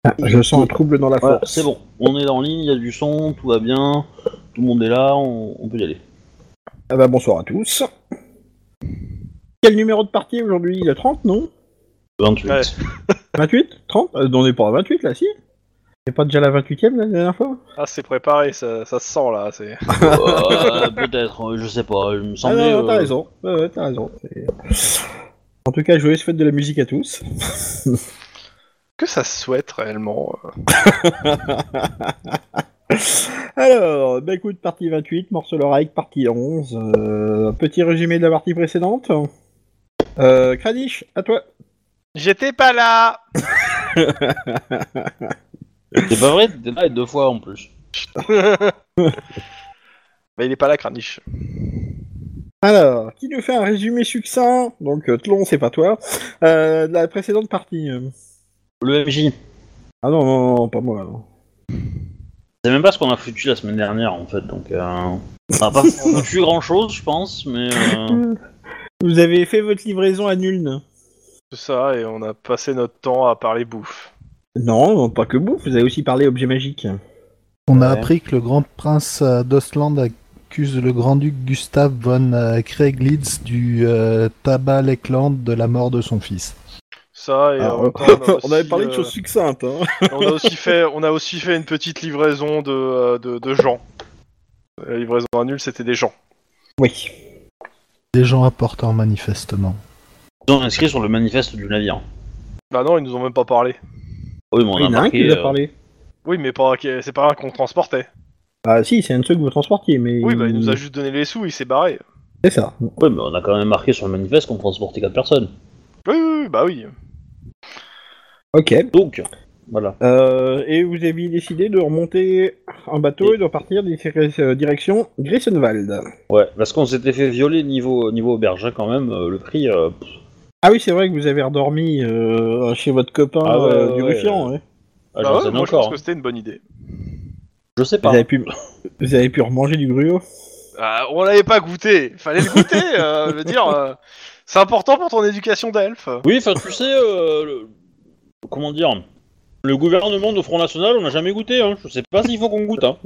Ah, je sens un trouble dans la Voilà, force. c'est bon, on est en ligne, il y a du son, tout va bien, tout le monde est là, on peut y aller. Ah bah bonsoir à tous. Quel numéro de partie aujourd'hui? Il y a 30, non? 28. Ouais. 28? 30? On est pas à 28 là, si? C'est pas déjà la 28ème la dernière fois? Ah, c'est préparé, ça se sent là. C'est... Peut-être, je sais pas, il me Ah semblait... non, t'as raison. Ouais, t'as raison. En tout cas, joyeuse fête de la musique à tous. Que ça se souhaite réellement. Alors, bah écoute, partie 28, Morceau Reich, partie 11. Petit résumé de la partie précédente. Kranich, à toi. J'étais pas là. C'est pas vrai, t'étais là et 2 fois en plus. Bah, il est pas là, Kranich. Alors, qui nous fait un résumé succinct, donc Tlon, c'est pas toi, de la précédente partie. Le MJ. Ah non, non, non, pas moi. Non. C'est même pas ce qu'on a foutu la semaine dernière en fait, donc on a pas foutu grand chose je pense, mais... Vous avez fait votre livraison à Nuln. C'est ça, et on a passé notre temps à parler bouffe. Non, pas que vous avez aussi parlé objets magiques. On a Ouais. appris que le grand prince d'Ostland accuse le grand-duc Gustav von Krieglitz du tabac Leckland de la mort de son fils. Ça, et en Alors, même temps, on avait parlé de choses succinctes. Hein. on a aussi fait une petite livraison de gens. La livraison à nul, c'était des gens. Oui. Des gens importants manifestement. Ils ont inscrit sur le manifeste du navire. Bah non, ils nous ont même pas parlé. Oui, mais on Il y a en a un qui marqué... nous a parlé. Oui, mais c'est pas un qu'on transportait. Ah si, c'est un truc que vous transportiez, mais... Oui, bah il nous a juste donné les sous, il s'est barré. C'est ça. Oui, mais on a quand même marqué sur le manifeste qu'on transportait 4 personnes. Oui, bah oui. Ok. Donc, voilà. Et vous aviez décidé de remonter un bateau et de repartir direction Grissenwald. Ouais, parce qu'on s'était fait violer niveau auberge, hein, quand même, le prix... Ah oui, c'est vrai que vous avez redormi chez votre copain Ah ouais, du ouais, Ruffian, ouais. Ah, Bah j'en ouais, sais moi je encore. pense que c'était une bonne idée. Je sais Vous pas. avez pu remanger du gruau. Ah, on l'avait pas goûté, fallait le goûter, je veux dire, c'est important pour ton éducation d'elfe. Oui, enfin, tu sais, comment dire, le gouvernement de Front National, on n'a jamais goûté, hein. Je sais pas s'il faut qu'on goûte, hein.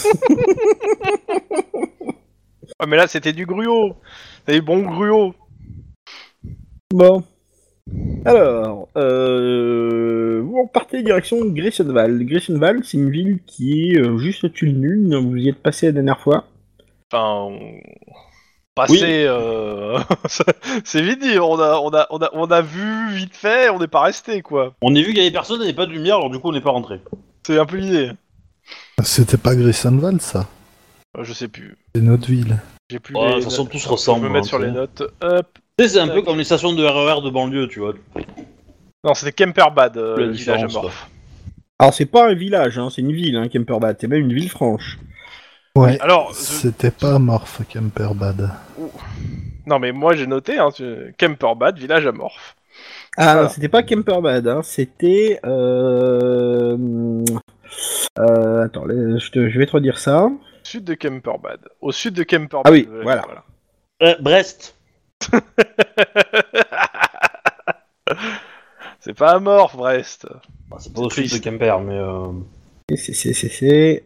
Ouais, mais là c'était du gruau, des bons gruaux. Bon. Alors, vous repartez direction Grissenwald. Grissenwald, c'est une ville qui est juste au-dessus de Nuln. Vous y êtes passé la dernière fois. Enfin, passé, c'est vite dit, on a vu vite fait, on n'est pas resté quoi. On a vu qu'il y avait personne, il n'y avait pas de lumière, alors du coup on n'est pas rentré. C'est un peu l'idée. C'était pas Grissenwald ça. Je sais plus. C'est notre ville. J'ai plus Ouais, les de toute façon, notes. tous Je ressemblent, vais me mettre hein, sur tu les sais. notes. Hop. Tu sais, c'est un peu comme les stations de RER de banlieue, tu vois. Non, c'était Kemperbad, La le village différence, amorphe. Alors, c'est pas un village, hein, c'est une ville, hein, Kemperbad. C'est même une ville franche. Ouais. Alors, C'était pas amorphe Kemperbad. non mais moi j'ai noté, hein, Kemperbad, village amorphe. Ah, Voilà. c'était pas Kemperbad, hein, c'était... attends, je vais te redire ça. Sud de Kemperbad. Au sud de Kemperbad. Ah oui, voilà. Brest. C'est pas amorphe, Brest. Bah, c'est pas au C'est sud de triste. Quimper, mais... C'est...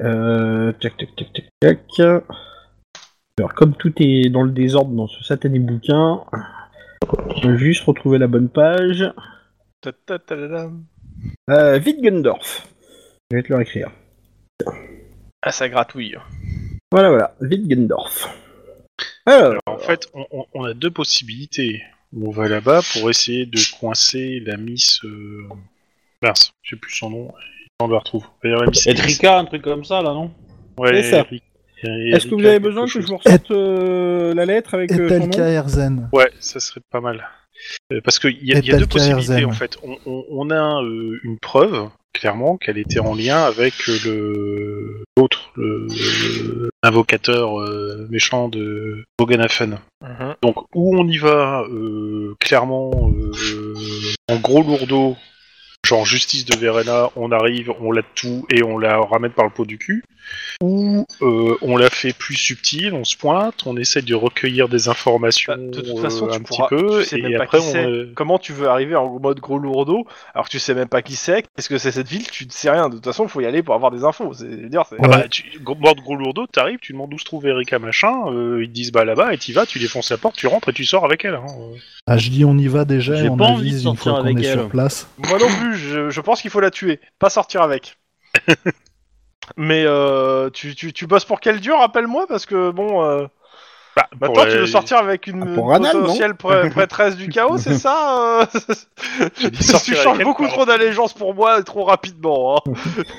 Tac. Alors, comme tout est dans le désordre dans ce satané bouquin, je vais juste retrouver la bonne page. Ta-ta-ta-da-dam. Wittgendorf. Je vais te le réécrire. Ah, ça gratouille. Voilà, Wittgendorf. Alors, En fait, on a deux possibilités. On va là-bas pour essayer de coincer la Miss... Mince, j'ai plus son nom. On le retrouve. D'ailleurs, la Miss... Etrika, un truc comme ça, là, non? Ouais, C'est ça. Est-ce que vous avez besoin que je vous ressorte la lettre avec son Etelka nom Erzen. Ouais, ça serait pas mal. Parce qu'il y a deux Etelka possibilités, Erzen. en fait. On a une preuve, clairement, qu'elle était en lien avec l'autre, l'invocateur méchant de Boganafen. Mhm. Donc, où on y va, clairement, en gros lourdeau, genre justice de Verena, on arrive, on l'a tout et on la ramène par le pot du cul. ou on la fait plus subtile, on se pointe, on essaie de recueillir des informations De toute façon, un tu petit peu, tu sais et même pas après qui c'est. Comment tu veux arriver en mode gros lourdeau alors que tu sais même pas qui c'est, qu'est-ce que c'est cette ville, tu ne sais rien. De toute façon, il faut y aller pour avoir des infos. Ah bah, mort de gros lourdeau, t'arrives, tu demandes où se trouve Erika machin, ils te disent bah là-bas, et t'y vas, tu défonces la porte, tu rentres et tu sors avec elle. Hein. Ah, je dis on y va déjà J'ai et on pas envie de avise une sortir fois qu'on avec est elle. sur place. Moi non plus, je pense qu'il faut la tuer, pas sortir avec. Mais tu bosses pour quel dieu, rappelle-moi, parce que bon... Bah, Maintenant, tu veux sortir avec une pour Ranal, potentielle prêtresse du chaos, c'est ça J'ai dit Tu sortir avec changes elle, beaucoup pardon. trop d'allégeance pour moi et trop rapidement. Hein.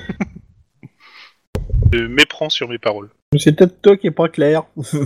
Je méprends sur mes paroles. C'est peut-être toi qui est pas clair.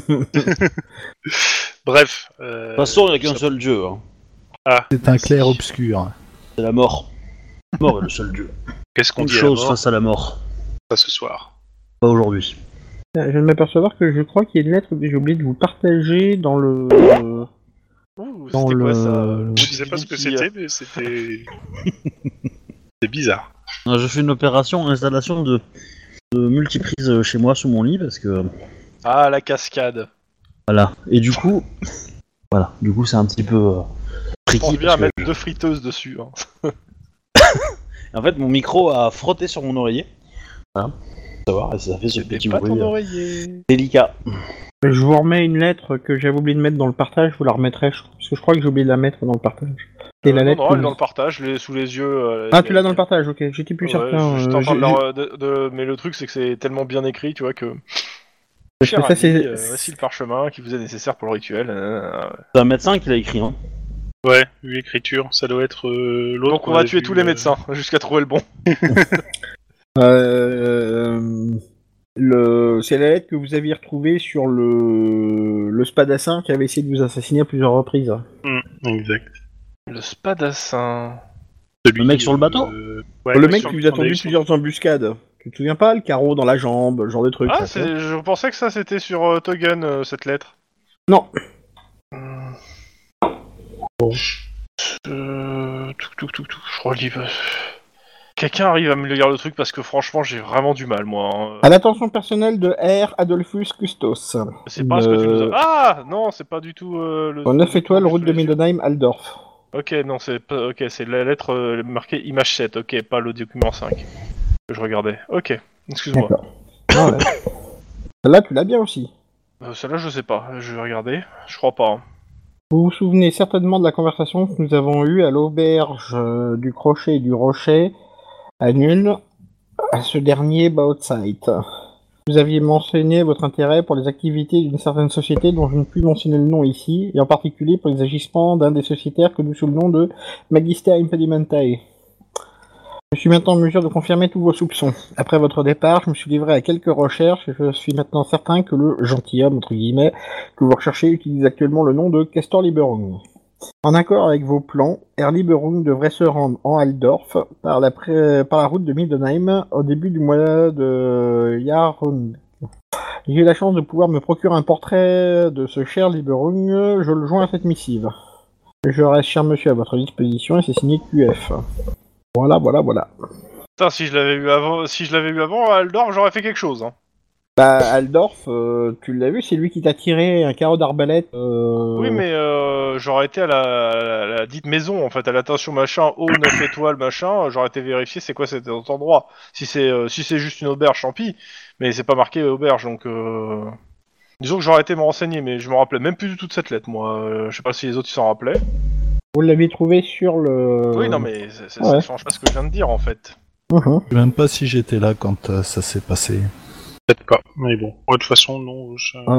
Bref. De toute façon, il n'y a qu'un seul dieu. Hein. C'est un clair obscur. C'est la mort. La mort est le seul dieu. Qu'est-ce qu'on Une dit à la chose mort, face à la mort. ça, ce soir? Pas aujourd'hui. Je viens de m'apercevoir que je crois qu'il y a une lettre que j'ai oublié de vous partager dans le... Ouh, Dans c'était le- quoi ça Je sais pas ce que c'était, mais c'était... C'est bizarre. Je fais une opération installation de multiprise chez moi sous mon lit parce que... Ah, la cascade. Voilà. Et du coup... Voilà. Du coup, c'est un petit peu... Je tricky pense bien parce à que- mettre 2 friteuses dessus. Hein. En fait, mon micro a frotté sur mon oreiller. Voilà. Savoir, et ça fait ce C'était petit pas bruit ton oreiller. délicat. Je vous remets une lettre que j'avais oublié de mettre dans le partage, je vous la remettrai, parce que je crois que j'ai oublié de la mettre dans le partage. Et la Non, lettre non, que elle est vous- dans le partage, sous les yeux. Ah, tu l'as dans le partage, ok, j'étais plus Ouais, certain. j'étais en train j'ai- mais le truc, c'est que c'est tellement bien écrit, tu vois, que... Parce que Cher ça, ami, c'est- voici le parchemin qui vous est nécessaire pour le rituel. C'est un médecin qui l'a écrit. Hein. Ouais, l'écriture, ça doit être l'autre. Donc on va tuer tous les médecins, jusqu'à trouver le bon. C'est la lettre que vous aviez retrouvée sur le spadassin qui avait essayé de vous assassiner à plusieurs reprises. Exact. Le spadassin... Celui, Le mec sur le bateau ouais, Le mec sur- qui vous a on tendu eu plusieurs embuscades. Tu te souviens pas? Le carreau dans la jambe, ce genre de truc. Ah, ça, je pensais que ça c'était sur Togen, cette lettre. Non. Je relis. Quelqu'un arrive à me lire le truc parce que franchement j'ai vraiment du mal moi. Hein. À l'attention personnelle de R. Adolphus Custos. C'est pas ce que tu nous as... Ah non, c'est pas du tout le... En 9 étoiles, route de je- Mindenheim, Aldorf. Ok, non, c'est pas... Ok, c'est la lettre marquée image 7, ok, pas le document 5 que je regardais. Ok, excuse-moi. D'accord. Ah ouais. Celle-là, tu l'as bien aussi. Celle-là, je sais pas, je vais regarder. Je crois pas. Hein. Vous vous souvenez certainement de la conversation que nous avons eue à l'auberge du Crochet et du Rocher à Nuln, à ce dernier Bautzeit. Vous aviez mentionné votre intérêt pour les activités d'une certaine société dont je ne puis mentionner le nom ici, et en particulier pour les agissements d'un des sociétaires connus sous le nom de Magister Impedimentae. Je suis maintenant en mesure de confirmer tous vos soupçons. Après votre départ, je me suis livré à quelques recherches et je suis maintenant certain que le gentilhomme, entre guillemets, que vous recherchez utilise actuellement le nom de Castor Liberung. En accord avec vos plans, Herr Liberung devrait se rendre en Aldorf par la route de Mindenheim au début du mois de Jarun. J'ai eu la chance de pouvoir me procurer un portrait de ce cher Liberung, je le joins à cette missive. Je reste, cher monsieur, à votre disposition et c'est signé QF. Voilà. Putain, si je l'avais eu avant, à Aldorf, j'aurais fait quelque chose. Hein. Bah, Aldorf, tu l'as vu, c'est lui qui t'a tiré un carreau d'arbalète. Oui, mais j'aurais été à la dite maison, en fait, à l'attention machin, haut 9 étoiles machin, j'aurais été vérifier c'est quoi cet endroit. Si c'est juste une auberge, tant pis, mais c'est pas marqué auberge, donc... Disons que j'aurais été me renseigner, mais je me rappelais même plus du tout de cette lettre, moi. Je sais pas si les autres ils s'en rappelaient. Vous l'avez trouvé sur le... Oui, non, mais Ouais. ça change pas ce que je viens de dire, en fait. Mhm. Je sais même pas si j'étais là quand ça s'est passé. Peut-être pas, mais bon. Ouais, de toute façon, non.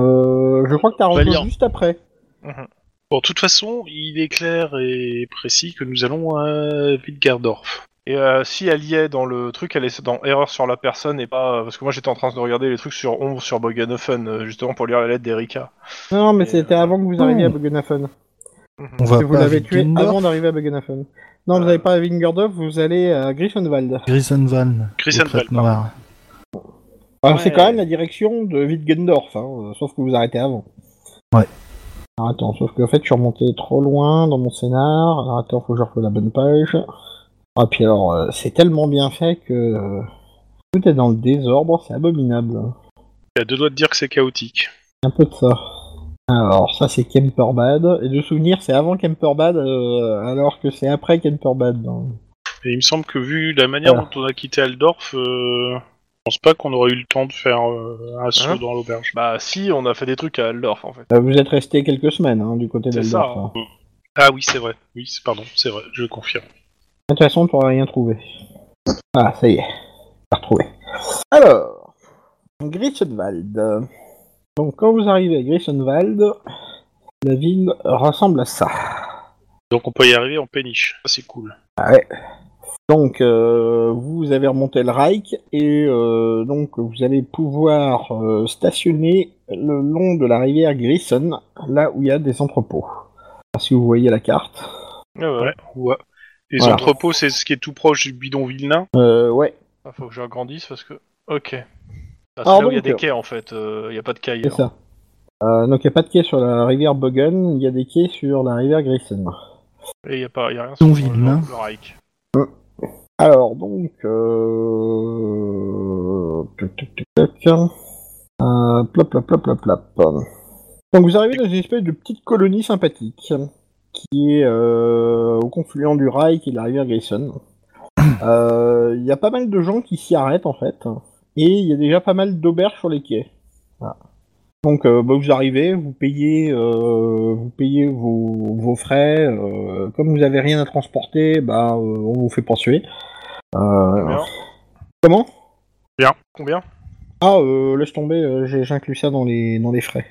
Je crois que t'as rentré lire. juste après. Bon, de toute façon, il est clair et précis que nous allons à Wittgerdorf. Et si elle y est dans le truc, elle est dans erreur sur la personne et pas... Parce que moi j'étais en train de regarder les trucs sur Ombre, sur Bogenhofen, justement pour lire la lettre d'Erika. Non, mais Et, c'était avant que vous arriviez à Buggenhafen. On va Vous pas à l'avez tué Wittgendorf avant d'arriver à Buggenhafen. Non, vous n'allez pas à Wingerdorf, vous allez à Griffenwald. Grisenwald. Grisenwald, aux Crêtes Noires. Alors Ouais. c'est quand même la direction de Wittgendorf, hein, sauf que vous arrêtez avant. Ouais. Alors attends, sauf que en fait je suis remonté trop loin dans mon scénar. Alors attends, faut que je refais la bonne page. Ah puis alors, c'est tellement bien fait que... Tout est dans le désordre, c'est abominable. Il y a 2 doigts de dire que c'est chaotique. Un peu de ça. Alors, ça c'est Kemperbad. Et de souvenir, c'est avant Kemperbad, alors que c'est après Kemperbad. Et il me semble que vu la manière Voilà. dont on a quitté Aldorf, je pense pas qu'on aurait eu le temps de faire un saut Hein dans l'auberge. Bah si, on a fait des trucs à Aldorf en fait. Vous êtes resté quelques semaines du côté C'est d'Eldorf. ça, hein. Ah oui, c'est vrai. Oui, pardon, c'est vrai, je confirme. De toute façon, tu n'auras rien trouvé. Ah, ça y est. J'ai retrouvé. Alors, Grissenwald. Donc, quand vous arrivez à Grissenwald, la ville ressemble à ça. Donc on peut y arriver en péniche. Ça, c'est cool. Ah ouais. Donc, vous avez remonté le Reich et donc vous allez pouvoir stationner le long de la rivière Grissen, là où il y a des entrepôts. Si vous voyez la carte. Ah ouais. Ouais, ouais. Les Voilà. entrepôts, c'est ce qui est tout proche du bidonville nain. Ouais, Ah, faut que je agrandisse parce que. Ok. Ah, c'est Alors là où il y a donc, des quais en fait, il y a pas de quais c'est ailleurs. ça. Donc, il n'y a pas de quai sur la rivière Bogen, il y a des quais sur la rivière Grissen. Et il y a rien sur Bidonville, hein. le Reich. Alors, donc... Plop, plop, plop, plop, plop. Donc, vous arrivez dans une espèce de petite colonie sympathique, qui est au confluent du Reich et de la rivière Grayson. Il y a pas mal de gens qui s'y arrêtent, en fait, et il y a déjà pas mal d'auberges sur les quais. Voilà. Donc, vous arrivez, vous payez vos frais. Comme vous avez rien à transporter, on vous fait poursuivre. Combien Comment? Combien Ah, laisse tomber, j'inclus ça dans les frais.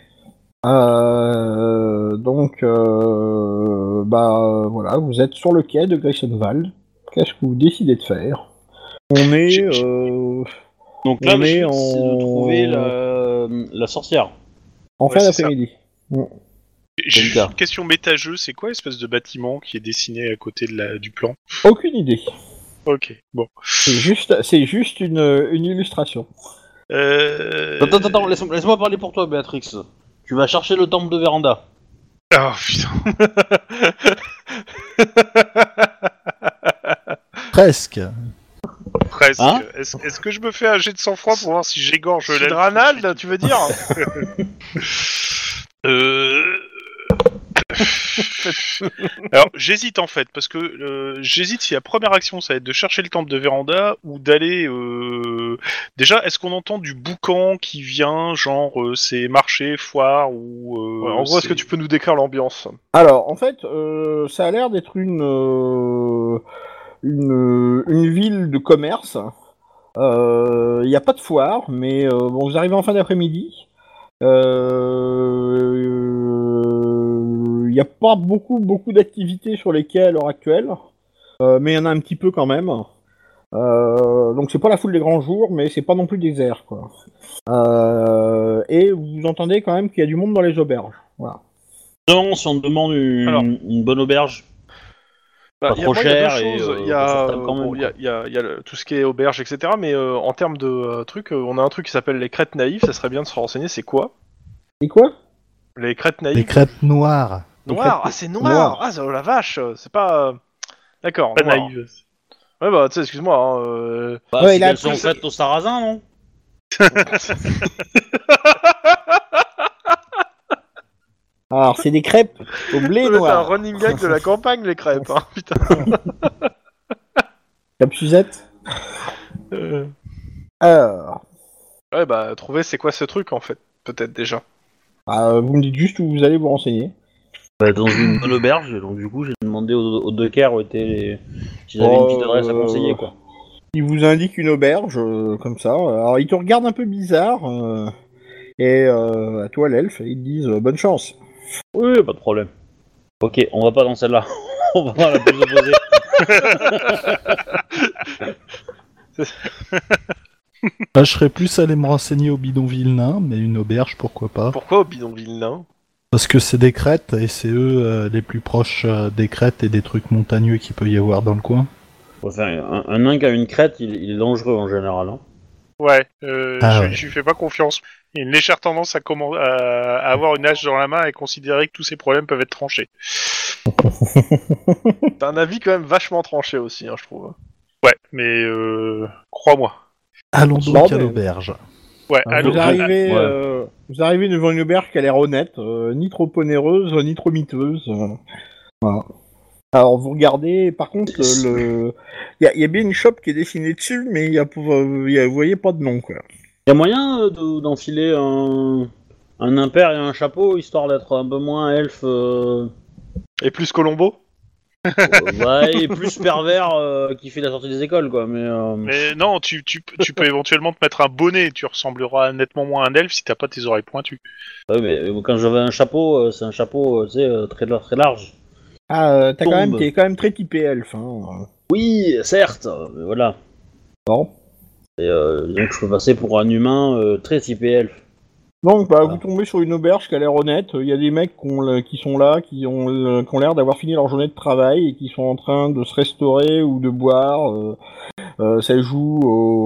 Voilà, vous êtes sur le quai de Graysenwald. Qu'est-ce que vous décidez de faire? On est, Donc là, On le est but, c'est de en- trouver la sorcière. en fin Ouais, c'est d'après-midi. J'ai C'est juste le cas. une question méta-jeu, c'est quoi l'espèce de bâtiment qui est dessiné à côté du plan? Aucune idée. Ok, bon. C'est juste une illustration. Attends, laisse-moi parler pour toi, Béatrix. Tu vas chercher le temple de Véranda. Oh putain. Presque. Presque. Hein Est-ce que je me fais un jet de sang-froid pour voir si j'égorge l'elfe? Ronald, tu veux dire Alors, j'hésite en fait, parce que j'hésite si la première action ça va être de chercher le temple de Véranda ou d'aller. Déjà, est-ce qu'on entend du boucan qui vient, genre c'est marché, foire ou. Ouais, en gros, est-ce que tu peux nous décrire l'ambiance? Alors, en fait, ça a l'air d'être une ville de commerce. Il n'y a pas de foire, mais vous arrivez en fin d'après-midi. Il n'y a pas beaucoup d'activités sur les quais à l'heure actuelle, mais il y en a un petit peu quand même. Donc c'est pas la foule des grands jours, mais c'est pas non plus désert, quoi. Et vous entendez quand même qu'il y a du monde dans les auberges. Voilà. Non, si on te demande Alors. une bonne auberge, Bah, pas il y a trop deux cher choses. et Il y a, confortable quand bon, même, il y a tout ce qui est auberge, etc. Mais en termes de trucs, on a un truc qui s'appelle les crêtes naïves. Ça serait bien de se renseigner. C'est quoi Et quoi? les crêtes naïves? Les crêpes noires. Noir. Ah, c'est noir. Noir. Ah, oh la vache. C'est pas. D'accord. pas noir. naïve. Ouais, bah, tu sais, excuse-moi. bah, Ouais, si il a elles sont plus- faites au sarrasin, non? Alors c'est des crêpes au blé Ça doit être un noir. running gag de la campagne, les crêpes. Hein, putain. Comme Suzette. Euh, Alors, Ouais, bah, trouver c'est quoi ce truc en fait. Peut-être déjà. vous me dites juste où vous allez vous renseigner. Bah, dans une bonne auberge, donc du coup j'ai demandé aux deux quais où étaient s'ils avaient une petite adresse à conseiller, quoi. Il vous indique une auberge, comme ça. Alors, il te regarde un peu bizarre. Et à toi, l'elfe, ils te disent bonne chance. Oui, pas de problème. Ok, on va pas dans celle-là. On va dans la plus opposée. Là, je serais plus allé me renseigner au bidonville nain, mais une auberge, pourquoi pas. Pourquoi au bidonville nain? Parce que c'est des crêtes, et c'est eux les plus proches des crêtes et des trucs montagneux qu'il peut y avoir dans le coin. Enfin, un nain qui a une crête, il est dangereux en général. Hein. Ouais, Ah ouais. je lui fais pas confiance. Il y a une légère tendance à avoir une hache dans la main et considérer que tous ses problèmes peuvent être tranchés. T'as un avis quand même vachement tranché aussi, hein, je trouve. Ouais, mais crois-moi. Allons donc Bon, à mais- l'auberge. Ouais, Alors, allô. vous arrivez devant une auberge qui a l'air honnête, ni trop onéreuse, ni trop miteuse. Voilà. Alors vous regardez, par contre, il y a bien une shop qui est dessinée dessus, mais vous voyez pas de nom, quoi. Y a moyen d'enfiler un impair et un chapeau, histoire d'être un peu moins elfe, Et plus Colombo. ouais, et plus pervers qui fait la sortie des écoles, quoi. Mais non, tu peux éventuellement te mettre un bonnet, tu ressembleras nettement moins à un elfe si t'as pas tes oreilles pointues. Ouais, mais quand j'avais un chapeau, c'est un chapeau, tu sais, très large. Ah, t'es Tombe. quand même très typé elfe, hein. Oui, certes, mais voilà. Bon. Et, donc je peux passer pour un humain très typé elfe. Donc, bah, Voilà. vous tombez sur une auberge qui a l'air honnête. Il y a des mecs qui sont là, qui ont l'air d'avoir fini leur journée de travail et qui sont en train de se restaurer ou de boire. Ça joue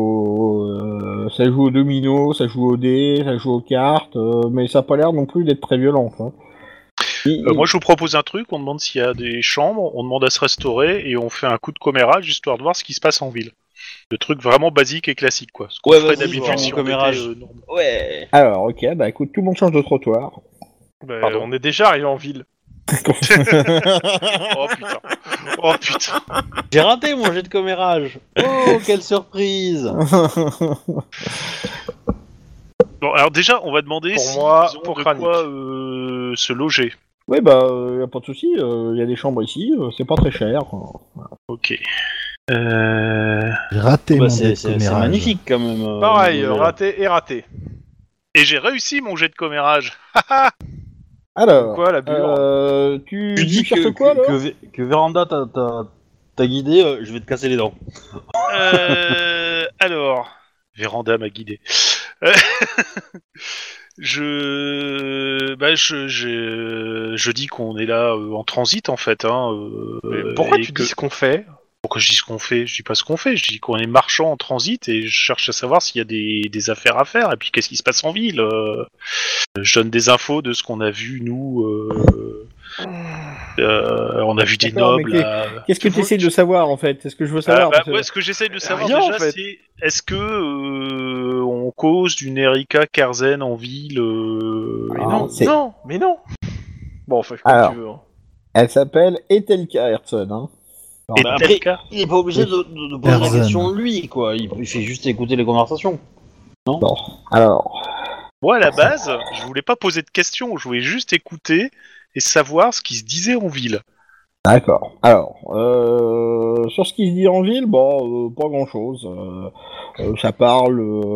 au domino, ça joue au dé, ça joue aux cartes, mais ça a pas l'air non plus d'être très violent, hein. Moi, je vous propose un truc, on demande s'il y a des chambres, on demande à se restaurer et on fait un coup de commérage histoire de voir ce qui se passe en ville. Le truc vraiment basique et classique, quoi. Ce qu'on Ouais, ferait vas-y, d'habitude voir si mon on était commérage. normal. Ouais. Alors, ok, bah écoute, tout le monde change de trottoir. On est déjà arrivé en ville. Oh putain. Oh putain. J'ai raté mon jet de commérage. Oh, quelle surprise. Bon, alors déjà, on va demander Pour si moi, ils ont pour de Kranich. quoi se loger. Oui, bah, y a pas de souci, y a des chambres ici, c'est pas très cher. Ok. J'ai raté mon dé de C'est commérage. magnifique quand même. Pareil, le- raté et raté. Et j'ai réussi mon jet de commérage. Alors, Quoi, la bure Tu dis cherches quoi, alors que Véranda t'a guidé, je vais te casser les dents. Alors, Véranda m'a guidé. Je dis qu'on est là en transit en fait. Mais pourquoi et tu que- dis ce qu'on fait? Pourquoi je dis ce qu'on fait? Je dis pas ce qu'on fait. Je dis qu'on est marchand en transit et je cherche à savoir s'il y a des affaires à faire et puis qu'est-ce qui se passe en ville. Je donne des infos de ce qu'on a vu nous. On a vu des D'accord, mais nobles. Qu'est-ce que tu essaies de savoir, en fait? C'est ce que je veux savoir. parce que- Ouais, ce que j'essaie de savoir Rien, déjà, en fait. c'est est-ce que on cause d'une Erika Kerzen en ville Mais Ah, non, c'est- non, mais non. Bon, enfin, comme Alors. tu veux. Hein. Elle s'appelle Etelka Herzog, hein. Et Bah, après, Telka il est pas obligé de poser la Herzen. question lui, quoi. Il fait juste écouter les conversations. Bon, alors, Moi, à la base, je voulais pas poser de questions, je voulais juste écouter et savoir ce qui se disait en ville. d'accord. Alors, sur ce qui se dit en ville, bon, pas grand-chose. Ça parle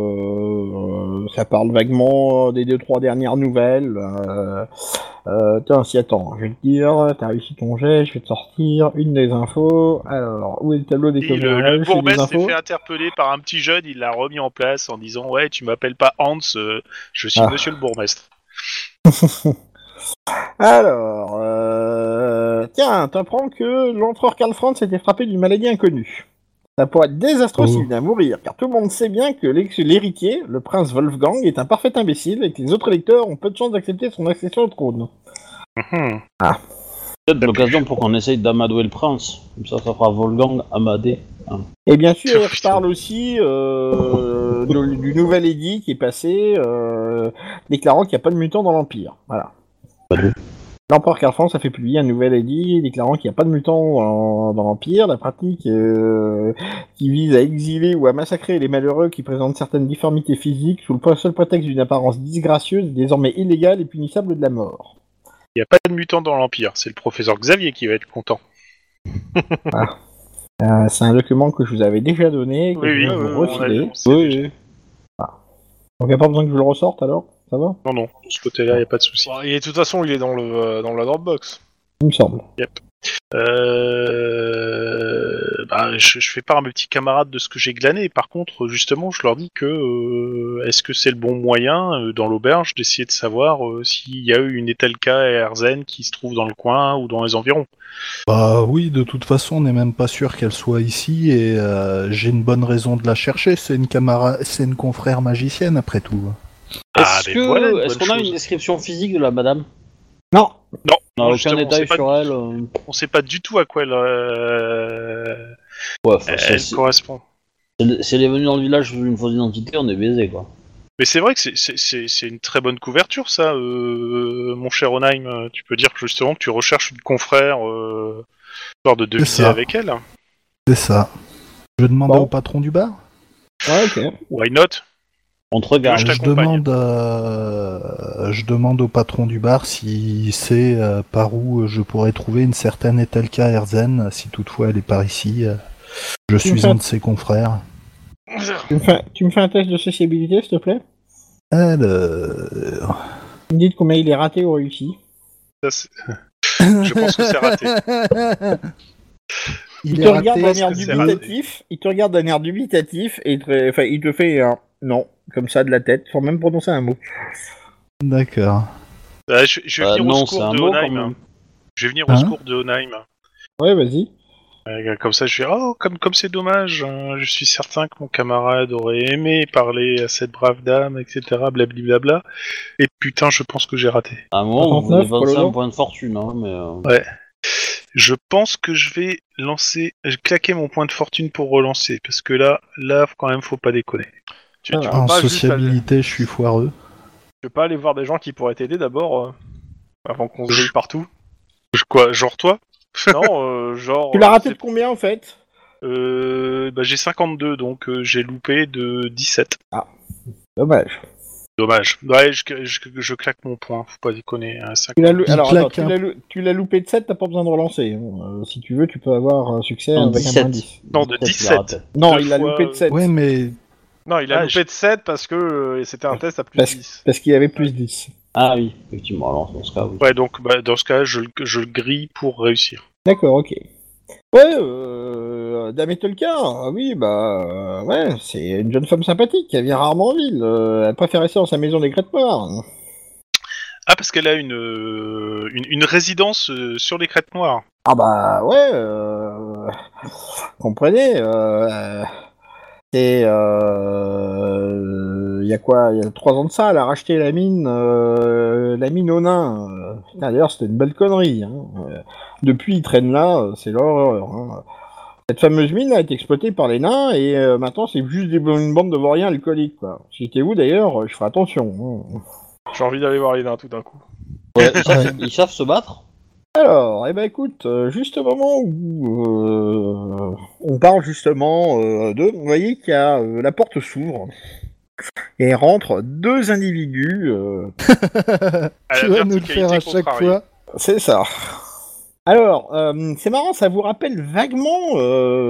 vaguement des 2-3 dernières nouvelles. Tiens, si attends, je vais te dire, t'as réussi ton jet, je vais te sortir une des infos. Alors, où est le tableau des Et le commérages? C'est des bourgmestre s'est infos. fait interpeller par un petit jeune, il l'a remis en place en disant ouais, tu m'appelles pas Hans, je suis Ah. monsieur le bourgmestre. Alors, tiens, t'apprends que l'empereur Karl Franz s'était frappé d'une maladie inconnue. Ça pourrait être désastreux s'il vient à mourir, car tout le monde sait bien que l'héritier, le prince Wolfgang, est un parfait imbécile et que les autres électeurs ont peu de chances d'accepter son accession au trône. Peut-être l'occasion pour qu'on essaye d'amadouer le prince. Comme ça fera Wolfgang amadé. Et bien sûr, Oh, il putain. parle aussi du nouvel édit qui est passé, déclarant qu'il n'y a pas de mutants dans l'Empire. Voilà. L'empereur Karl Franz a fait publier un nouvel édit déclarant qu'il n'y a pas de mutants dans l'Empire. La pratique qui vise à exiler ou à massacrer les malheureux qui présentent certaines difformités physiques sous le seul prétexte d'une apparence disgracieuse est désormais illégale et punissable de la mort. Il n'y a pas de mutant dans l'Empire, c'est le professeur Xavier qui va être content. C'est un document que je vous avais déjà donné, que Oui, je oui, vais vous refiler. on sait déjà. Donc il n'y a pas besoin que je le ressorte alors? Ça va? Non, de ce côté-là, il n'y a pas de souci. Bon, et de toute façon, il est dans la Dropbox. Il me semble. Je fais part à mes petits camarades de ce que j'ai glané. Par contre, justement, je leur dis que est-ce que c'est le bon moyen dans l'auberge d'essayer de savoir s'il y a eu une Etelka et Herzen qui se trouve dans le coin ou dans les environs. Bah oui, de toute façon, on n'est même pas sûr qu'elle soit ici et j'ai une bonne raison de la chercher. C'est une confrère magicienne après tout. Est-ce mais voilà une est-ce bonne qu'on a chose. une description physique de la madame? Non. Non, On n'a aucun justement, détail on sait sur pas- elle. On sait pas du tout à quoi elle Ouais, enfin, elle c'est- correspond. Si elle est venue dans le village sous une fausse identité, on est baisé, quoi. Mais c'est vrai que c'est une très bonne couverture, ça, mon cher Onheim. Tu peux dire que justement que tu recherches une confrère, histoire de deviner ça. avec elle. C'est ça. Je demande Bon. au patron du bar. Ouais, ok. Why not? On te regarde. Je Je t'accompagne. demande au patron du bar si c'est par où je pourrais trouver une certaine Etelka Herzen, si toutefois elle est par ici. Je suis un de ses confrères. Tu me fais un test de sociabilité, s'il te plaît? Alors... Tu me dites combien il est raté ou réussi. Ça, je pense que c'est raté. Il est te raté regarde d'un parce air que c'est dubitatif, il te regarde d'un air dubitatif et il te fait un non, comme ça de la tête, sans même prononcer un mot. D'accord. Je vais venir non, au c'est secours un de mot, quand Onheim. même. Je vais venir au Hein secours de Onheim. Ouais, vas-y. Comme ça, je vais comme c'est dommage. Je suis certain que mon camarade aurait aimé parler à cette brave dame, etc. Blablabla. Et putain, je pense que j'ai raté. À un moment, vous 39, dépensez Polo. un point de fortune, hein, mais... Ouais. Je pense que je vais claquer mon point de fortune pour relancer, parce que là, quand même, faut pas déconner. Tu Ah, peux En pas juste sociabilité, je suis foireux. tu peux pas aller voir des gens qui pourraient t'aider d'abord, avant qu'on se grille partout. Quoi, genre toi? Non, genre... Tu l'as raté de combien en fait? J'ai 52, donc j'ai loupé de 17. Dommage. Dommage. Ouais, je claque mon point, faut pas déconner. Hein, Tu l'as, Il alors, claque attends, tu l'as loupé de 7, t'as pas besoin de relancer. Hein. Si tu veux, tu peux avoir un succès Non, avec 17. un moins 10. Non, de 17. Non, Deux il a fois, loupé de 7. Ouais, mais Non, il a Ah, loupé de 7 parce que c'était un test à plus de 10. Parce qu'il avait plus 10. Ah oui, effectivement, alors dans ce cas, oui. Ouais, donc dans ce cas, je le grille pour réussir. D'accord, ok. Ouais, Dame Etolka, ah oui, ouais, c'est une jeune femme sympathique, elle vient rarement en ville, elle préfère rester dans sa maison des crêtes noires. Ah, parce qu'elle a une résidence sur les crêtes noires. Ah bah ouais, comprenez, c'est il y a quoi, il y a 3 ans de ça, elle a racheté la mine au nain. Putain, d'ailleurs, c'était une belle connerie. Hein. Depuis, ils traînent là, c'est l'horreur. Hein. Cette fameuse mine a été exploitée par les nains et maintenant c'est juste une bande de vauriens alcooliques. Quoi. Si j'étais vous d'ailleurs, je ferais attention. Hein. J'ai envie d'aller voir les nains tout d'un coup. Ouais, ils savent se battre. Alors, écoute, juste au moment où on parle justement vous voyez qu'il y a la porte s'ouvre et rentrent 2 individus. À tu la vas nous le faire à verticalité chaque contrariée. fois. C'est ça. Alors, c'est marrant, ça vous rappelle vaguement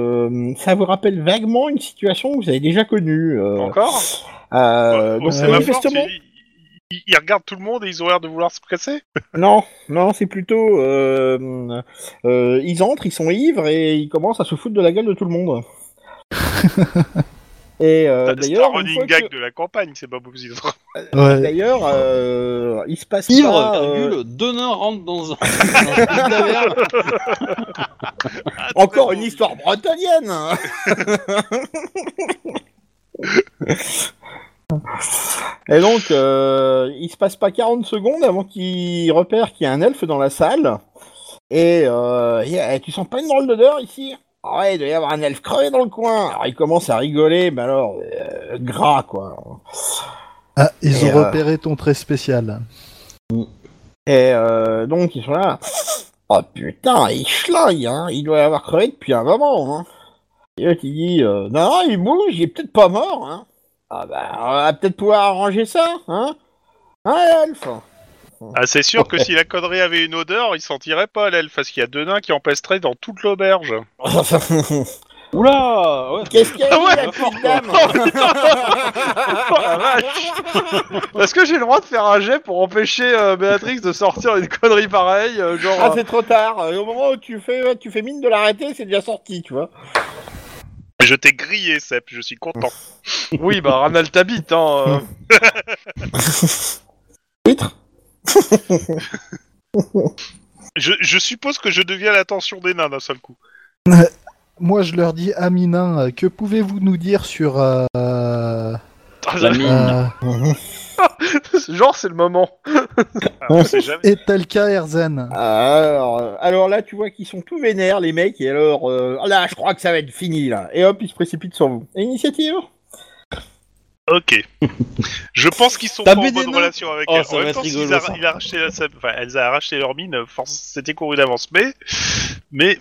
une situation que vous avez déjà connue. Encore Donc, C'est ma force, manifestement, ils regardent tout le monde et ils ont l'air de vouloir se presser. non, c'est plutôt, ils entrent, ils sont ivres et ils commencent à se foutre de la gueule de tout le monde. Et C'est un d'ailleurs, une running fois gag que- de la campagne, c'est pas possible. Ouais. d'ailleurs, il se passe Ivre, pas, virgule, 2 nains rentrent dans un truc d'averne. encore une histoire bretonnienne. Et donc, il se passe pas 40 secondes avant qu'il repère qu'il y a un elfe dans la salle. Et tu sens pas une drôle d'odeur ici? Ah ouais, il doit y avoir un elfe crevé dans le coin. Alors il commence à rigoler, mais alors, gras quoi. Ah, ils Et, ont repéré ton trait spécial. Et donc ils sont là. Oh putain, il schlingue, hein. Il doit y avoir crevé depuis un moment, hein. Et l'autre il dit, non, il bouge, il est peut-être pas mort, hein. Ah bah, on va peut-être pouvoir arranger ça, hein. Hein, elfe. Ah, c'est sûr que si la connerie avait une odeur, il sentirait pas l'elfe, parce qu'il y a 2 nains qui empesteraient dans toute l'auberge. Oula, ouais. Qu'est-ce qu'il y a Ah ouais, la petite dame? Oh la vache Est-ce que j'ai le droit de faire un jet pour empêcher Béatrix de sortir une connerie pareille genre... Ah, c'est trop tard. Au moment où tu fais mine de l'arrêter, c'est déjà sorti, tu vois. Je t'ai grillé, Sep, je suis content. Oui, bah Ranal t'habite, hein. Titre. Je suppose que je deviens l'attention des nains d'un seul coup. Moi, je leur dis, Aminin, que pouvez-vous nous dire sur... La mine. Genre, c'est le moment. Ah, on sait jamais. Etelka Erzen. Alors là, tu vois qu'ils sont tout vénères, les mecs, et alors, là, je crois que ça va être fini, là. Et hop, ils se précipitent sur vous. Et initiative? Ok. Je pense qu'ils sont T'as pas en bu des bonne nains relation avec Oh, elle. ça En va même être temps, rigolo, ça. Elles a arraché leur mine, c'était couru d'avance. Mais.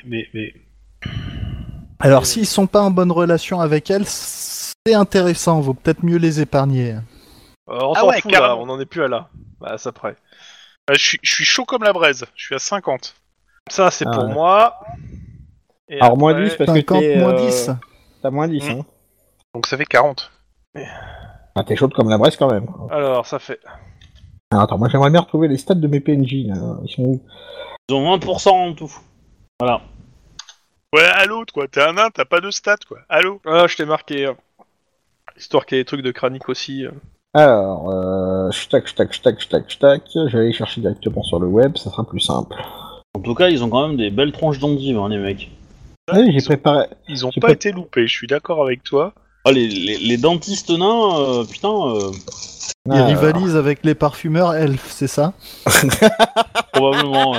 Alors, s'ils sont pas en bonne relation avec elle, c'est intéressant. Vaut peut-être mieux les épargner. On Ah s'en ouais, fout, là, carrément. on en est plus à là. Bah, ça près. Je suis chaud comme la braise. Je suis à 50. Ça, c'est pour ouais. moi. Et Alors, moins après- 10, parce que 50 t'es... moins 10. T'as moins 10, hein. Donc ça fait 40. Ah, t'es chaude comme la Bresse, quand même. Alors, ça fait... Alors, attends, moi, j'aimerais bien retrouver les stats de mes PNJ, là. Ils sont où? Ils ont 20% en tout. Voilà. Ouais, allô, quoi. T'es un nain, t'as pas de stats, quoi. Allô. Ah, je t'ai marqué. Histoire qu'il y ait des trucs de cranique aussi. Alors, je vais aller chercher directement sur le web, ça sera plus simple. En tout cas, ils ont quand même des belles tronches d'endives, hein, les mecs. Oui, j'ai préparé... Ils ont J'ai pas pas- été loupés, je suis d'accord avec toi. Ah, les dentistes nains, putain, Ils Alors. rivalisent avec les parfumeurs elfes, c'est ça? probablement, ouais.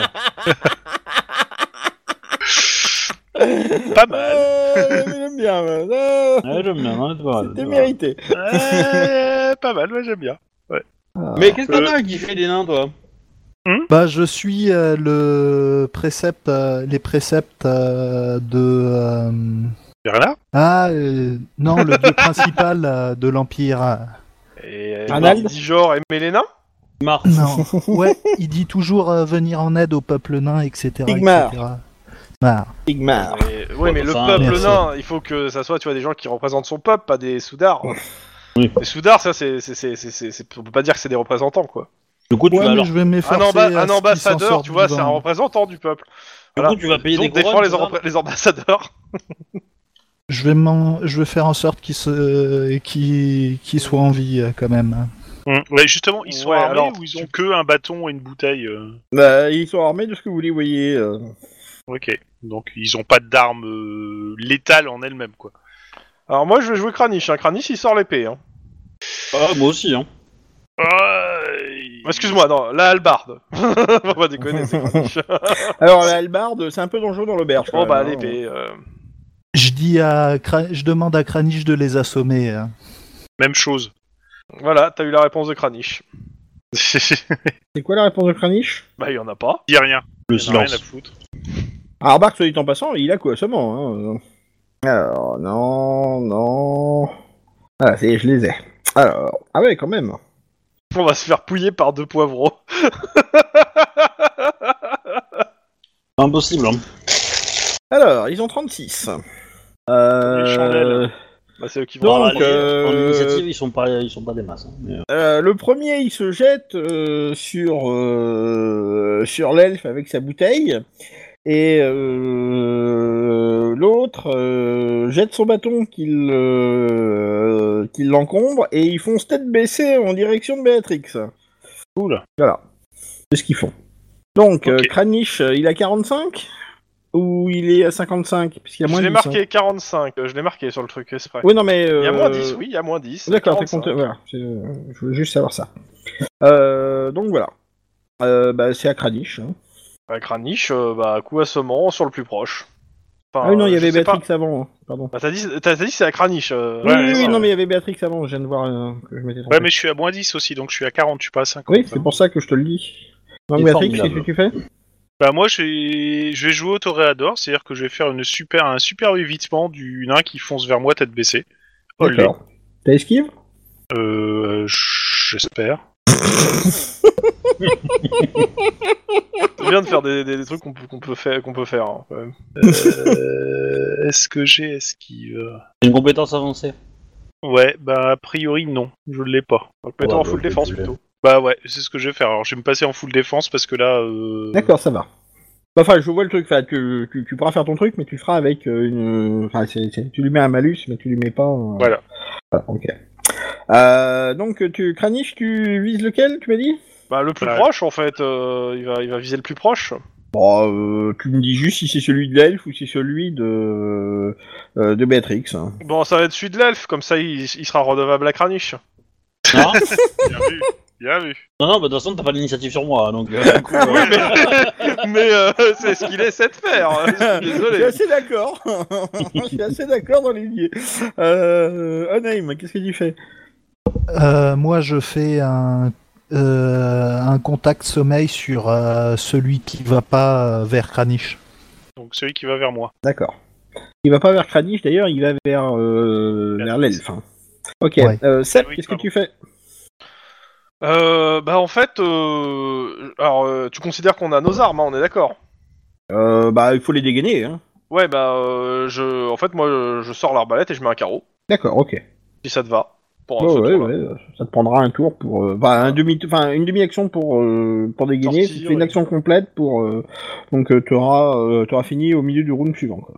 Pas mal. J'aime bien, ouais. Ouais, j'aime bien, hein, c'est pas mal, C'était c'est pas mal. mérité. Pas mal, ouais, j'aime bien. Mais qu'est-ce que t'as qui fait des nains, toi? Bah, je suis le précepte, les préceptes de. Bernard. Non, le dieu principal de l'Empire. Et Arnold dit genre aimer les nains. Mars. Non, ouais, il dit toujours venir en aide au peuple nain, etc. Sigmar. etc. Sigmar. Sigmar. Oui, mais le ça, peuple merci. nain, il faut que ça soit, tu vois, des gens qui représentent son peuple, pas des soudards. Oui. Les soudards, ça, on peut pas dire que c'est des représentants, quoi. Du coup, tu Ouais, vas mais alors... je vais m'efforcer. Un à ce qu'ils s'en ambassadeur, sortent tu vois, c'est un vivants. représentant du peuple. Du coup, tu vas payer Donc, des défends couronnes, les ambassadeurs. Je vais faire en sorte qu'ils soient en vie quand même. Ouais, justement, ils sont Ouais, armés alors, ou ils ont que un bâton et une bouteille Bah, ils sont armés de ce que vous les voyez. Ok. Donc ils ont pas d'armes létales en elles-mêmes, quoi. Alors moi, je vais jouer Kranich. Kranich, il sort l'épée. Ah, moi aussi, hein. Excuse-moi, non, la hallebarde. On va pas déconner, c'est Kranich. Alors, la hallebarde, c'est un peu dangereux dans l'auberge. Bon, quand bah, même, hein. l'épée. Je demande à Kranich de les assommer. Même chose. Voilà, t'as eu la réponse de Kranich. C'est quoi la réponse de Kranich? Bah, il y en a pas. Dis rien. Le Il y en a rien à silence. foutre. Alors, remarque, soit dit en passant, il a quoi seulement, hein. Alors, non... Ah, c'est, je les ai. Alors, ah ouais, quand même. On va se faire pouiller par 2 poivreaux. Impossible, hein. Alors, ils ont 36. Les chandelles. Bah, c'est eux qui vont. Donc, En initiative, ils sont pas des masses. Hein, mais, le premier, il se jette sur l'elfe avec sa bouteille, et l'autre jette son bâton qu'il l'encombre, et ils foncent tête baissée en direction de Béatrix. Cool. Voilà, c'est ce qu'ils font. Donc, Ok. Kranich, il a 45 ou il est à 55 puisqu'il y a moins Je de l'ai 10, marqué 45, je l'ai marqué sur le truc exprès. Oui, non, mais... Il y a moins 10, oui, il y a moins 10. D'accord, t'as 45. compté, voilà. Je voulais juste savoir ça. Donc voilà. Bah, c'est à Kranich. Hein. Bah, Kranich, bah, coup assommant sur le plus proche. Enfin, Ah oui, non, il y je avait sais pas. Béatrix avant. Hein. Pardon. Bah, t'as dit c'est à Kranich. Oui, non, mais il y avait Béatrix avant. Je viens de voir que je m'étais trompé. Ouais, mais je suis à moins 10 aussi, donc je suis à 40, je suis pas à 50. Oui, c'est pour ça que je te le dis. Donc C'est Béatrix, qu'est-ce formidable. que tu fais? Bah moi je vais jouer au toréador, c'est-à-dire que je vais faire un super évitement du nain qui fonce vers moi tête baissée. Olé. D'accord. T'as esquive? J'espère. C'est bien de faire des trucs qu'on peut faire hein, quand même. Est-ce que j'ai esquive? C'est une compétence avancée. Ouais, bah a priori non, je l'ai pas. Donc mettons en bah, full ok, défense tu plutôt. Bah ouais, c'est ce que je vais faire. Alors je vais me passer en full défense parce que là... D'accord, ça va. Enfin, je vois le truc. Enfin, tu pourras faire ton truc, mais tu le feras avec une... Enfin, tu lui mets un malus, mais tu lui mets pas... Voilà. Voilà, ok. Donc, Kranich, tu vises lequel, tu m'as dit? Bah le plus Ouais. proche en fait, il va viser le plus proche. Bon, tu me dis juste si c'est celui de l'elfe ou si c'est celui de Béatrix. Hein. Bon, ça va être celui de l'elfe, comme ça il sera redevable à Kranich. Non, Bien vu. Bien vu. non, bah de toute façon, t'as pas l'initiative sur moi, donc... du coup, Mais c'est ce qu'il essaie de faire. Je suis Je suis désolé. assez d'accord. Je suis assez d'accord dans l'idée. Onaim, qu'est-ce que tu fais? Moi, je fais un contact sommeil sur celui qui va pas vers Kranich. Donc celui qui va vers moi. D'accord. Il va pas vers Kranich, d'ailleurs, il va vers l'elfe. Hein. Ok. Ouais. Seb, Oui, qu'est-ce que pardon. tu fais? Bah en fait, alors tu considères qu'on a nos armes, hein, on est d'accord. Il faut les dégainer. Hein. Ouais, bah en fait moi je sors l'arbalète et je mets un carreau, D'accord, ok. si ça te va. Pour Ouais, ce ouais, tour-là. ouais, ça te prendra un tour pour... une demi-action pour dégainer, Sortir, tu fais une ouais. action complète pour... donc t'auras fini au milieu du round suivant. Quoi.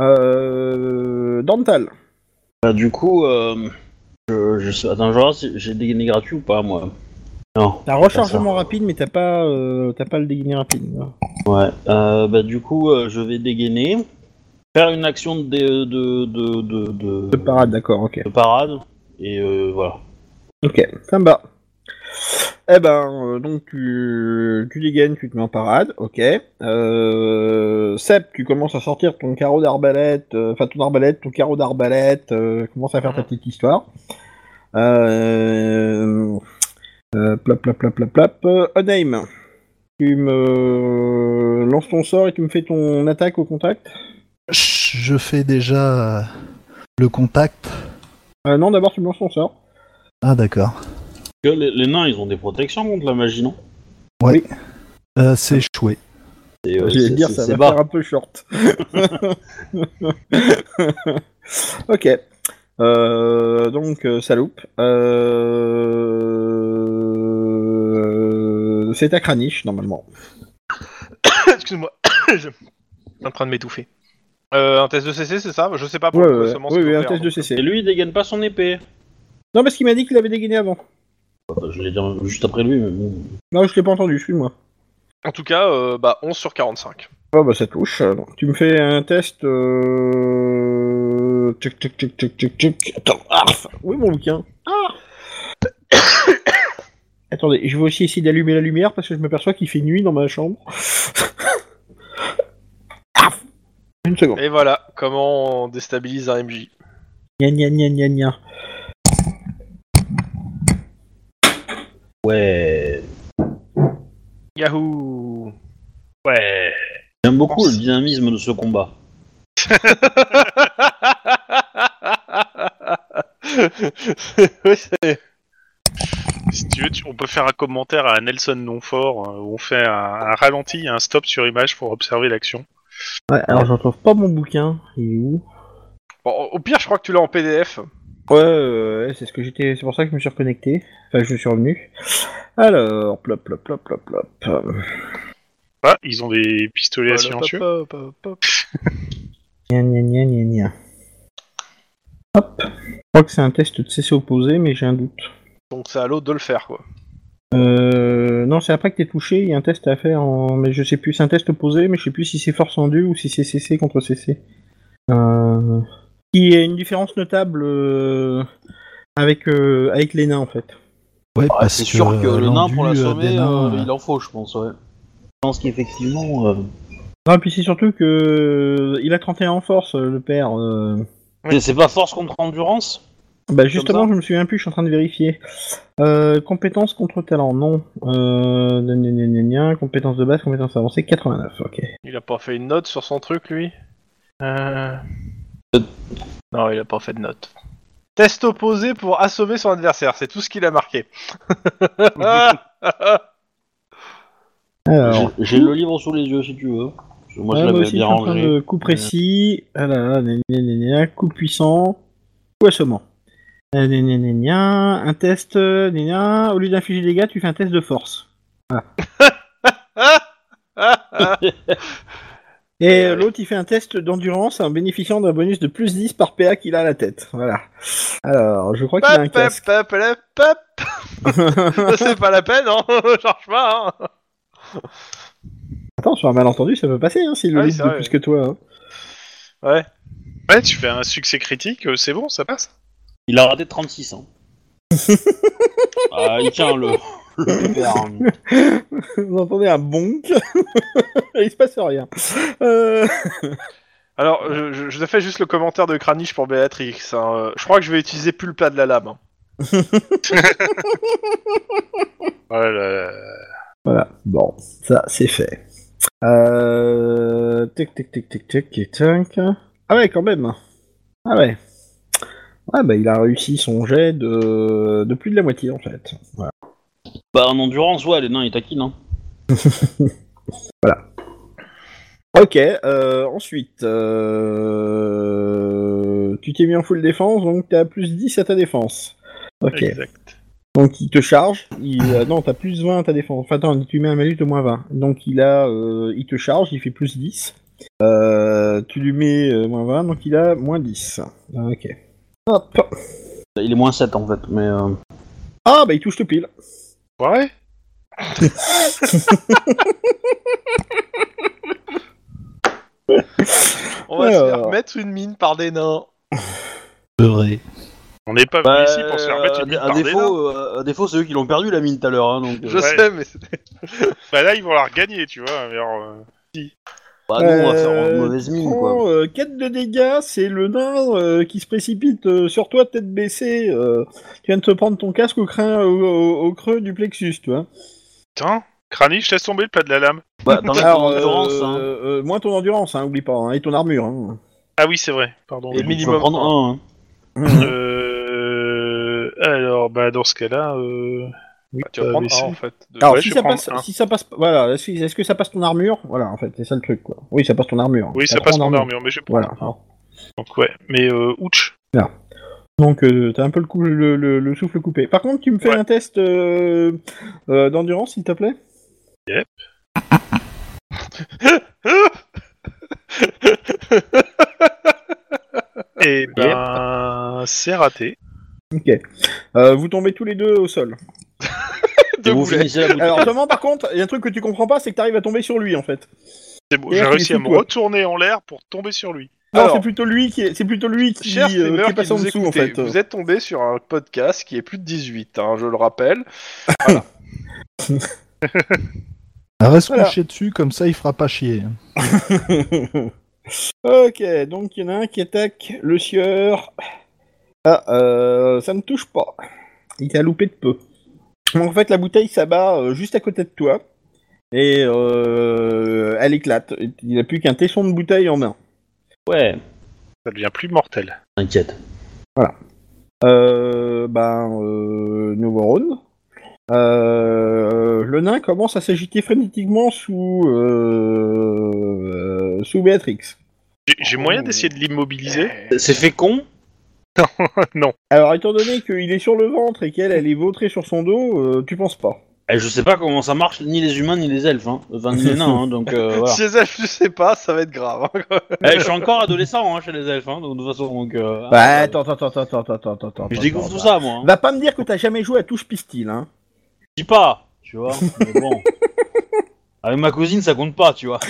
Dental. bah, du coup, je sais... Attends, je vais voir si j'ai dégainé gratuit ou pas, moi. Non. T'as rechargement rapide, mais t'as pas le dégainer rapide. Là. Ouais, bah du coup, je vais dégainer, faire une action De parade, d'accord, ok. de parade, et voilà. Ok, ça me va. Eh ben, donc tu dégaines, tu te mets en parade, ok. Seb, tu commences à sortir ton carreau d'arbalète, ton carreau d'arbalète, commence à faire ta petite histoire. Plop, plop, plop, plop, plop. Onaim, tu me lances ton sort et tu me fais ton attaque au contact. Je fais déjà le contact. Non, d'abord tu me lances ton sort. Ah, d'accord. Que les nains, ils ont des protections contre la magie, non? Ouais. C'est échoué. Et, J'allais te dire, ça c'est va bas. faire un peu short. Ok. Donc, ça loupe. C'est à Kranich, normalement. Excuse-moi, je suis en train de m'étouffer. Un test de CC, c'est ça? Je sais pas pour le coup, seulement ce qu'il faut un faire, test de donc. CC. Et lui, il dégaine pas son épée. Non, parce qu'il m'a dit qu'il avait dégainé avant. Je l'ai dit juste après lui, mais bon. Non, je l'ai pas entendu, excuse-moi. En tout cas, 11 sur 45. Oh, bah ça touche. Donc, tu me fais un test... Tchic, tchic, tchic, tchic, tchic, tchic. Attends, oui, mon bouquin. Attendez, je vais aussi essayer d'allumer la lumière parce que je m'aperçois qu'il fait nuit dans ma chambre. Une seconde. Et voilà, comment on déstabilise un MJ. Gna gna gna gna gna. Ouais. Yahoo! Ouais. J'aime beaucoup le dynamisme de ce combat. Oui, c'est... Si tu veux, on peut faire un commentaire à Nelson Nonfort où on fait un ralenti et un stop sur image pour observer l'action. Ouais, alors je retrouve pas mon bouquin. Il est où? Bon, au pire, je crois que tu l'as en PDF. Ouais, c'est c'est pour ça que je me suis reconnecté. Enfin, je suis revenu. Alors, plop, plop, plop, plop, plop. Ah, ils ont des pistolets silencieux. Gna gna gna gna gna. Hop. Je crois que c'est un test de CC opposé, mais j'ai un doute. Donc c'est à l'autre de le faire, quoi. Non, c'est après que t'es touché, il y a un test à faire mais je sais plus, c'est un test opposé, mais je sais plus si c'est force en deux ou si c'est CC contre CC. Il y a une différence notable avec les nains en fait. Ouais, Ah, parce c'est sûr que le nain, pour l'endu, l'assommer, des nains, il en faut, je pense, ouais. Je pense qu'effectivement... Non, et puis c'est surtout que il a 31 en force, le père. C'est pas force contre endurance? Bah justement, ça je me souviens plus, je suis en train de vérifier. Compétences contre talent, non. Compétences de base, compétences avancées, 89, ok. Il a pas fait une note sur son truc, lui? Non, il a pas fait de note. Test opposé pour assommer son adversaire, c'est tout ce qu'il a marqué. Alors, J'ai le livre sous les yeux, si tu veux. Parce que moi, je moi l'avais aussi, bien je suis en train rangé. de coup précis, coup puissant, coup assommant. Un test, au lieu d'infliger des dégâts, tu fais un test de force. Voilà. Et l'autre, il fait un test d'endurance en bénéficiant d'un bonus de plus 10 par PA qu'il a à la tête. Voilà. Alors, je crois qu'il a un casque. C'est pas la peine, hein. Charge pas, hein. Attends, sur un malentendu, ça peut passer, hein, s'il le Ouais, lit c'est de vrai. plus que toi. Hein. Ouais. Ouais, tu fais un succès critique, c'est bon, ça passe. Il a raté 36, hein. Ah, il tient le pépère. Vous entendez un bonk. Il se passe rien. Alors, je fais juste le commentaire de Kranich pour Béatrix. Hein. Je crois que je vais utiliser Pulpa de la lame. Hein. Voilà. Voilà, bon, ça c'est fait. Tic tic tic tic tic tic tac. Ah ouais, quand même. Ah ouais. Ouais, bah il a réussi son jet de plus de la moitié en fait. Voilà. Bah, en endurance, ouais, les nains, ils taquinent, hein. Voilà. Ok, ensuite, tu t'es mis en full défense, donc t'as plus 10 à ta défense. Ok. Exact. Donc il te charge, non, t'as plus 20 à ta défense. Enfin, attends, tu mets un malus de moins 20. Donc il te charge, il fait plus 10. Tu lui mets moins 20, donc il a moins 10. Ok. Hop. Il est moins 7 en fait, mais. Ah, bah il touche te pile. Ouais. On va se faire mettre une mine par des nains. C'est vrai. On n'est pas venu ici pour se faire mettre une mine par des nains. à défaut, c'est eux qui l'ont perdu la mine tout à l'heure, hein, donc. Je Ouais. sais, mais c'était... Bah là, ils vont la regagner, tu vois. Mais alors, Bah, nous, on va faire une mauvaise mine, quoi. 4 de dégâts, c'est le nain qui se précipite sur toi, tête baissée. Tu viens de te prendre ton casque au creux du plexus, tu vois. Putain, Kranich, laisse tomber le plat de la lame. Bah, t'en as ton Alors, endurance, hein. moins ton endurance, hein, oublie pas, hein, et ton armure. Hein. Ah oui, c'est vrai. Pardon. Et Tu minimum vas prendre un, hein. Alors, bah dans ce cas-là, oui, Tu vas prendre mais un, en fait. Alors, Ouais, si je ça vais passe, prendre un. si ça passe, voilà, est-ce que ça passe ton armure? Voilà, en fait, c'est ça le truc, quoi. Oui, ça passe ton armure. Oui, T'as ça trois passe en mon armure, mais je vais prendre Voilà. un. Donc ouais, mais ouch. Donc, t'as un peu le souffle coupé. Par contre, tu me fais Ouais. un test d'endurance, s'il te plaît? Yep. Et ben, c'est raté. Ok. Vous tombez tous les deux au sol. Et vous finissez la bouteille. Alors, seulement, par contre, il y a un truc que tu comprends pas, c'est que t'arrives à tomber sur lui, en fait. C'est bon, Et j'ai là, réussi il est à me sous toi. retourner en l'air pour tomber sur lui. Non, Alors, c'est plutôt lui qui Cher qui streamer est qui passé en nous dessous, en écoutez, fait. vous êtes tombé sur un podcast qui est plus de 18, hein, je le rappelle. Reste Voilà. couché dessus, comme ça il fera pas chier. Ok, donc il y en a un qui attaque le sieur. Ah, ça ne touche pas. Il t'a loupé de peu. Donc en fait, la bouteille s'abat juste à côté de toi. Et elle éclate. Il n'a plus qu'un tesson de bouteille en main. Ouais, Ça devient plus mortel. t'inquiète. Nouveau round. Le nain commence à s'agiter frénétiquement sous Béatrix. J'ai moyen d'essayer de l'immobiliser. C'est fécond. Non. Alors, étant donné qu'il est sur le ventre et qu'elle est vautrée sur son dos, tu penses pas. Et je sais pas comment ça marche, ni les humains, ni les elfes, hein. Enfin, ni les nains, hein, donc voilà. Si les elfes, tu sais pas, ça va être grave. Hein. Je suis encore adolescent hein, chez les elfes, hein, donc, de toute façon, donc... Bah, attends. Je découvre tout ça, moi. Hein. Va pas me dire que t'as jamais joué à touche pistille, hein. Je dis pas, tu vois, mais bon. Avec ma cousine, ça compte pas, tu vois.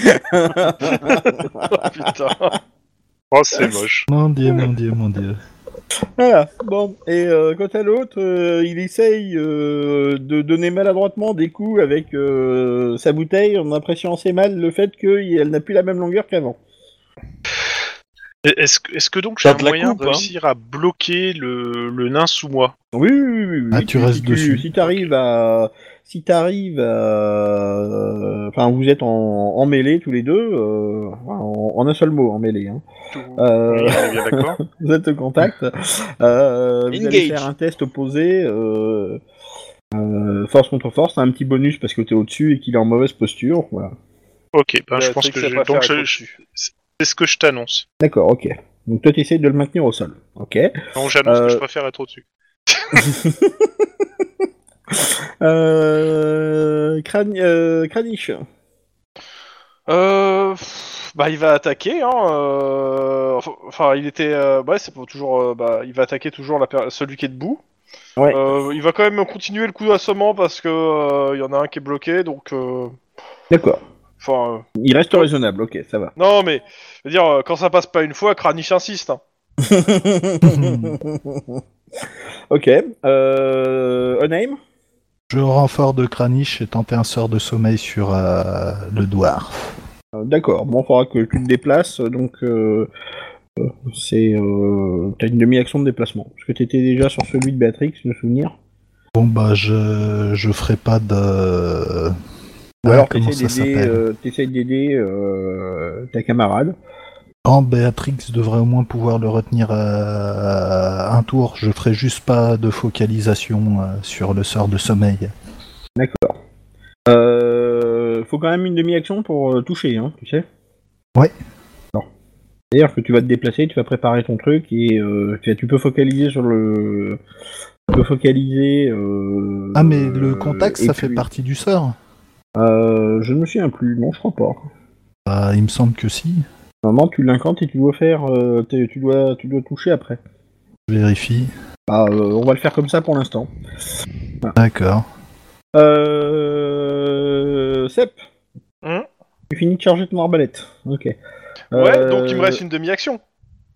Putain. Oh, c'est moche. Mon dieu, mon dieu, mon dieu. Voilà, bon. Et quant à l'autre, il essaye de donner maladroitement des coups avec sa bouteille en appréciant assez mal le fait qu'elle n'a plus la même longueur qu'avant. Est-ce que donc j'ai T'as un de la moyen coupe, de réussir à bloquer le nain sous moi? Oui. Ah, tu restes dessus. Si t'arrives à... Enfin, vous êtes en mêlée tous les deux, en un seul mot, en mêlée. Hein. Oui, on est bien d'accord. Vous êtes au contact. Vous allez Engage. faire un test opposé. Force contre force, t'as un petit bonus parce que t'es au-dessus et qu'il est en mauvaise posture. Voilà. Ok, ben je pense Béatrix, que elle je... préfère Donc être je- au-dessus. c'est ce que je t'annonce. D'accord, ok. Donc toi, tu essayes de le maintenir au sol. Ok. Non, j'annonce que je préfère être au-dessus. Kranich. Bah, il va attaquer, hein. Enfin, il était. Ouais, c'est pour toujours. Il va attaquer toujours celui qui est debout. Ouais. Il va quand même continuer le coup d'assommant parce que il y en a un qui est bloqué, donc. D'accord. Enfin. Il reste raisonnable, ok, ça va. Non, mais. Je veux dire, quand ça passe pas une fois, Kranich insiste. Hein. Ok. Onaim. Je renfort de Kranich et tenter un sort de sommeil sur le dwarf. D'accord. Bon, il faudra que tu te déplaces, donc c'est... t'as une demi-action de déplacement. Parce que t'étais déjà sur celui de Béatrix, me souvenir. Bon bah je ferai pas de... Ou alors comment ça s'appelle t'essayes d'aider ta camarade. Quand Béatrix devrait au moins pouvoir le retenir un tour, je ferai juste pas de focalisation sur le sort de sommeil. D'accord. Faut quand même une demi-action pour toucher, hein, tu sais. Ouais. Non. C'est-à-dire que tu vas te déplacer, tu vas préparer ton truc et tu peux focaliser sur le... Tu peux focaliser... Ah mais le contact, et ça puis- fait partie du sort. Je ne me souviens plus, non, je crois pas. Bah, il me semble que si. Normalement, tu l'incantes et tu dois faire... tu dois toucher après. Je vérifie. On va le faire comme ça pour l'instant. D'accord. Sep, Hum. tu finis de charger ton arbalète. Ok. Ouais, donc il me reste une demi-action. Comment ?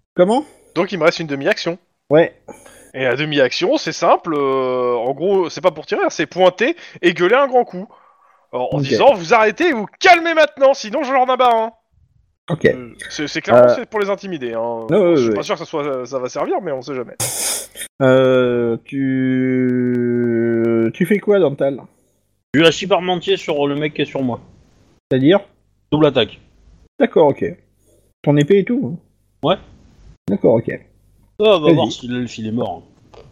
Donc il me reste une demi-action. Ouais. Et la demi-action, c'est simple, en gros, c'est pas pour tirer, c'est pointer et gueuler un grand coup. En Ok. disant, vous arrêtez et vous calmez maintenant, sinon je leur en abats un. Ok. C'est clairement Euh, c'est pour les intimider. Hein. ouais, Je suis ouais. pas sûr que ça va servir, mais on sait jamais. Tu fais quoi, Dental ? Je suis assis parmentier sur le mec qui est sur moi. C'est-à-dire ? Double attaque. D'accord, ok. Ton épée et tout ? Hein ? Ouais. D'accord, ok. On va Vas-y. voir si l'elfe il est mort.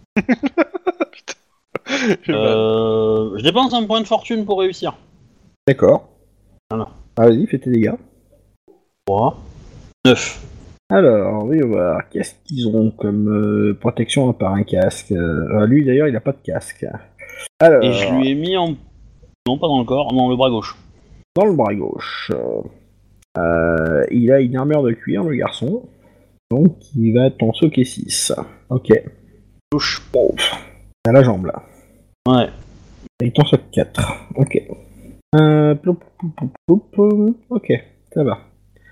Je dépense un point de fortune pour réussir. D'accord. Voilà. Vas-y, fais tes dégâts. 3. 9. Alors, oui, on va voir. Qu'est-ce qu'ils ont comme protection à part un casque ? Lui, d'ailleurs, il a pas de casque. Alors, Et je lui ai mis en... Non, pas dans le corps, dans le bras gauche. dans le bras gauche, il a une armure de cuir, le garçon. Donc, il va t'en soquer 6. Ok. Gauche. Bon. À la jambe, là. Ouais. Et il t'en soque 4. Ok. Ploup, ploup, ploup, ploup, ploup. Ok, ça va.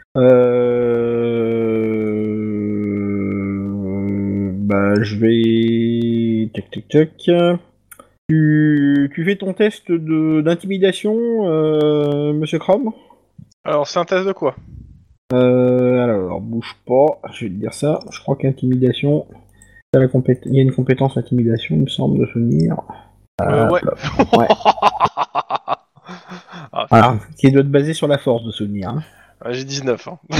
Je vais... Tac, tac, tac. Tu fais ton test d'intimidation, Monsieur Chrome ? Alors, c'est un test de quoi? Alors, bouge pas, je vais te dire ça. Je crois qu'intimidation... Il y a une compétence intimidation, il me semble, de souvenir. Ouais. Ouais. Ah, Voilà, qui doit être basé sur la force de souvenir. Hein. j'ai 19. Hein.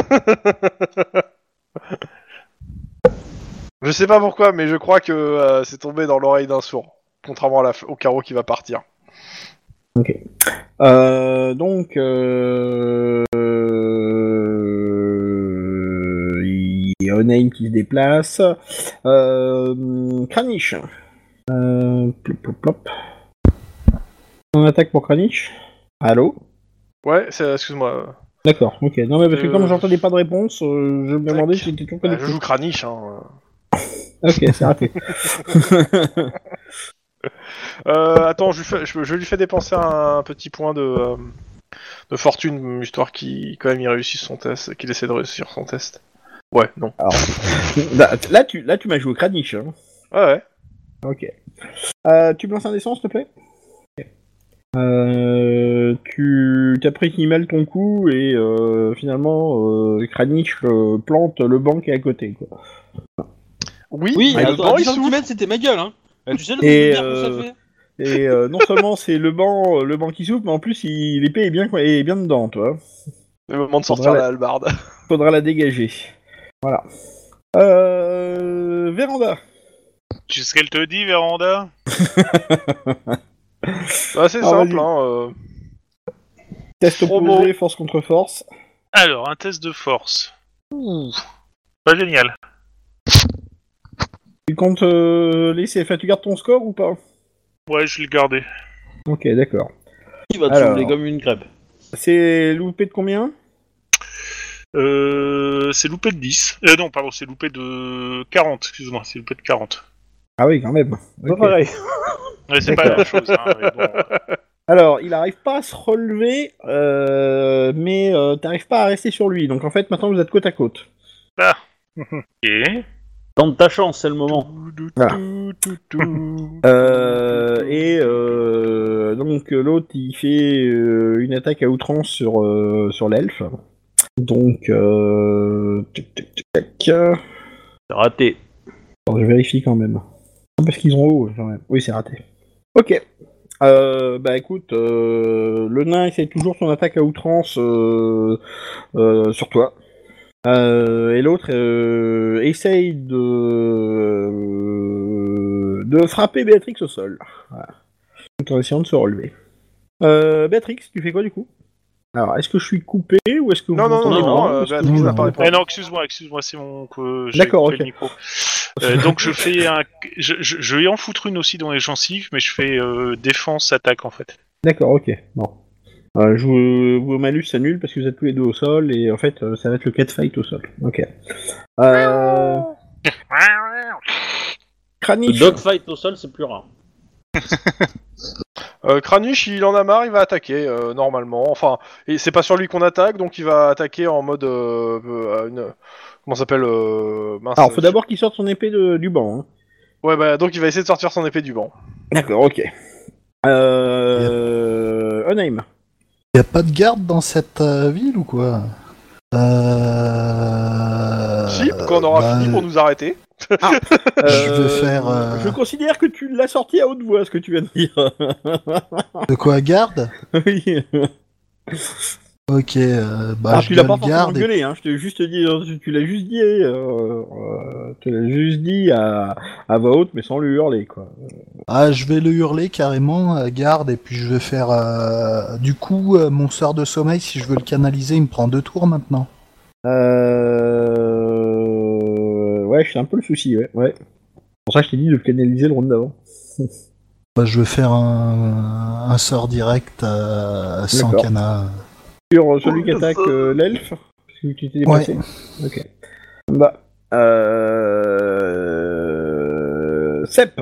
Je sais pas pourquoi, mais je crois que c'est tombé dans l'oreille d'un sourd. Contrairement au carreau qui va partir. Ok. Donc, il y a Onaim qui se déplace. Kranich. Plop, plop, plop. On attaque pour Kranich. Allô ? Ouais, excuse-moi. D'accord, ok. Non, mais parce que comme Je- j'entendais pas de réponse, je me demandais si c'était toujours Je connecté. joue Kranich. Hein. Ok, c'est raté. Attends, je lui fais dépenser un petit point de fortune, histoire qu'il quand même il réussisse son test, qu'il essaie de réussir son test. Ouais, non. Alors, là, tu m'as joué au Kranich. Hein. Ouais. Ok. Tu me lances un dessin, s'il te plaît ? Ok. Tu t'apprécies mal ton coup et finalement, Kranich plante le banc qui est à côté. Quoi. Oui, mais à le banc, 10 il souffle. cm c'était ma gueule, hein. Tu sais le Et, nombre de bières que ça fait. Et non seulement c'est le banc qui souffle, mais en plus l'épée est bien dedans, toi. C'est le moment de sortir Faudra la hallebarde. Faudra la dégager. Voilà. Véranda. Tu sais ce qu'elle te dit, Véranda? Bah, c'est Alors, simple, vas-y. hein. Test Promo. opposé, force contre force. Alors, un test de force. Ouh, pas génial. Tu comptes laisser... Enfin, tu gardes ton score ou pas ? Ouais, je l'ai gardé. Ok, d'accord. Il va te Alors. soulever comme une crêpe. C'est loupé de combien ? C'est loupé de 10. Non, pardon, c'est loupé de 40, excuse-moi, c'est loupé de 40. Ah oui, quand même. Ok. pareil. Ouais, c'est pas la même chose, hein, mais bon. Alors, il arrive pas à se relever, mais t'arrives pas à rester sur lui. Donc en fait, maintenant vous êtes côte à côte. Ok. Tente ta chance, c'est le moment. Voilà. Donc l'autre il fait une attaque à outrance sur l'elfe. Donc tac. C'est raté. Alors, je vérifie quand même. Parce qu'ils ont haut quand même. Oui, c'est raté. Ok. Bah écoute, le nain essaye toujours son attaque à outrance sur toi. Et l'autre essaye de frapper Béatrix au sol. Voilà. Tout en essayant de se relever. Béatrix, tu fais quoi du coup? Alors, est-ce que je suis coupé ou est-ce que vous Non, m'entendez Béatrix n'a pas répondu. Non, excuse-moi, c'est mon que j'ai D'accord, coupé ok. le micro. Donc je fais je vais en foutre une aussi dans les gencives, mais je fais défense attaque en fait. D'accord, ok. Bon. Vos malus s'annulent parce que vous êtes tous les deux au sol et en fait ça va être le catfight au sol. Ok. Le Kranich. dogfight au sol, c'est plus rare. Kranich, il en a marre, il va attaquer normalement. Enfin, et c'est pas sur lui qu'on attaque, donc il va attaquer en mode comment ça s'appelle mince. Alors faut d'abord qu'il sorte son épée du banc. Hein. Ouais, bah donc il va essayer de sortir son épée du banc. D'accord, ok. Onheim. Y a pas de garde dans cette ville ou quoi? Si, quand on aura fini pour nous arrêter. Je vais faire. Je considère que tu l'as sorti à haute voix, ce que tu viens de dire. De quoi garde? Oui. Ok, Tu l'as pas forcément garde. gueulé, hein. Je t'ai juste dit, tu l'as juste dit, à voix haute, mais sans le hurler, quoi. Ah, je vais le hurler carrément, garde, et puis je vais faire. Du coup, mon sort de sommeil, si je veux le canaliser, il me prend 2 tours maintenant. Ouais, c'est un peu le souci, ouais. C'est pour ça que je t'ai dit de le canaliser le round d'avant. Je vais faire un sort direct sans D'accord. cana. Sur celui qui attaque l'elfe, parce que tu t'es déplacé. Ouais. Ok. Bah, Sep.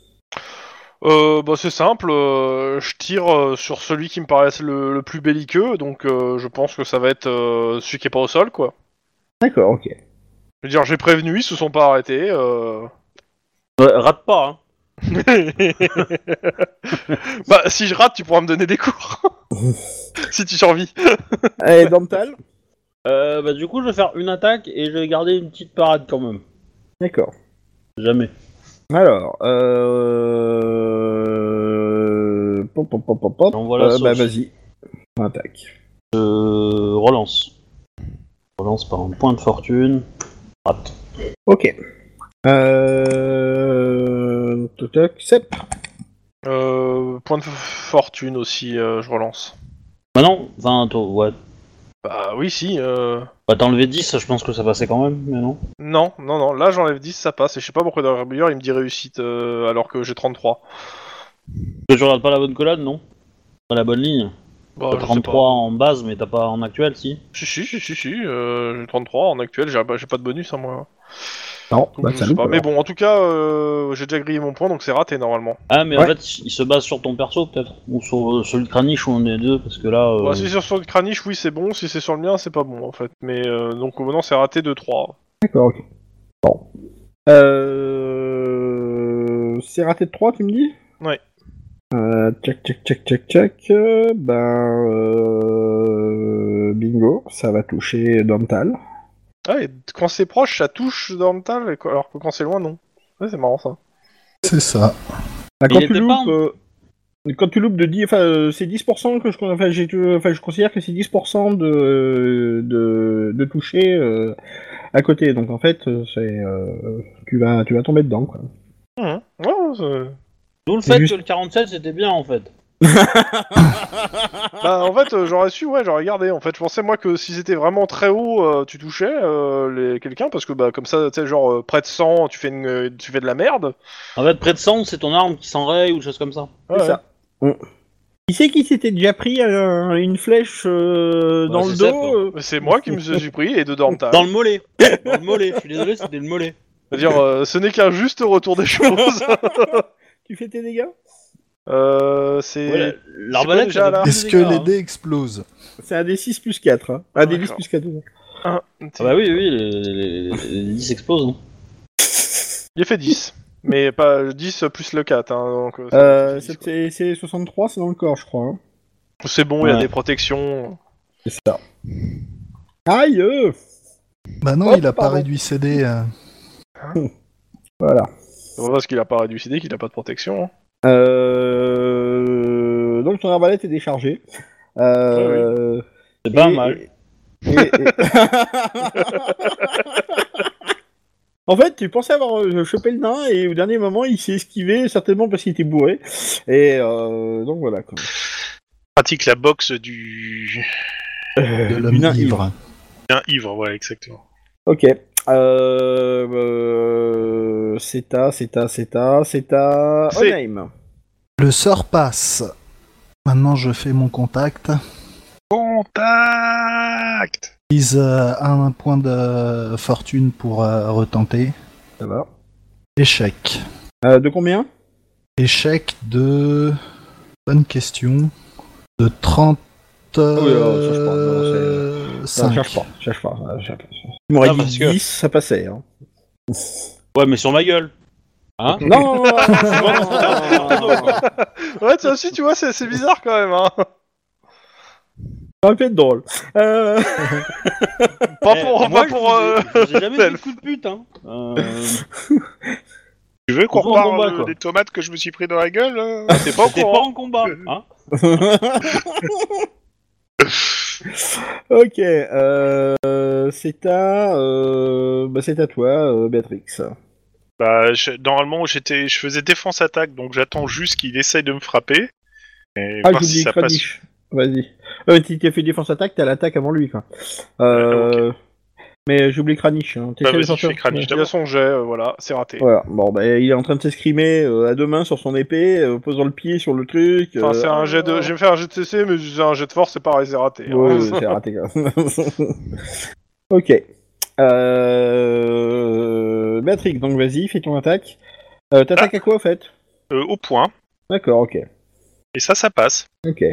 C'est simple, je tire sur celui qui me paraît le plus belliqueux, donc je pense que ça va être celui qui est pas au sol, quoi. D'accord, ok. Je veux dire, j'ai prévenu, ils se sont pas arrêtés. Rate pas, hein. Bah, si je rate, tu pourras me donner des cours. Si tu survis. Allez, Dental. Du coup, je vais faire une attaque et je vais garder une petite parade quand même. D'accord. Jamais. Alors, J'envoie la sauce. bah vas-y. On attaque. Relance. Relance par un point de fortune. Rate. Ok. Toc, Sep. Point de fortune aussi, je relance. Bah non, enfin, ouais. Bah oui, si. Bah t'as enlevé 10, je pense que ça passait quand même, mais non. Non, là j'enlève 10, ça passe, et je sais pas pourquoi dans le il me dit réussite alors que j'ai 33. Que tu regardes pas la bonne collade, non? Pas la bonne ligne. Bah, T'as je sais 33 pas. en base, mais t'as pas en actuel, si? Si, j'ai 33 en actuel, j'ai pas de bonus à moi. Non, Donc, je sais pas. Mais bon, en tout cas, j'ai déjà grillé mon point, donc c'est raté normalement. Ah, mais Ouais. en fait, il se base sur ton perso, peut-être? Ou sur celui de Kranich, ou un des deux, parce que là... Bah, si c'est sur le Kranich, oui, c'est bon. Si c'est sur le mien, c'est pas bon en fait. Mais donc maintenant, c'est raté de 3. D'accord, ok. Bon. C'est raté de 3, tu me dis? Ouais. Tchac. Bingo, ça va toucher Dental. Ah, et quand c'est proche, ça touche dans le tal, alors que quand c'est loin, non. Ouais, c'est marrant ça. C'est ça. Bah, Il était pas quand tu loupes de 10, c'est 10% que je considère que c'est 10% de toucher à côté. Donc en fait, tu vas tomber dedans, quoi. Ouais, D'où le C'est fait juste- que le 47, c'était bien, en fait. Bah en fait, j'aurais su, j'aurais gardé. En fait, je pensais moi que si c'était vraiment très haut, tu touchais quelqu'un, parce que bah comme ça, tu sais, genre près de 100, tu fais de la merde. En fait, près de 100, c'est ton arme qui s'enraye ou des choses comme ça. C'est ça. Qui c'est qui s'était déjà pris une flèche dans le c'est Sep, dos Mais c'est moi qui me suis pris et dedans le Dans le mollet. Dans le mollet. Je suis désolé, c'était le mollet. C'est-à-dire, ce n'est qu'un juste retour des choses. Tu fais tes dégâts? C'est. Ouais, l'arbalète, déjà, ça là fait Est-ce plus que de dégâts, les hein. dés explosent? C'est un D6 plus 4. Hein. Un D10 D'accord. plus 4. Un, Ah bah oui, les 10 explosent. Hein. Il a fait 10. Mais pas 10 plus le 4. Hein, donc, ça fait 10, quoi. C'est 63, c'est dans le corps, je crois. Hein. C'est bon, il y a Ouais. des protections. C'est ça. Aïe Bah non, Oh, il a pas pardon. réduit CD. Voilà. C'est pas parce qu'il a pas réduit CD qu'il a pas de protection. Hein. Donc ton arbalète est déchargée. C'est pas et- mal. et- En fait, tu pensais avoir chopé le nain et au dernier moment, il s'est esquivé, certainement parce qu'il était bourré. Et donc voilà. Quoi. Pratique la boxe du De Du l'homme nain ivre. d'un ivre, ouais, exactement. Ok. C'est à C'est- Onaim. Le sort passe. Maintenant, je fais mon contact. Contact. Utilise un point de fortune pour retenter. Ça va. Échec. De combien? Échec de... Bonne question. De 30... oui, ça, je pense, non, Ça, 5. cherche pas. Tu m'aurais Ah, dit parce que- 10, ça passait. Hein. Ouais, mais sur ma gueule. Hein? Non. Ouais, toi aussi, tu vois, c'est bizarre quand même. Hein. Ça aurait pu être drôle. Pas pour. Moi, pas pour j'ai jamais fait de coup de pute, hein. Tu veux qu'on On va en reparle combat, quoi. des tomates que je me suis pris dans la gueule T'es pas au T'es pas courant en combat, hein? Ok. C'est à toi, Béatrix. Bah, normalement, je faisais défense-attaque, donc j'attends juste qu'il essaye de me frapper. Et Ah, voir j'ai si oublié ça passe. Kranich. Vas-y. Si t'as fait défense-attaque, t'as l'attaque avant lui, quoi. Mais j'ai oublié Kranich. Hein. Bah, T'essaies de vas-y, sortir. fais Kranich Il a son jet, voilà, c'est raté. Voilà. Bon, bah, il est en train de s'escrimer à deux mains sur son épée, posant le pied sur le truc. Enfin, c'est un jet de. Je vais faire un jet de CC, mais c'est un jet de force, c'est pareil, c'est raté. hein. Ouais, c'est raté, quoi. Ok. Béatrix, donc vas-y, fais ton attaque. T'attaques à quoi, en fait? Au point. D'accord, ok. Et ça passe. Ok.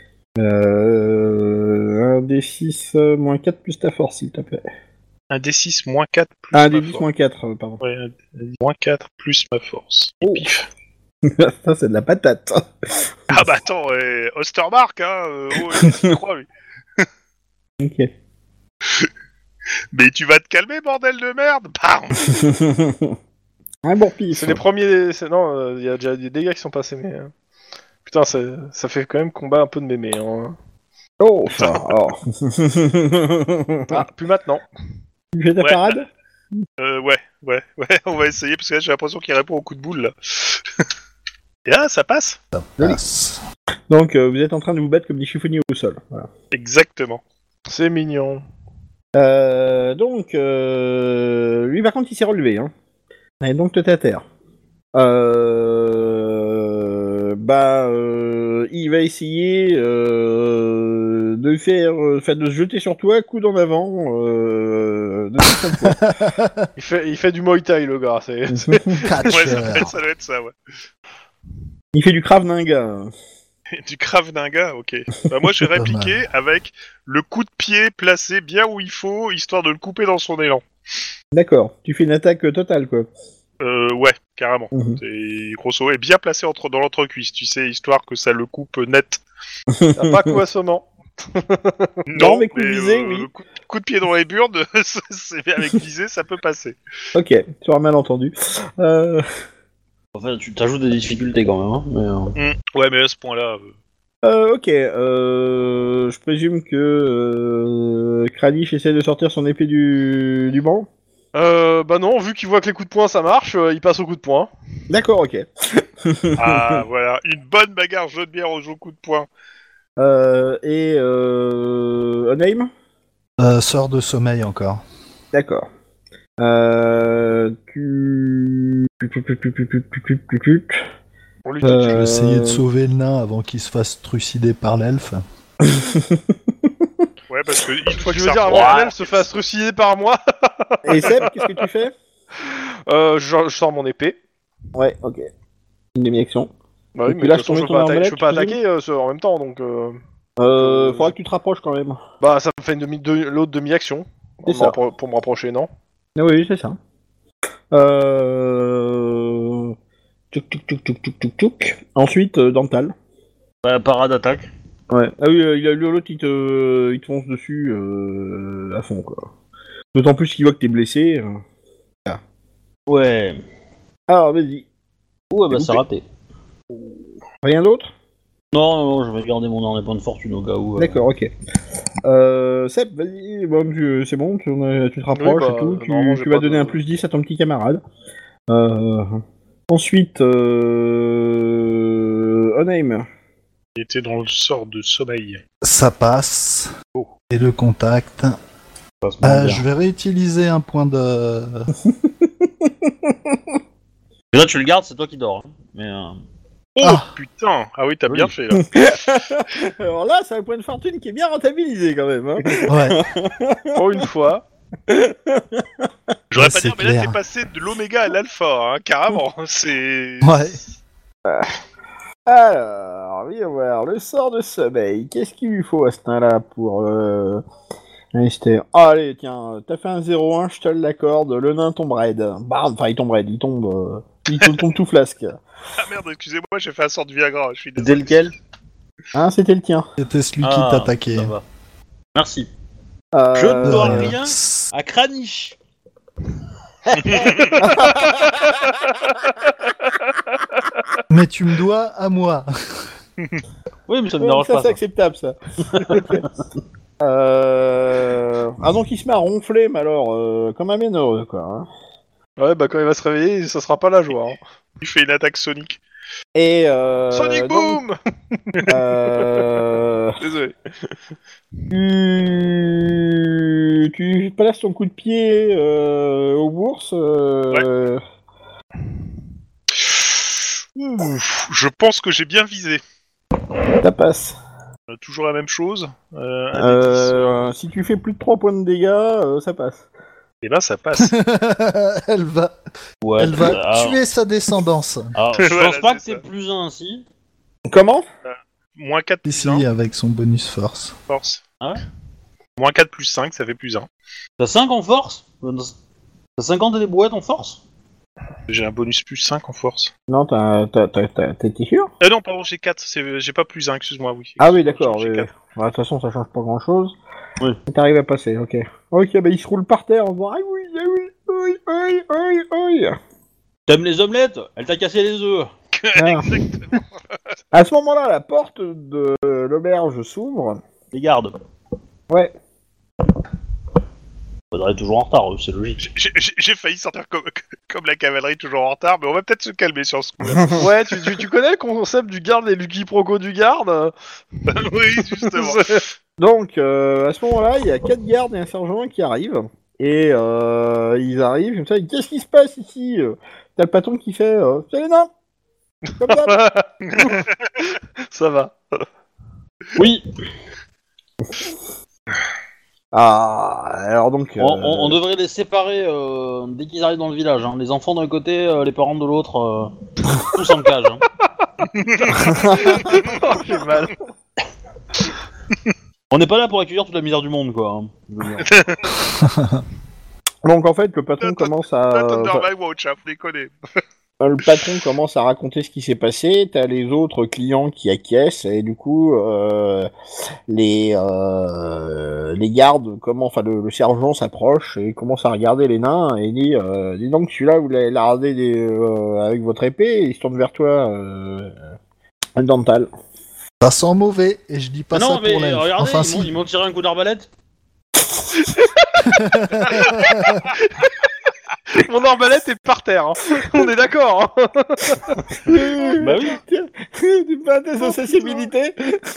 1d6 moins 4 plus ta force, s'il te plaît. Un D6 moins 4 plus Ah, ma 1d10 force. moins 4, pardon. Ouais, un D10 moins 4 plus ma force. Oh. Ça, c'est de la patate. Ah bah attends, Ostermark, hein il s'y croit, lui. Ok. Mais tu vas te calmer, bordel de merde. Bam. Un bon pif. C'est les premiers. Non, il y a déjà des dégâts qui sont passés, mais. Putain, ça fait quand même combat un peu de mémé. Hein. Oh, ça. Oh. Ah, plus maintenant. Tu fais ta Ouais. parade? Ouais, on va essayer, parce que là, j'ai l'impression qu'il répond au coup de boule, là. Et là, ça passe. Passe. Donc, vous êtes en train de vous battre comme des chiffonniers au sol. Voilà. Exactement. C'est mignon. Donc, lui par contre il s'est relevé. Hein. Et donc t'es à terre. Il va essayer de faire, de se jeter sur toi, coude en avant. De toute façon. Il fait du Muay Thai, le gars. C'est... Catcher. Ouais, ça doit être ça, ouais. Il fait du Krav Maga. Du Krav Maga, ok. Bah, moi, j'ai Pas répliqué avec le coup de pied placé bien où il faut, histoire de le couper dans son élan. D'accord. Tu fais une attaque totale quoi. Ouais, carrément. Mhm. C'est grosso et bien placé dans l'entrecuisse, tu sais, histoire que ça le coupe net. T'as pas coup assommant. Non, mais coup de visée, oui. Coup de pied dans les burnes, avec visée, ça peut passer. Ok. Tu auras mal entendu. Enfin, tu t'ajoutes des difficultés quand même, hein. Mais, Ouais, mais à ce point-là... Ok, je présume que Kranich essaie de sortir son épée du banc. Bah non, vu qu'il voit que les coups de poing ça marche, il passe au coup de poing. D'accord, ok. Ah, voilà, une bonne bagarre jaune bière au coup de poing. Onaim. Sort de sommeil encore. D'accord. On lui Je dit vais essayer de sauver le nain avant qu'il se fasse trucider par l'elfe. Ouais, parce que une fois Tu que veux ça dire reprend- avant qu'elle se fasse trucider par moi? Et Seb, qu'est-ce que tu fais? Je sors mon épée. Ouais, ok. Une demi-action. Bah oui, Et mais puis de là, toute façon, je je tombe peux ton pas arbalète, attaquer en même temps, donc... Faudra que tu te rapproches quand même. Bah ça me fait l'autre demi-action. C'est ça. Pour me rapprocher, non? Ah oui, c'est ça. Tuc. Ensuite, Dental. Parade attaque. Ouais. Ah oui, l'autre, il te fonce dessus à fond, quoi. D'autant plus qu'il voit que t'es blessé. Ouais. Alors, vas-y. Ouais, bah T'es c'est raté. Rien d'autre? Non, je vais garder mon dernier point de fortune au cas où. D'accord, ok. Seb, vas-y, bon, c'est bon, tu te rapproches et tout. normalement, j'ai Tu vas pas donner de- un plus 10 à ton petit camarade. Ensuite, Onaim. Il était dans le sort de sommeil. Ça passe. Oh. Et le contact. Je vais réutiliser un point de... Déjà, tu le gardes, c'est toi qui dors. Hein. Mais Oh Ah. putain! Ah oui, t'as Oui. bien fait là. Alors là, c'est un point de fortune qui est bien rentabilisé quand même. Hein. Ouais, Pour une fois. J'aurais Ouais, pas c'est dit, mais là clair. t'es passé de l'oméga à l'alpha, hein, carrément. C'est. ouais. Alors, oui, voir le sort de sommeil. Qu'est-ce qu'il lui faut à ce temps-là pour rester? Allez, tiens, t'as fait un 0-1, je te l'accorde. Le nain tombe raide. Bam, enfin, il tombe raide, il tombe tout flasque. Ah merde, excusez-moi, j'ai fait un sort de Viagra, je suis c'était désolé. lequel? Hein, c'était le tien. C'était celui qui t'attaquait. Ça va. Merci. Euh, Je ne dois euh, rien à Kranich. Mais tu me dois à moi. Oui, mais ça me Ouais, dérange ça, pas. c'est Ça. acceptable, ça. Ah, donc il se met à ronfler, mais alors, comme un bienheureux, quoi. Hein. Ouais, bah quand il va se réveiller, ça sera pas la joie. Hein. Il fait une attaque sonique. Et Sonic donc, Boom! Désolé. tu places ton coup de pied aux bourses. Ouf, je pense que j'ai bien visé. Ça passe. Toujours la même chose. Un des 10. Si tu fais plus de 3 points de dégâts, ça passe. Et ben ça passe. Elle va Ouais. tuer sa descendance. Alors, je Voilà, pense pas que c'est c'est ça. plus 1 si. Comment? Moins 4 plus Ici, 1, avec son bonus force. force. Ah ouais? Moins 4 plus 5, ça fait plus 1. T'as 5 en force? T'as 50 et des brouettes en force? J'ai un bonus plus 5 en force. Non, t'es sûr? Non, pardon, j'ai 4, j'ai pas plus 1, excuse-moi, oui. Ah oui, d'accord. J'ai De 4. toute façon, ça change pas grand-chose. Oui. T'arrives à passer, ok. Ok, bah il se roule par terre en disant ah oui, oui. T'aimes les omelettes? Elle t'a cassé les œufs. Ah. À ce moment-là, la porte de l'auberge s'ouvre. Les gardes. Ouais. Faudrait toujours en retard, c'est logique. J'ai failli sortir comme la cavalerie toujours en retard, mais on va peut-être se calmer sur ce coup. Ouais, tu connais le concept du garde et du quiproquo du garde? Oui, justement. Donc, à ce moment-là, il y a 4 gardes et un sergent qui arrivent. Et ils arrivent comme ça. Qu'est-ce qui se passe ici? T'as le patron qui fait c'est les nains. Comme ça. Ça va. Oui, Ah, alors donc. on devrait les séparer dès qu'ils arrivent dans le village. Hein. Les enfants d'un côté, les parents de l'autre, tous en cage. Hein. Oh, j'ai mal. On n'est pas là pour accueillir toute la misère du monde, quoi. Hein, je veux dire. Donc en fait, le patron commence à. Not under my watch, hein, faut déconner. Le patron commence à raconter ce qui s'est passé, t'as les autres clients qui acquiescent, et du coup, les gardes, enfin le sergent s'approche et commence à regarder les nains et dit dis donc celui-là vous l'avez lardé avec votre épée, et il se tourne vers toi, Dental. Ça sent mauvais, et je dis pas Ah ça non, mais pour l'elfe. regardez, Enfin, ils m'ont tiré un coup d'arbalète. Mon arbalète est par terre. Hein. On est d'accord. Hein. Bah oui. Tu pas tes sensibilités.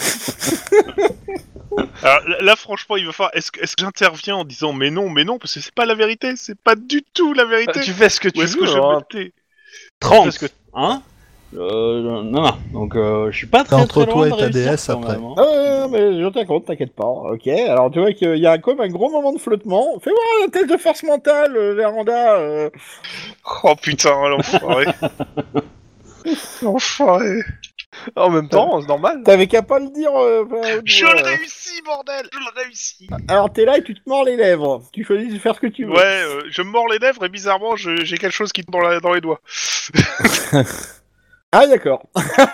Alors là, franchement, il va falloir. Est-ce que j'interviens en disant mais non, parce que c'est pas la vérité, c'est pas du tout la vérité. Tu fais ce que tu Ou est-ce veux. que je hein. me tais 30, Parce que- hein non. Donc, je suis pas très entre très toi loin et de ta réussir, déesse, quand après. même, hein. Ah, mais je t'accorde, t'inquiète pas. Ok, alors tu vois qu'il y a comme un gros moment de flottement. Fais voir la test de force mentale, Véranda. Oh putain, l'enfoiré. L'enfoiré. En même temps, c'est normal. T'avais qu'à pas le dire. Je le réussis, bordel. Je le réussis. Alors t'es là et tu te mords les lèvres. Tu choisis de faire ce que tu veux. Ouais, je me mords les lèvres et bizarrement, j'ai quelque chose qui tombe dans les doigts. Ah d'accord.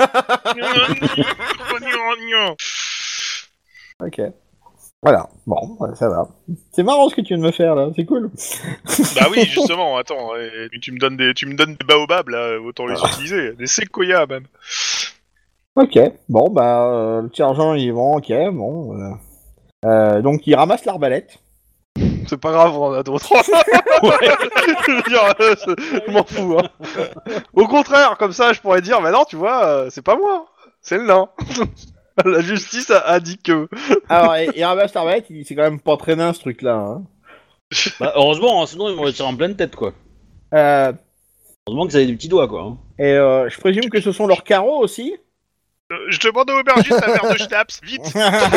Ok. Voilà. Bon, ouais, ça va. C'est marrant ce que tu viens de me faire là. C'est cool. Bah oui, justement. Attends, tu me donnes des baobabs là, autant les utiliser. Des séquoias même. Ok. Bon bah le sergent il vend. Ok. Bon. Donc il ramasse l'arbalète. C'est pas grave, on en a d'autres. Je veux dire, je m'en fous. Hein. Au contraire, comme ça, je pourrais dire, mais non, tu vois, c'est pas moi, c'est le nain. La justice a dit que. Alors il ramasse l'arbalète. C'est quand même pas très nain ce truc là. Hein. Bah, heureusement, hein, sinon ils m'auraient tiré en pleine tête, quoi. Heureusement que ça avait des petits doigts, quoi. Hein. Et je présume que ce sont leurs carreaux aussi. Je demande à aubergiste un verre de schnapps, vite.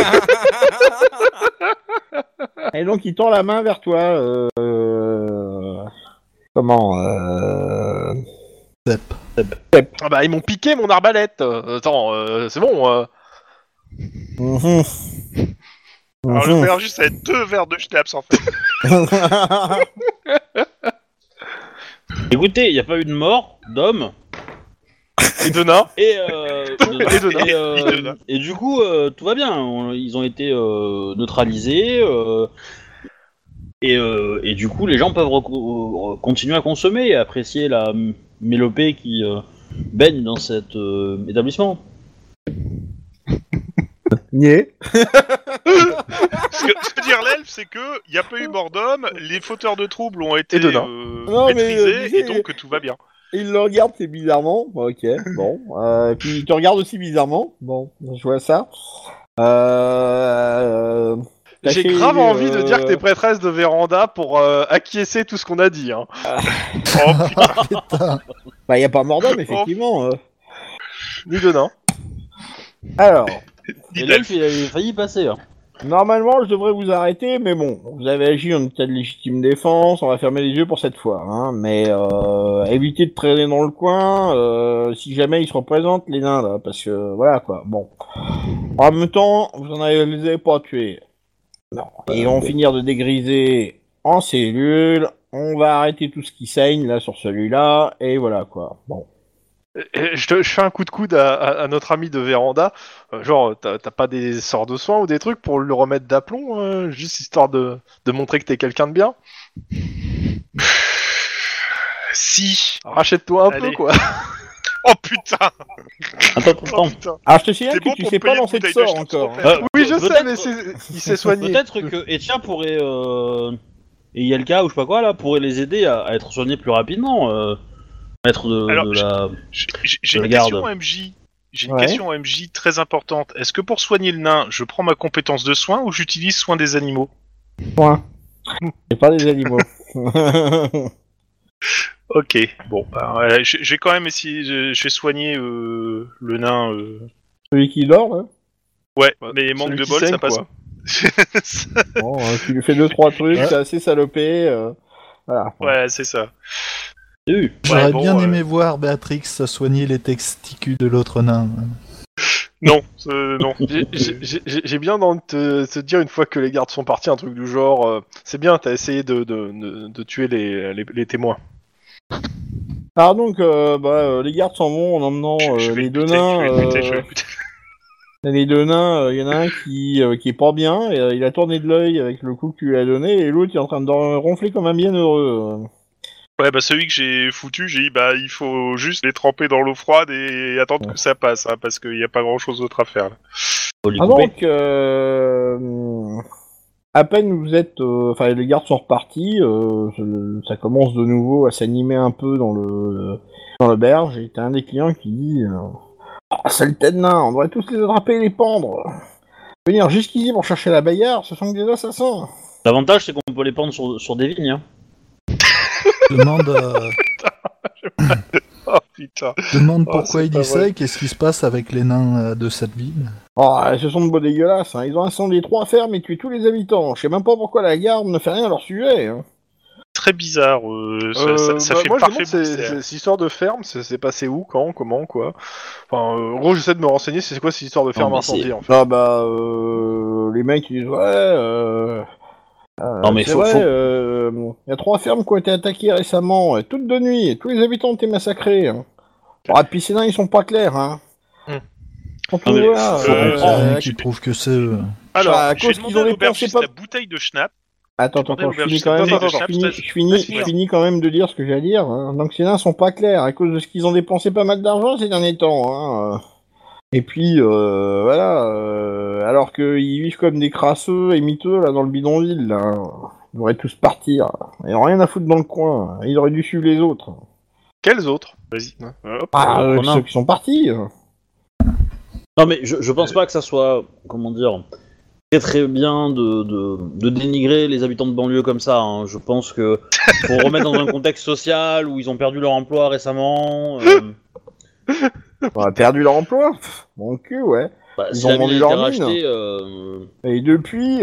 Et donc il tend la main vers toi. Comment Zep. Ah bah, ils m'ont piqué mon arbalète. Attends, c'est bon. Mhm. Alors Mhm. l'aubergiste a 2 verres de schnapps en fait. Écoutez, il n'y a pas eu de mort d'homme. Et de nains. Et, Et du coup, tout va bien. Ils ont été neutralisés. Et du coup, les gens peuvent continuer à consommer et apprécier la mélopée qui baigne dans cet établissement. Niais. Ce que veut dire l'elfe, c'est que il n'y a pas eu mort d'homme, les fauteurs de troubles ont été Et de nains. Non, mais, maîtrisés, et donc tout va bien. Il le regarde, c'est bizarrement. Ok, bon. Puis il te regarde aussi bizarrement. Bon, je vois ça. J'ai grave envie de dire que t'es prêtresse de Véranda pour acquiescer tout ce qu'on a dit. Hein. Oh putain. Putain. Bah, y a pas mort d'homme, effectivement. Ni de nains. Alors, Et l'elfe, il avait failli passer. Hein. normalement, je devrais vous arrêter, mais bon, vous avez agi en état de légitime défense, on va fermer les yeux pour cette fois, hein, mais évitez de traîner dans le coin, si jamais ils se représentent, les nains, là, parce que, voilà, quoi, bon. En même temps, les avez pas tués. Non. Ils vont finir de dégriser en cellules, on va arrêter tout ce qui saigne, là, sur celui-là, et voilà, quoi, bon. Et je fais un coup de coude à notre ami de Véranda. Genre, t'as pas des sorts de soins ou des trucs pour le remettre d'aplomb, juste histoire de montrer que t'es quelqu'un de bien. Si. Rachète-toi un Allez. peu, quoi. Oh putain. Attends. Oh putain. Alors, je te signale C'est que bon tu pour sais pas payer lancer de une bouteille sort de encore. schnapps, Hein. Oui, je sais, peut-être- mais il s'est soigné. Peut-être que Etienne pourrait, et Yelka ou je sais pas quoi là, pourrait les aider à être soignés plus rapidement. Maître Alors, de la. J'ai Je une garde. question MJ. J'ai une Ouais. question MJ très importante. Est-ce que pour soigner le nain, je prends ma compétence de soin ou j'utilise soin des animaux? Point. C'est pas des animaux. Ok, bon, bah, j'ai quand même essayé, je vais soigner le nain. Celui qui dort, là. Ouais, Ouais, mais manque celui de qui bol, saigne, ça passe. quoi. Bon, tu lui fais 2-3 trucs, Ouais. c'est assez salopé. Voilà. Ouais, c'est ça. J'aurais Ouais, bon, bien aimé voir Béatrix soigner les testicules de l'autre nain. Non, non. J'ai bien envie de te dire, une fois que les gardes sont partis, un truc du genre, c'est bien, t'as essayé de tuer les témoins. Alors donc, les gardes s'en vont en emmenant Je vais les le deux buter, nains. je vais le buter. Les deux nains, il y en a un qui est pas bien, et, il a tourné de l'œil avec le coup que tu lui as donné, et l'autre il est en train de ronfler comme un bienheureux. Ouais, bah celui que j'ai foutu, j'ai dit, bah il faut juste les tremper dans l'eau froide et attendre que ça passe, hein, parce qu'il n'y a pas grand chose d'autre à faire. Là. Faut les Ah couper. donc, à peine vous êtes, les gardes sont repartis, ça commence de nouveau à s'animer un peu dans l'auberge, et t'as un des clients qui dit ah, saleté de nain, on devrait tous les attraper et les pendre. Venir jusqu'ici pour chercher la bagarre, ce sont que des assassins. L'avantage, c'est qu'on peut les pendre sur des vignes. Hein. Demande, Oh putain. demande Oh, pourquoi c'est il pas dit ça et qu'est-ce qui se passe avec les nains de cette ville. Oh, ce sont de beaux dégueulasses, hein. Ils ont incendié 3 fermes et tué tous les habitants. Je sais même pas pourquoi la garde ne fait rien à leur sujet. Hein. Très bizarre, ça fait moi, je me parfait demande, mystère. cette histoire de ferme, c'est passé où, quand, comment, quoi. Enfin, en gros, j'essaie de me renseigner, c'est quoi cette histoire de ferme mais incendie, en fait. Ah bah, les mecs ils disent Non, mais c'est faut- vrai, faut- y a 3 fermes qui ont été attaquées récemment, toutes de nuit, et tous les habitants ont été massacrés. Hein. Ah, puis ces nains, ils sont pas clairs, hein. On peut Non, mais voir, faut C'est comprendre. rien qui prouve que c'est eux. Alors, à j'ai cause demandé qu'ils ont à dépensé l'aubergiste pas- la bouteille de schnapp. Attends, Attendez, je finis quand même, attends, je finis quand même de dire ce que j'ai à dire. Hein. Donc ces nains sont pas clairs, à cause de ce qu'ils ont dépensé pas mal d'argent ces derniers temps. Hein. Et puis, voilà, alors qu'ils vivent comme des crasseux et miteux, là, dans le bidonville, là. Ils devraient tous partir. Ils ont rien à foutre dans le coin. Ils auraient dû suivre les autres. Quels autres? Vas-y. Hop. Ah, Romain. ceux qui sont partis. Non, mais je pense pas que ça soit, comment dire, très bien de dénigrer les habitants de banlieue comme ça. Hein. Je pense que faut remettre dans un contexte social où ils ont perdu leur emploi récemment. Ils ont perdu leur emploi. Pff, mon cul, ouais. Ils Si ont la vendu mine a été leur mine. rachetée, Et depuis,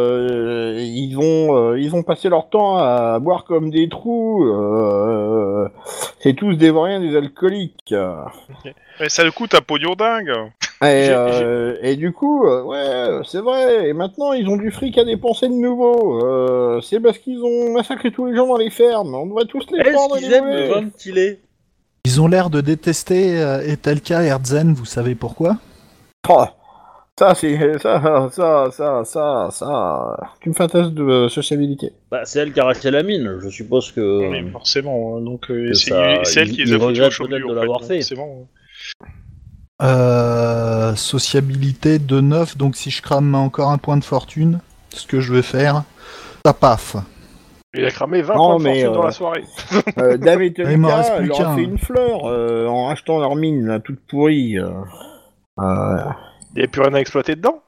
ils ont passé leur temps à boire comme des trous. C'est tous des vauriens, des alcooliques. Et ça le coûte un pognon dingue. Et du coup, ouais, c'est vrai. Et maintenant, ils ont du fric à dépenser de nouveau. C'est parce qu'ils ont massacré tous les gens dans les fermes. On devrait tous les prendre et est-ce qu'ils les aiment le voler. vin de Tillet? Ils ont l'air de détester Etelka et Herzen, vous savez pourquoi? Oh, ça, c'est ça. Tu me fais un test de sociabilité. Bah, c'est elle qui a racheté la mine. Je suppose que. Oui, forcément. Hein, donc que c'est ça- elle qui les il a foutus au regrette chômage. peut-être de l'avoir fait. Forcément. Sociabilité de 9, donc si je crame encore un point de fortune, ce que je vais faire, ça paf. Il a cramé 20 Non, points de mais, fortune dans la soirée. Dame et Il m'en reste Tonka plus leur qu'un. a fait une fleur en rachetant leur mine, là, toute pourrie. Il n'y a plus rien à exploiter dedans.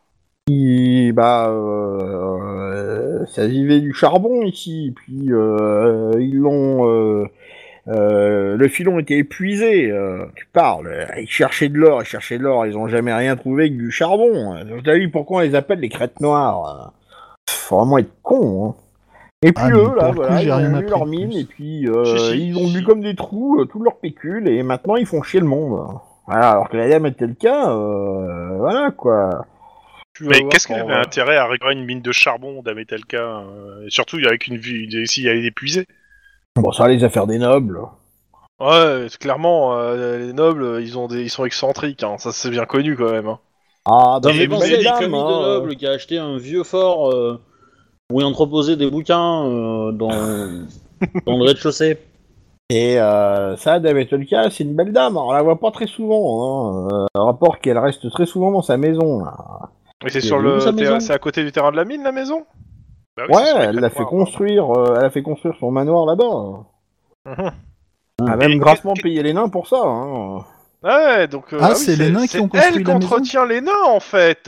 Ça vivait du charbon ici, puis ils l'ont... le filon était épuisé, tu parles, ils cherchaient de l'or, ils ont jamais rien trouvé que du charbon. T'as vu pourquoi on les appelle les crêtes noires? Faut vraiment être con, hein. Et puis Ah, mais eux, pour là, le coup, voilà, j'ai ils rien ont appris eu leur de mine, plus. et puis Si, ils ont bu comme des trous tout leur pécule, et maintenant ils font chier le monde. Voilà, alors que la dame était le cas, voilà, quoi. Tu vas Mais voir qu'est-ce qu'il quand, avait intérêt à récupérer une mine de charbon d'Ametalka surtout avec une vie s'il allait l'épuiser. Bon, ça, les affaires des nobles. Ouais, clairement, les nobles, ils sont excentriques, hein. Ça c'est bien connu quand même. Hein. Ah, Ça me c'est fait une penser à belle une dame, famille de hein. nobles qui a acheté un vieux fort où il entreposait des bouquins dans le rez-de-chaussée. Et ça, Dame Etolka, c'est une belle dame. Alors, on la voit pas très souvent. Hein. Rapport qu'elle reste très souvent dans sa maison. Là. Mais c'est Il sur y a où, sa le maison c'est à côté du terrain de la mine, la maison. Bah oui, Ouais, c'est sur les elle l'a crêtes fait noires, construire. Elle a fait construire son manoir là-bas. Mhm. Elle a Et même grassement qu'est- payé les nains pour ça. Hein. Ouais, donc. Ah, oui, c'est les nains qui ont c'est construit elle la qui maison entretient les nains en fait.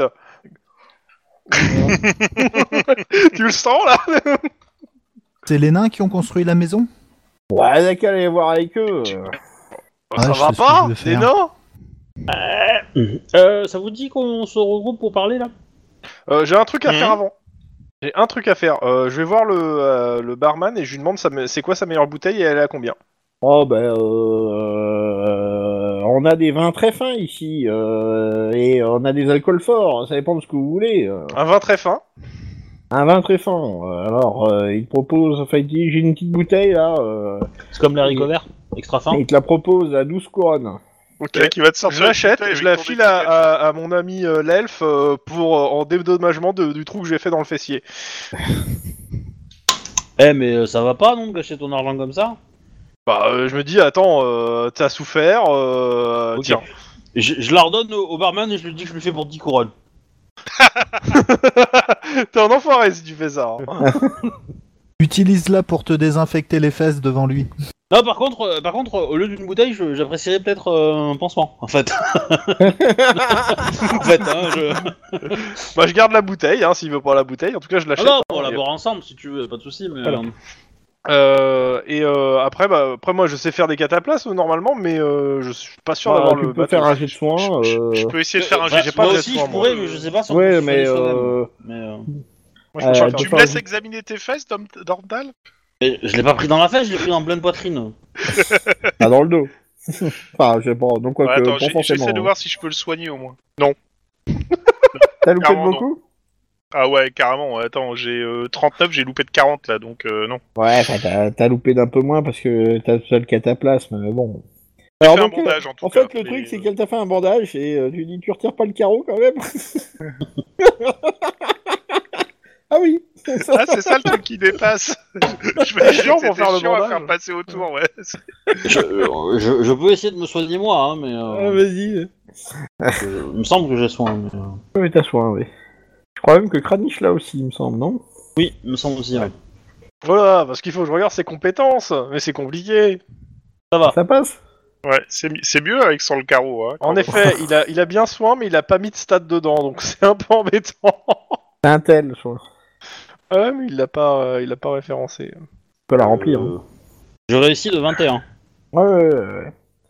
Tu le sens là? C'est les nains qui ont construit la maison? Ouais, elle a qu'à aller voir avec eux. Ah, Ça je va sais ce que pas, je vais les faire. nains? Ça vous dit qu'on se regroupe pour parler là? J'ai un truc à Mhm. faire avant. J'ai un truc à faire. Je vais voir le barman et je lui demande c'est quoi sa meilleure bouteille et elle est à combien. Oh, on a des vins très fins ici. Et on a des alcools forts. Ça dépend de ce que vous voulez. Un vin très fin. Un vin très fin. Alors, il te propose... Enfin, il dit, j'ai une petite bouteille, là. C'est comme l'haricot vert, extra fin. Et il te la propose à 12 couronnes. Le mec qui va te sortir Je l'achète, une bouteille je la avec ton file étiquette. à mon ami l'elfe pour en dédommagement du trou que j'ai fait dans le fessier. Mais ça va pas non de gâcher ton argent comme ça? Bah, je me dis, attends, t'as souffert, Ok. tiens. Je la redonne au barman et je lui dis que je lui fais pour 10 couronnes. T'es un enfoiré si tu fais ça. Hein. Utilise-la pour te désinfecter les fesses devant lui. Non, par contre, au lieu d'une bouteille, j'apprécierais peut-être un pansement, en fait. Bah, je garde la bouteille, hein, s'il veut pas la bouteille. En tout cas, je Ah l'achète. non, on va hein, la boire ensemble si tu veux, pas de soucis, mais... Voilà. Après, moi, je sais faire des cataplasmes normalement, mais je suis pas sûr d'avoir tu le peux bateau. faire un jet de soin. Je peux essayer de faire un Bah, jet. j'ai pas moi de aussi, soin, je moi. pourrais, mais je sais pas si on Ouais, peut se mais, soigner soi-même. Mais, Moi, je peux pas tu faire. Tu me laisses examiner tes fesses, Dormdal? mais je l'ai pas pris dans la fesse, je l'ai pris en pleine poitrine. Ah, dans le dos. Enfin, je sais pas, donc quoi Ouais, que, attends, pas j'essaie forcément. de voir si je peux le soigner au moins. Non. T'as loupé de Clairement, beaucoup? Ah ouais, carrément. Attends, j'ai 39, j'ai loupé de 40 là, donc non. Ouais, enfin, t'as loupé d'un peu moins parce que t'as le cataplasme, mais bon. J'ai Alors fait un donc, bandage en tout en cas. fait, le mais, truc, c'est qu'elle t'a fait un bandage et tu dis, tu retires pas le carreau quand même? Ah oui! Ah, c'est ça le truc qui dépasse. Je me C'est disais chiant que pour c'était faire le chiant à bandage. faire passer autour, ouais. Je peux essayer de me soigner moi, hein, mais Ah, vas-y. il me semble que j'ai soin. Mais, Oui, t'as soin, oui. Je crois même que Kranich là aussi, il me semble, non? Oui, il me semble aussi. Ouais. Voilà, parce qu'il faut que je regarde ses compétences, mais c'est compliqué. Ça va. Ça passe? Ouais, c'est mieux avec sans le carreau. Hein, quand En même. effet, il a bien soin, mais il a pas mis de stats dedans, donc c'est un peu embêtant. C'est un tel, je crois. Ouais, mais il l'a pas référencé. Tu peux la remplir. Hein. Je réussis de 21. Ouais.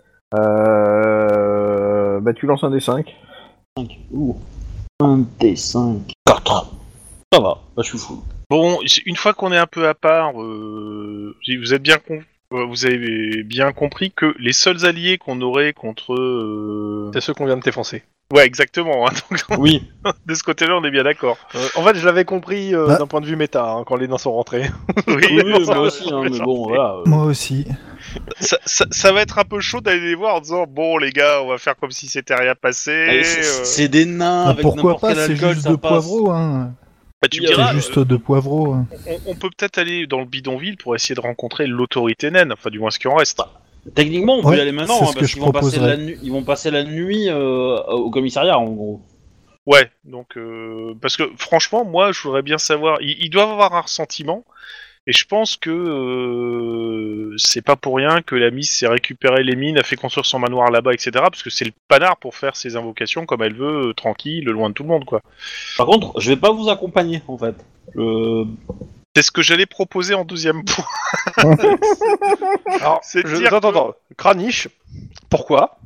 Bah, tu lances un des 5. 5. Ouh. 1 D5. 4. Ça va, bah, je suis fou. Bon, une fois qu'on est un peu à part, vous avez bien compris que les seuls alliés qu'on aurait contre... C'est ceux qu'on vient de t'effoncer. Ouais, exactement. Hein, donc, Oui. de ce côté-là, on est bien d'accord. En fait, je l'avais compris Bah. d'un point de vue méta, hein, quand les nains sont rentrés. Oui, bon, ça moi va, aussi, hein, ça mais va. bon, voilà. Moi aussi. Ça va être un peu chaud d'aller les voir en disant bon les gars, on va faire comme si c'était rien passé. Allez, c'est des nains Bah, avec pourquoi n'importe pas, quel c'est alcool, juste ça de passe. poivreau, hein. Bah, tu me C'est diras, C'est juste de poivreau. Hein. on peut peut-être aller dans le bidonville pour essayer de rencontrer l'autorité naine, enfin du moins ce qui en reste. Techniquement, on peut Ouais, y aller maintenant, c'est hein, ce que parce je qu'ils vont passer proposerais. ils vont passer la nuit au commissariat, en gros. Ouais, donc parce que franchement, moi, je voudrais bien savoir. Ils doivent avoir un ressentiment, et je pense que c'est pas pour rien que la Miss s'est récupéré les mines, a fait construire son manoir là-bas, etc. Parce que c'est le panard pour faire ses invocations comme elle veut, tranquille, loin de tout le monde, quoi. Par contre, je vais pas vous accompagner, en fait. C'est ce que j'allais proposer en deuxième point. Alors, C'est de dire attends. Kranich, pourquoi?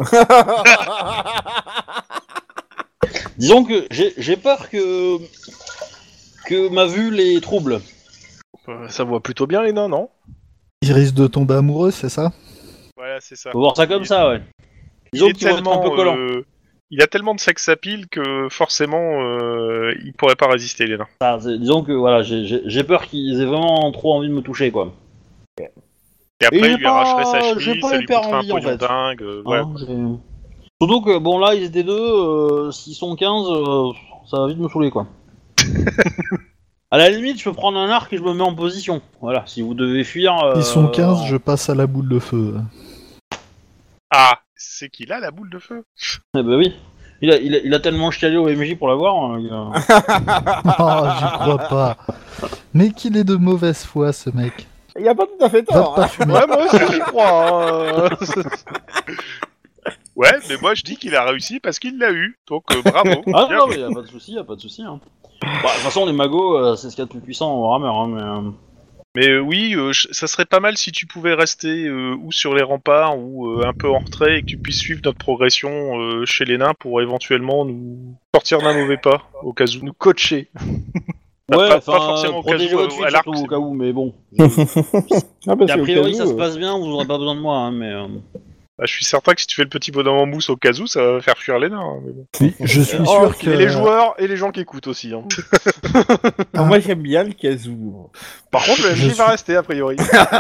Disons que j'ai peur que ma vue les trouble. Ça voit plutôt bien les nains, non? Il risque de tomber amoureux, c'est ça? Voilà, c'est ça. Faut voir ça comme ça, ouais. Il Disons est qu'ils vont être un peu collants. il a tellement de sex appeal que forcément, il pourrait pas résister, les nains. Ah, disons que voilà, j'ai peur qu'ils aient vraiment trop envie de me toucher, quoi. Et après, Et j'ai il lui arracherait pas- sa j'ai chemise, pas ça lui hyper coûterait un envie, en pognon fait. dingue. Ouais. Hein, surtout que, bon, là, ils étaient deux, s'ils sont 15, ça va vite me saouler, quoi. À la limite, je peux prendre un arc et je me mets en position. Voilà, si vous devez fuir... Ils sont 15, je passe à la boule de feu. Ah, c'est qu'il a la boule de feu. Eh ben oui. Il a tellement chialé au MJ pour l'avoir. Oh, j'y crois pas. Mais qu'il est de mauvaise foi, ce mec. Il a pas tout à fait Va tort. pas Hein. fumer. Ouais, moi aussi j'y crois. Hein. Ouais, mais moi je dis qu'il a réussi parce qu'il l'a eu. Donc bravo. Ah Bien non, vu. mais y'a pas de souci, Hein. Bah, de toute façon, les magos, c'est ce qu'il y a de plus puissant en Warhammer, hein, Mais oui, ça serait pas mal si tu pouvais rester ou sur les remparts ou un peu en retrait et que tu puisses suivre notre progression chez les nains pour éventuellement nous sortir d'un mauvais pas, au cas où. Nous coacher. Ouais, pas enfin, forcément au cas protégez où, votre suite, à l'arc, surtout, au c'est cas où, mais bon. Ah, parce Et a qu'au priori, cas ça où, se passe bien, vous aurez pas besoin de moi, hein, mais... Bah, je suis certain que si tu fais le petit bonhomme en mousse au cas où, ça va faire fuir les nains. Hein, mais bon. Oui, je suis Oh, sûr que... Et les joueurs et les gens qui écoutent aussi. Hein. Ah, moi j'aime bien le casou. Par contre, le Je MJ va suis- rester a priori.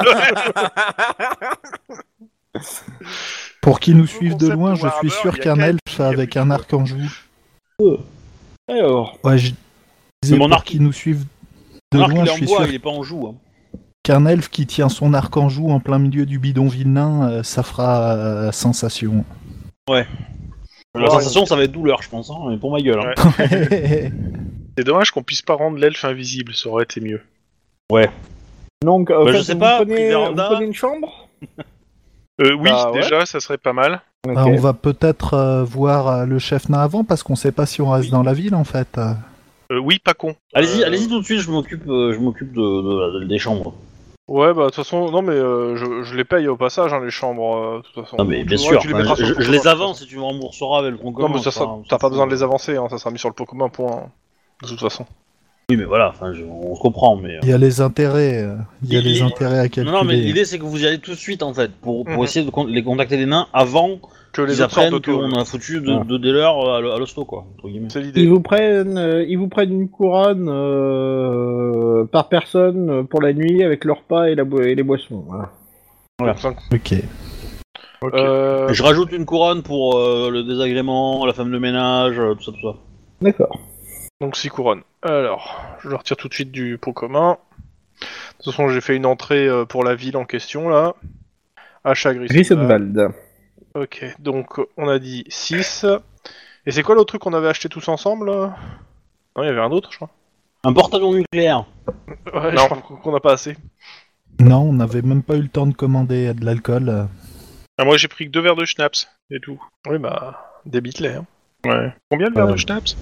Pour qu'ils nous Le suivent de concept loin, de je suis Warhammer, sûr il y a qu'un quand même elfe avec un arc en joue. Alors, Ouais, je disais Mais mon pour arc, qu'ils nous suivent de l'arc, loin, il je est en suis bois, sûr il est pas en joue, hein. qu'un elfe qui tient son arc en joue en plein milieu du bidonville nain, ça fera sensation. La sensation, ça va être douleur, je pense, hein, mais pour ma gueule, hein. Ouais. C'est dommage qu'on puisse pas rendre l'elfe invisible, ça aurait été mieux. Donc, Bah, en fait, je sais vous pas, prenez, Véranda. vous prenez une chambre. Oui, Bah, ouais. déjà, ça serait pas mal. Ok. Bah, on va peut-être voir le chef nain avant parce qu'on sait pas si on reste dans la ville en fait. Oui, pas con. Allez-y tout de suite, je m'occupe des chambres. Ouais, bah de toute façon, non mais je les paye au passage, hein, les chambres, de toute façon. Non mais bien Ouais, sûr, tu les enfin, mettras sur le pot je commun, les de toute avance façon. et tu me rembourseras avec le tronc commun. Non mais ça ça, t'as pas fout. besoin de les avancer, hein, ça sera mis sur le pot commun, point. De toute façon. Oui, mais voilà, on se comprend, mais... Il y a les intérêts, les intérêts à calculer. Non, mais l'idée c'est que vous y allez tout de suite en fait, pour essayer de les contacter les nains avant Que les qu'ils autres sortent apprennent d'auto. qu'on a foutu de dealers à l'hosto, quoi, entre guillemets. C'est l'idée. Ils vous prennent une couronne par personne pour la nuit avec leur repas et les boissons. Voilà. Donc, cinq- Ok. Je rajoute une couronne pour le désagrément, la femme de ménage, tout ça. D'accord. Donc 6 couronnes. Alors, je le retire tout de suite du pot commun. De toute façon, j'ai fait une entrée pour la ville en question, là. Achat Grissenwald. Grissenwald. Ok, donc on a dit 6. Et c'est quoi l'autre truc qu'on avait acheté tous ensemble là? Non, il y avait un autre, je crois. Un porte-avions nucléaire. Ouais, Non. je crois qu'on n'a pas assez. Non, on n'avait même pas eu le temps de commander de l'alcool. Ah, moi j'ai pris que 2 verres de schnapps, et tout. Oui, bah, débite-les, hein. Ouais. Combien de verres de schnapps?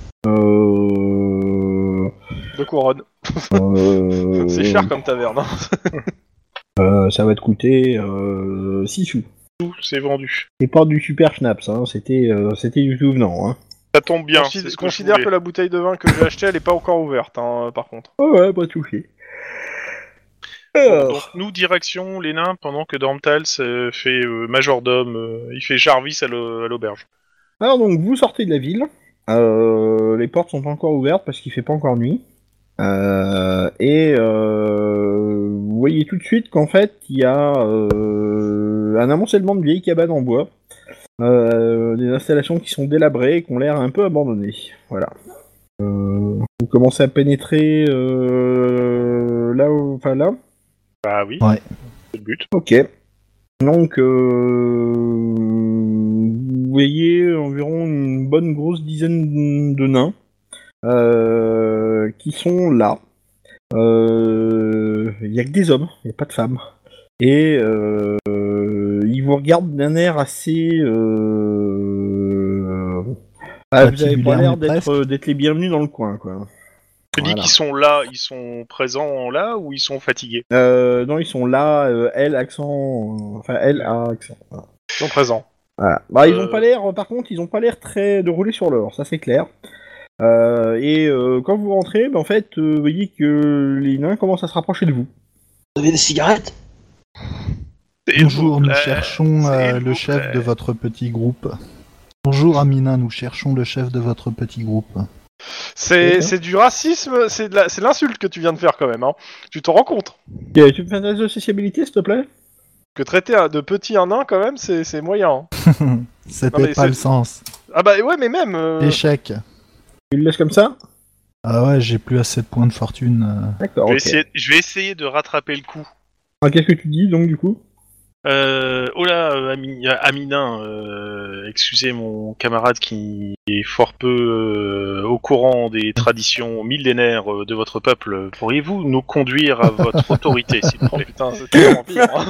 2 couronnes. C'est cher comme taverne, hein. Ça va te coûter 6 sous. Tout, c'est vendu. C'est pas du super schnapps, hein. C'était du tout venant. Hein. Ça tombe bien. c'est ce que je Considère voulais. que la bouteille de vin que j'ai achetée, elle est pas encore ouverte, hein, par contre. Oh ouais, pas touché. Bon, Alors, donc nous, direction les nains, pendant que Dormtal fait majordome, il fait Jarvis à l'auberge. alors donc, vous sortez de la ville. Les portes sont pas encore ouvertes parce qu'il fait pas encore nuit. Vous voyez tout de suite qu'en fait, il y a un amoncellement de vieilles cabanes en bois. Des installations qui sont délabrées et qui ont l'air un peu abandonnées. Voilà. Vous commencez à pénétrer là. Bah oui, Ouais. c'est le but. Ok. Donc, vous voyez environ une bonne grosse dizaine de nains qui sont là. Il n'y a que des hommes, il n'y a pas de femmes. Et ils vous regardent d'un air assez... vous avez pas l'air d'être les bienvenus dans le coin, quoi. Tu dis Voilà. qu'ils sont là, ils sont présents là, ou ils sont fatigués? Non, ils sont là, elle, accent... Enfin, elle a accent. Voilà. Ils sont présents. Voilà. Bah, ils ont pas l'air, par contre, ils ont pas l'air très de rouler sur l'or, ça c'est clair. Quand vous rentrez, bah, en fait, vous voyez que les nains commencent à se rapprocher de vous. Vous avez des cigarettes? Bonjour, nous plaît, cherchons s'il le vous chef plaît. de votre petit groupe. Bonjour Amina, nous cherchons le chef de votre petit groupe. C'est du racisme, c'est de l'insulte que tu viens de faire quand même, hein. Tu t'en rends compte? Tu me fais un test de sociabilité, s'il te plaît? Que traiter de petit un nain quand même, c'est moyen. Hein. C'était Non, mais pas le sens. Ah bah ouais, mais même... Échec. Tu le laisses comme ça? Ah ouais, j'ai plus assez de points de fortune. D'accord, ok. Je vais essayer de rattraper le coup. Ah, qu'est-ce que tu dis, donc, du coup? Amina, excusez mon camarade qui est fort peu au courant des traditions millénaires de votre peuple. Pourriez-vous nous conduire à votre autorité, s'il vous Oh plaît? putain, c'est tellement pire. Hein.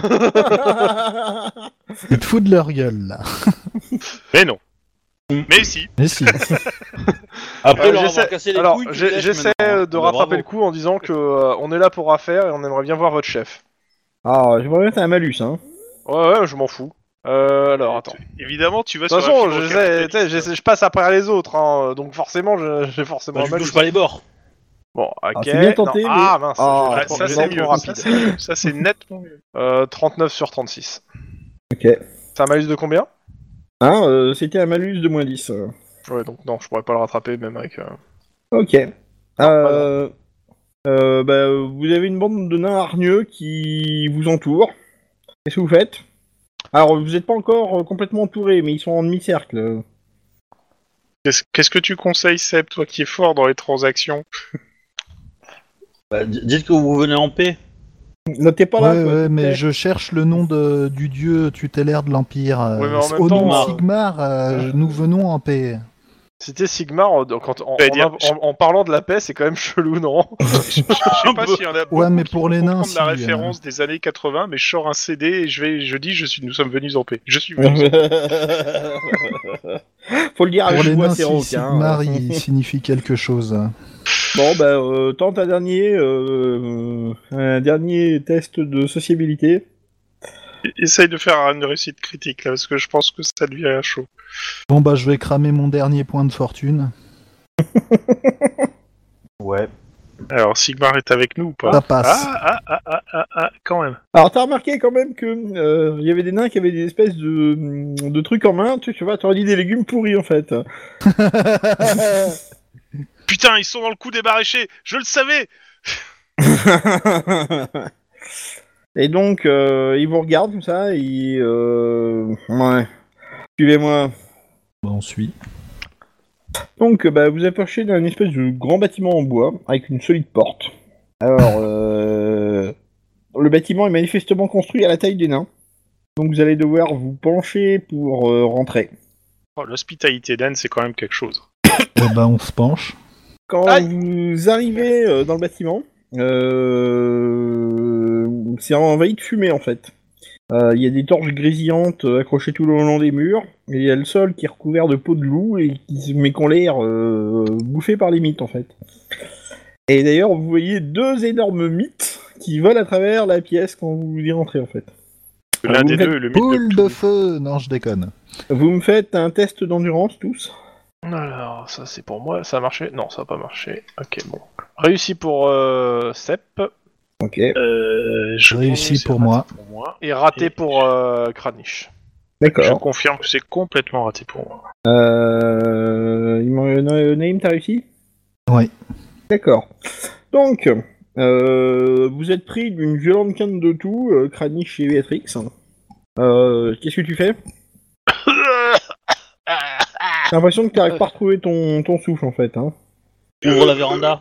Tu te fous de leur gueule là. Mais non. Mais si. Mais si. Après leur j'essaie- avoir cassé les Alors, couilles, tu laisses j'essaie maintenant. de Bah, rattraper bravo. le coup en disant que on est là pour affaire et on aimerait bien voir votre chef. Ah, je vais mettre un malus, hein. Ouais, je m'en fous. Alors, attends. Évidemment, tu vas De toute sur la façon, fibre je passe après les autres, hein, donc forcément, j'ai forcément Bah, un je malus. touche pas les bords. Bon, ok. c'est bien tenté, non. mais- Ah mince, Ah, j'ai- Ah, ça j'ai c'est trop mieux. rapide. Ça c'est nettement mieux. 39 sur 36. Ok. C'est un malus de combien? Hein, c'était un malus de moins 10. Ouais, donc non, je pourrais pas le rattraper même avec... Ok. pas Bah, vous avez une bande de nains hargneux qui vous entourent. Qu'est-ce que vous faites? Alors, vous n'êtes pas encore complètement entourés, mais ils sont en demi-cercle. Qu'est-ce que tu conseilles, Seb, toi qui es fort dans les transactions? Bah, dites que vous venez en paix. Là, t'es pas là, Ouais, toi, ouais, t'es- mais je cherche le nom du dieu tutélaire de l'Empire. Oui, mais en même Au nom temps, de Sigmar, nous venons en paix. Citer Sigmar, en parlant de la paix, c'est quand même chelou, non? Je sais pas s'il y en a beaucoup Ouais, mais qui pour vont les nains, comprendre la si, référence des années 80, mais je sors un CD et je dis nous sommes venus en paix. Je suis venu. Faut le dire à Pour les voix nains, Céroc, si hein. Sigmar, il signifie quelque chose. Bon, bah, tente un dernier test de sociabilité. Essaye de faire une réussite critique là, parce que je pense que ça devient chaud. Bon, bah, je vais cramer mon dernier point de fortune. Ouais. Alors, Sigmar est avec nous ou pas? Ça passe. Quand même. Alors t'as remarqué quand même que il y avait des nains qui avaient des espèces de trucs en main, tu vois, t'aurais dit des légumes pourris en fait. Putain, ils sont dans le coup des maraîchers. Je le savais. Et donc ils vous regardent comme ça, et ouais, suivez-moi. Bon, on suit. Donc vous approchez d'un espèce de grand bâtiment en bois avec une solide porte. Alors le bâtiment est manifestement construit à la taille des nains. Donc vous allez devoir vous pencher pour rentrer. Oh, l'hospitalité d'Anne, c'est quand même quelque chose. Eh ben, on se penche. Quand Aïe. vous arrivez dans le bâtiment, c'est envahi de fumée en fait. Il y a des torches grésillantes accrochées tout le long des murs, et il y a le sol qui est recouvert de peaux de loup, mais qui ont l'air bouffés par les mythes en fait. Et d'ailleurs, vous voyez 2 énormes mythes qui volent à travers la pièce quand vous y rentrez en fait. L'un vous des me faites deux est le mythe Boule de de Cthulhu. feu. Non, je déconne. Vous me faites un test d'endurance tous. Alors, ça c'est pour moi, ça a marché? Non, ça a pas marché. Ok, bon. Réussi pour Sep, Ok. Je Réussi pense que pour c'est moi. raté pour moi. et raté Et pour Kranich. Je D'accord. confirme que c'est complètement raté pour moi. Naïm, t'as réussi? Oui. D'accord. Donc, vous êtes pris d'une violente canne de tout, Kranich et Béatrix. Qu'est-ce que tu fais? J'ai l'impression que t'arrives pas à retrouver ton souffle en fait. Hein. Ouvre la véranda.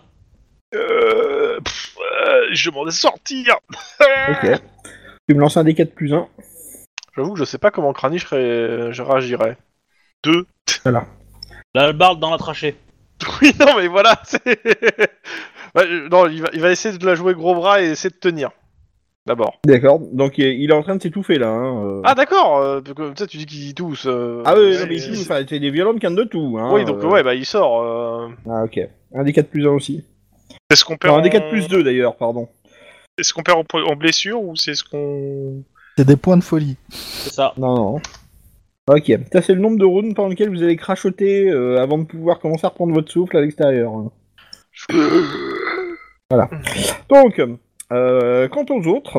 Je demande à sortir. Ok. Tu me lances un D4 plus 1. J'avoue que je sais pas comment Kranich je réagirais. 2. La barre dans la trachée. Oui, non, mais voilà, c'est... Ouais, non, il va essayer de la jouer gros bras et essayer de tenir. D'abord. D'accord. Donc il est en train de s'étouffer là. Hein. Ah d'accord, comme ça tu dis qu'il tousse. Ah oui, non, c'est- mais c'est- il tousse, enfin, c'est des violentes cannes de tout. Hein, Oui, donc ouais, bah il sort. Ah ok. Un D4 plus 1 aussi. Est-ce qu'on perd Non, un D4 en... plus 2 d'ailleurs, pardon. Est-ce qu'on perd en blessure ou c'est ce qu'on... C'est des points de folie. C'est ça. Non, non. Ok. Ça c'est le nombre de rounds pendant lequel vous allez crachoter avant de pouvoir commencer à reprendre votre souffle à l'extérieur. Voilà. Donc, quant aux autres,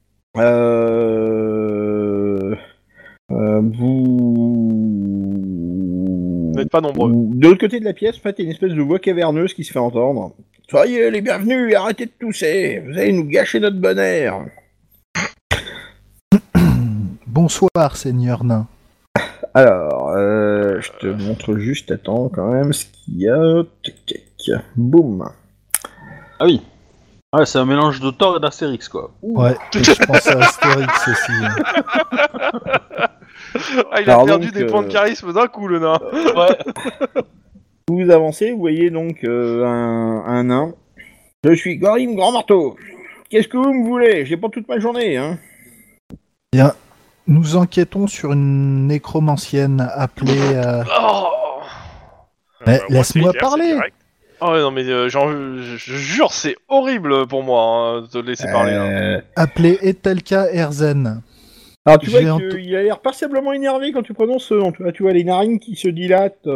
Vous n'êtes pas nombreux. de l'autre côté de la pièce, en fait, il y a une espèce de voix caverneuse qui se fait entendre. Soyez les bienvenus, arrêtez de tousser, vous allez nous gâcher notre bon air. Bonsoir, seigneur nain. Alors, je te montre juste, attends, quand même, ce qu'il y a. Tac, tac. Boum. Ah oui. Ouais, c'est un mélange de Thor et d'Astérix, quoi. Ouais, et je pense à Astérix aussi. Ah, il a Alors perdu donc, des points de charisme d'un coup, le nain. Ouais. Vous avancez, vous voyez donc un nain. Je suis Gorim Grand Marteau. Qu'est-ce que vous me voulez? J'ai pas toute ma journée, hein. Bien, nous enquêtons sur une nécromancienne appelée... Oh, Mais moi, laisse-moi c'est clair, parler. c'est direct. oh ouais, non mais je jure, c'est horrible pour moi hein, de te laisser parler. Hein. Appelée Etelka Erzen. Alors tu vois J'ai qu'il a l'air passablement énervé quand tu prononces ce nom. Tu vois les narines qui se dilatent.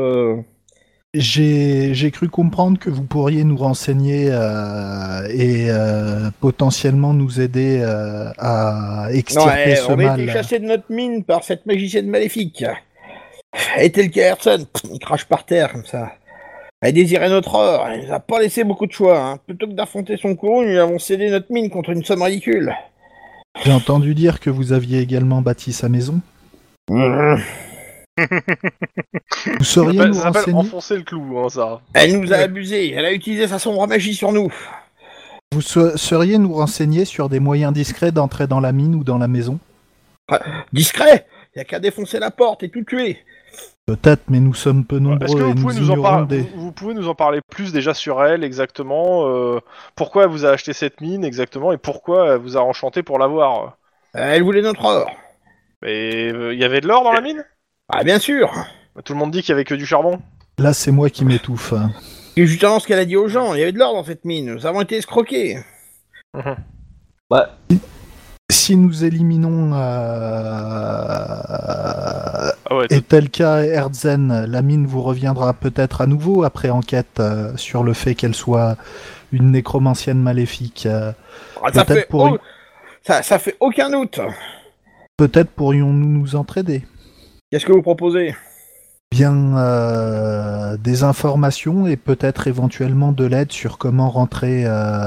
J'ai cru comprendre que vous pourriez nous renseigner et potentiellement nous aider à Non, extirper ce on a mal. été chassé de notre mine par cette magicienne maléfique. Et tel Gerson, il crache par terre comme ça. Elle désirait notre or, elle nous a pas laissé beaucoup de choix. Hein. Plutôt que d'affronter son courroux, nous avons cédé notre mine contre une somme ridicule. J'ai entendu dire que vous aviez également bâti sa maison. Vous sauriez nous Ça s'appelle renseigner enfoncer le clou, hein, ça. Elle nous a abusés, elle a utilisé sa sombre magie sur nous. Vous sauriez nous renseigner sur des moyens discrets d'entrer dans la mine ou dans la maison? Discret, y a qu'à défoncer la porte et tout tuer. Peut-être, mais nous sommes peu Est-ce nombreux que et vous pouvez, nous nous en ignorons des... vous pouvez nous en parler plus déjà sur elle, exactement pourquoi elle vous a acheté cette mine, exactement, et pourquoi elle vous a enchanté pour l'avoir Elle voulait notre or. Et il y avait de l'or dans la mine? Ah bien sûr. Tout le monde dit qu'il y avait que du charbon. Là, c'est moi qui m'étouffe. C'est justement ce qu'elle a dit aux gens, il y avait de l'or dans cette mine, nous avons été escroqués. Bah, Si nous éliminons... Ah ouais, Etelka Herzen, la mine vous reviendra peut-être à nouveau après enquête sur le fait qu'elle soit une nécromancienne maléfique. Ça fait aucun doute. Peut-être pourrions-nous nous entraider. Qu'est-ce que vous proposez? Bien des informations et peut-être éventuellement de l'aide sur comment rentrer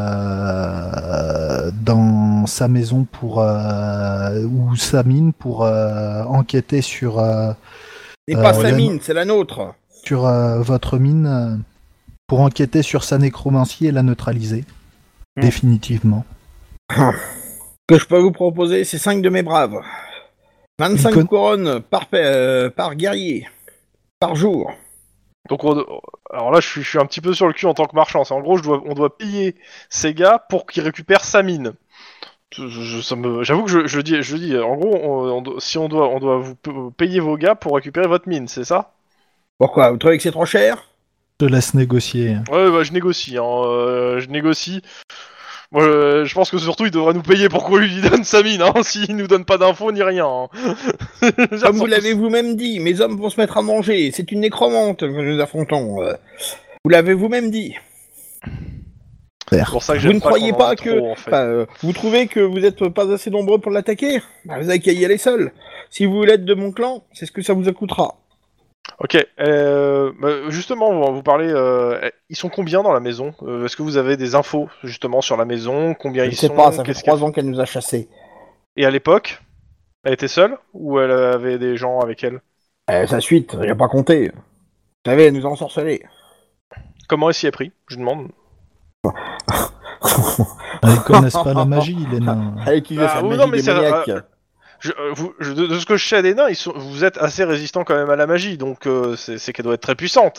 dans sa maison ou sa mine pour enquêter sur C'est pas sa mine, c'est la nôtre. Sur votre mine pour enquêter sur sa nécromancie et la neutraliser définitivement. Ce que je peux vous proposer, c'est 5 de mes braves. 25 couronnes par guerrier. Par jour. Donc, alors là, je suis un petit peu sur le cul en tant que marchand. C'est en gros, on doit payer ces gars pour qu'ils récupèrent sa mine. J'avoue que je dis, en gros, si on doit vous payer vos gars pour récupérer votre mine, c'est ça? Pourquoi? Vous trouvez que c'est trop cher? Je te laisse négocier. Ouais, bah, je négocie. Je négocie. Je pense que surtout il devrait nous payer pour qu'on lui donne sa mine, s'il nous donne pas d'infos ni rien. Comme vous l'avez vous-même dit, mes hommes vont se mettre à manger. C'est une nécromante que nous affrontons. Vous l'avez vous-même dit. C'est pour ça que vous ne croyez pas trop, que... en fait. vous trouvez que vous n'êtes pas assez nombreux pour l'attaquer? Vous avez qu'à y aller seul. Si vous voulez être de mon clan, c'est ce que ça vous coûtera. Ok, justement, on va vous parler. Ils sont combien dans la maison? Est-ce que vous avez des infos justement sur la maison? Combien ils sont? Je sais pas, ça fait 3 ans qu'elle nous a chassés. Et à l'époque, elle était seule ou elle avait des gens avec elle? Sa suite, il n'y a pas compté. Vous savez, elle nous a ensorcelés. Comment elle s'y est pris? Je demande. Ils connaissent pas la magie, les nains. Elle utilisait sa magie démoniaque. De ce que je sais des nains, vous êtes assez résistants quand même à la magie, donc c'est qu'elle doit être très puissante.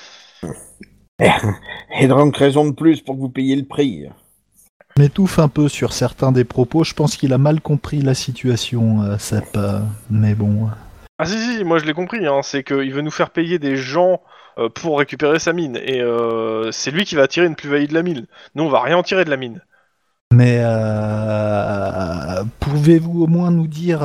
Et donc raison de plus pour que vous payiez le prix. M'étouffe un peu sur certains des propos, je pense qu'il a mal compris la situation, Sepp, mais bon... Ah si, moi je l'ai compris, c'est qu'il veut nous faire payer des gens pour récupérer sa mine, et c'est lui qui va tirer une plus-value de la mine. Nous on va rien en tirer de la mine. Mais pouvez-vous au moins nous dire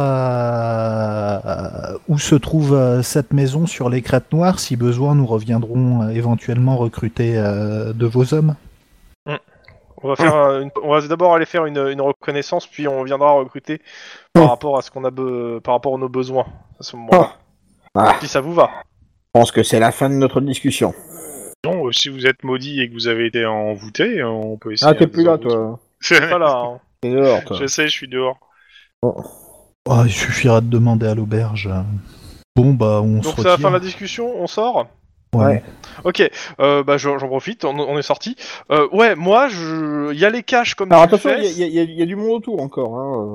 où se trouve cette maison sur les crêtes noires? Si besoin, nous reviendrons éventuellement recruter de vos hommes. On va d'abord aller faire une reconnaissance, puis on viendra recruter par rapport à ce qu'on a par rapport à nos besoins à ce moment-là. Si ça vous va. Je pense que c'est la fin de notre discussion. Non, si vous êtes maudit et que vous avez été envoûté, on peut essayer. Ah, t'es plus là, toi. T'es pas là. T'es dehors, toi. Je sais, je suis dehors. Oh, il suffira de demander à l'auberge. Bon, bah, on se retire. Donc c'est la fin de la discussion, on sort? Ouais. Ok, j'en profite, on est sorti. Moi, il y a les caches comme Alors tu attention, fais. il y a du monde autour encore.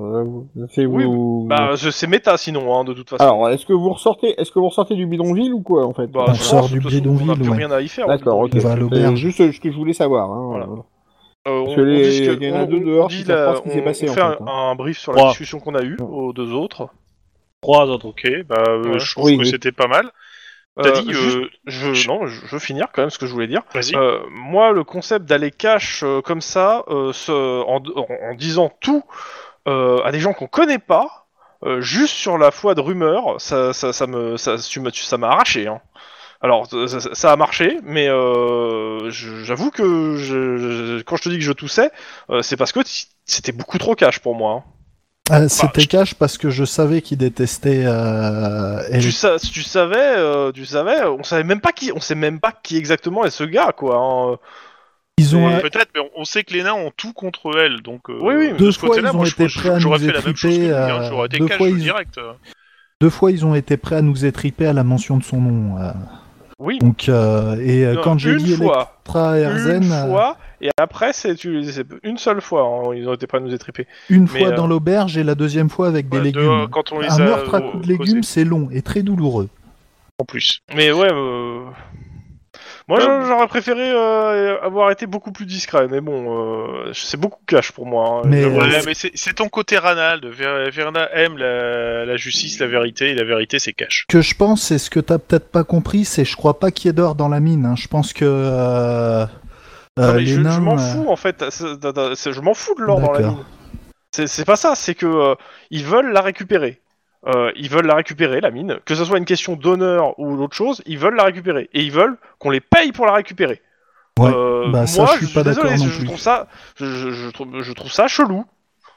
C'est méta sinon, de toute façon. Alors, est-ce que vous ressortez du bidonville ou quoi en fait? on sort du bidonville, on n'a plus ouais. rien à y faire. D'accord, ok. On va à l'auberge. Juste ce que je voulais savoir. Voilà. Parce il y en a deux dehors qui savent pas ce qui s'est passé. On fait un brief sur la discussion qu'on a eue aux deux autres. 3 autres. Ok, je trouve que c'était pas mal. T'as dit je veux finir quand même ce que je voulais dire. Vas-y. Moi, le concept d'aller cash comme ça, en disant tout à des gens qu'on connaît pas, juste sur la foi de rumeurs, ça m'a arraché. Alors, ça a marché, mais j'avoue que quand je te dis que je toussais, c'est parce que c'était beaucoup trop cash pour moi. C'était cash parce que je savais qu'il détestait. Tu savais, on savait même pas qui, on sait même pas qui exactement est ce gars, quoi. Ils ont peut-être, mais on sait que les nains ont tout contre elle, donc. Oui. Deux fois ils ont été prêts à nous étriper. J'aurais été cash direct. 2 fois ils ont été prêts à nous étriper à la mention de son nom. Oui. Donc quand j'ai dit Electra Herzen, une fois, et après c'est une seule fois, ils ont été prêts à nous étriper. Une fois dans l'auberge et la deuxième fois avec des légumes. Quand on les un meurtre à coups de légumes, c'est long et très douloureux. En plus. Mais ouais, moi j'aurais préféré avoir été beaucoup plus discret, mais bon, c'est beaucoup cash pour moi. Mais c'est ton côté Ranald. Verna aime la justice, la vérité, et la vérité c'est cash. Ce que je pense, c'est ce que t'as peut-être pas compris, c'est je crois pas qu'il y ait d'or dans la mine. Je pense que les nains. Je m'en fous en fait. Je m'en fous de l'or dans la mine. C'est pas ça. C'est que ils veulent la récupérer. ils veulent la récupérer, la mine. Que ce soit une question d'honneur ou l'autre chose, ils veulent la récupérer. Et ils veulent qu'on les paye pour la récupérer. Ouais, ça, moi, je suis pas d'accord désolé, non je plus. trouve ça, je trouve ça chelou.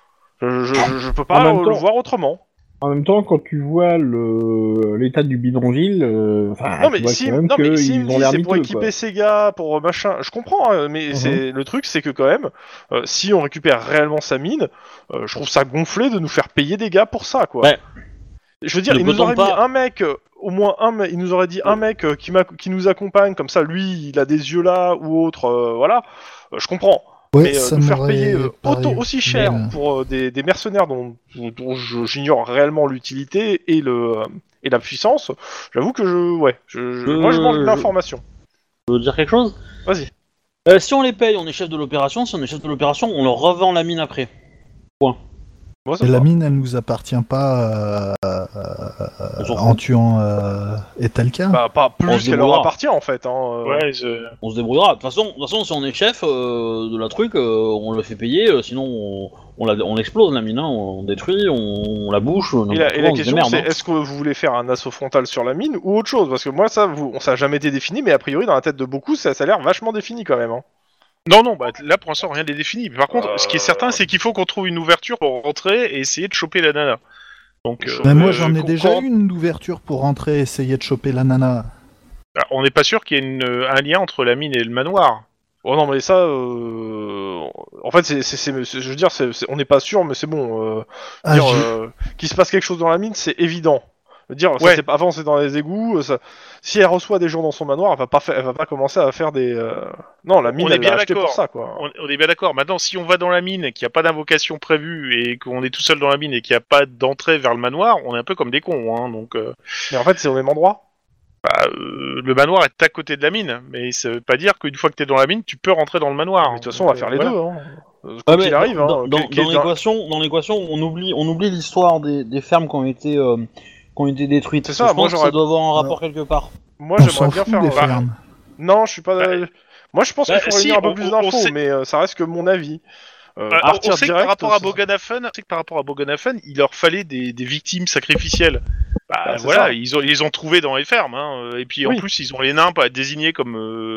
Je peux pas En même le temps- voir autrement. En même temps, quand tu vois l'état du bidonville, Non mais tu vois si, quand même non mais qu'ils s'il me ont dit l'air c'est pour miteux, équiper quoi. ces gars, pour machin, je comprends, hein, mais c'est le truc, c'est que quand même, si on récupère réellement sa mine, je trouve ça gonflé de nous faire payer des gars pour ça, quoi. Ouais. Je veux dire, Ne il nous peut-on aurait pas- mis un mec, au moins il nous aurait dit un mec qui nous accompagne, comme ça, lui, il a des yeux là ou autre, voilà. Je comprends. Ouais, Mais ça nous faire m'aurait payer pareil. aussi cher Mais, pour des mercenaires dont j'ignore réellement l'utilité et la puissance, j'avoue que moi je manque d'informations. Je veux dire quelque chose. Vas-y. Si on les paye, on est chef de l'opération. Si on est chef de l'opération, on leur revend la mine après. Moi, ça Et me la va. mine, elle nous appartient pas On s'en en fout. tuant Etalka. Bah, pas On plus se qu'elle leur débrouillera. appartient en fait. Ouais, On se débrouillera. De toute façon, si on est chef de la truc, on le fait payer. Sinon, on l'explose la mine. Hein, on détruit, on la bouche. Et la on se question démerde, c'est hein. est-ce que vous voulez faire un assaut frontal sur la mine ou autre chose? Parce que moi ça n'a jamais été défini, mais a priori dans la tête de beaucoup ça a l'air vachement défini quand même. Hein. Non, bah là pour l'instant rien n'est défini. Mais par contre, ce qui est certain, c'est qu'il faut qu'on trouve une ouverture pour rentrer et essayer de choper la nana. Donc, Mais moi, j'en ai quand- déjà quand- eu une ouverture pour rentrer et essayer de choper la nana. on n'est pas sûr qu'il y ait un lien entre la mine et le manoir. Oh non mais ça, en fait je veux dire on n'est pas sûr mais c'est bon. Ah, Dire, qu'il se passe quelque chose dans la mine c'est évident. Dire ça Ouais. c'est pas avant c'est dans les égouts. Si elle reçoit des gens dans son manoir elle va pas commencer à faire des. Non la mine On est elle bien l'a acheté pour d'accord. ça quoi. On est bien d'accord. Maintenant, si on va dans la mine et qu'il n'y a pas d'invocation prévue et qu'on est tout seul dans la mine et qu'il n'y a pas d'entrée vers le manoir, on est un peu comme des cons. Hein, donc, Mais en fait c'est au même endroit. le manoir est à côté de la mine, mais ça veut pas dire qu'une fois que t'es dans la mine, tu peux rentrer dans le manoir. Mais de toute façon on va faire les Voilà. deux. Hein. Ouais, Quoi mais qu'il arrive. dans, Hein, dans, qui est dans l'équation, on oublie l'histoire des fermes qui ont été détruites. C'est ça, Parce que je moi, pense que j'aurais- ça doit avoir un rapport quelque part. Moi on j'aimerais s'en bien fout faire. des fermes. Non je suis pas. Moi je pense qu'il faut si, réunir un peu on- plus on d'infos sait- mais ça reste que mon avis. On Partir sait que direct, par rapport à ce- Boganafen, il leur fallait des victimes sacrificielles. Bah, c'est voilà, ça. ils les ont trouvés dans les fermes, hein. Et puis en Oui. plus ils ont les nains pas désignés comme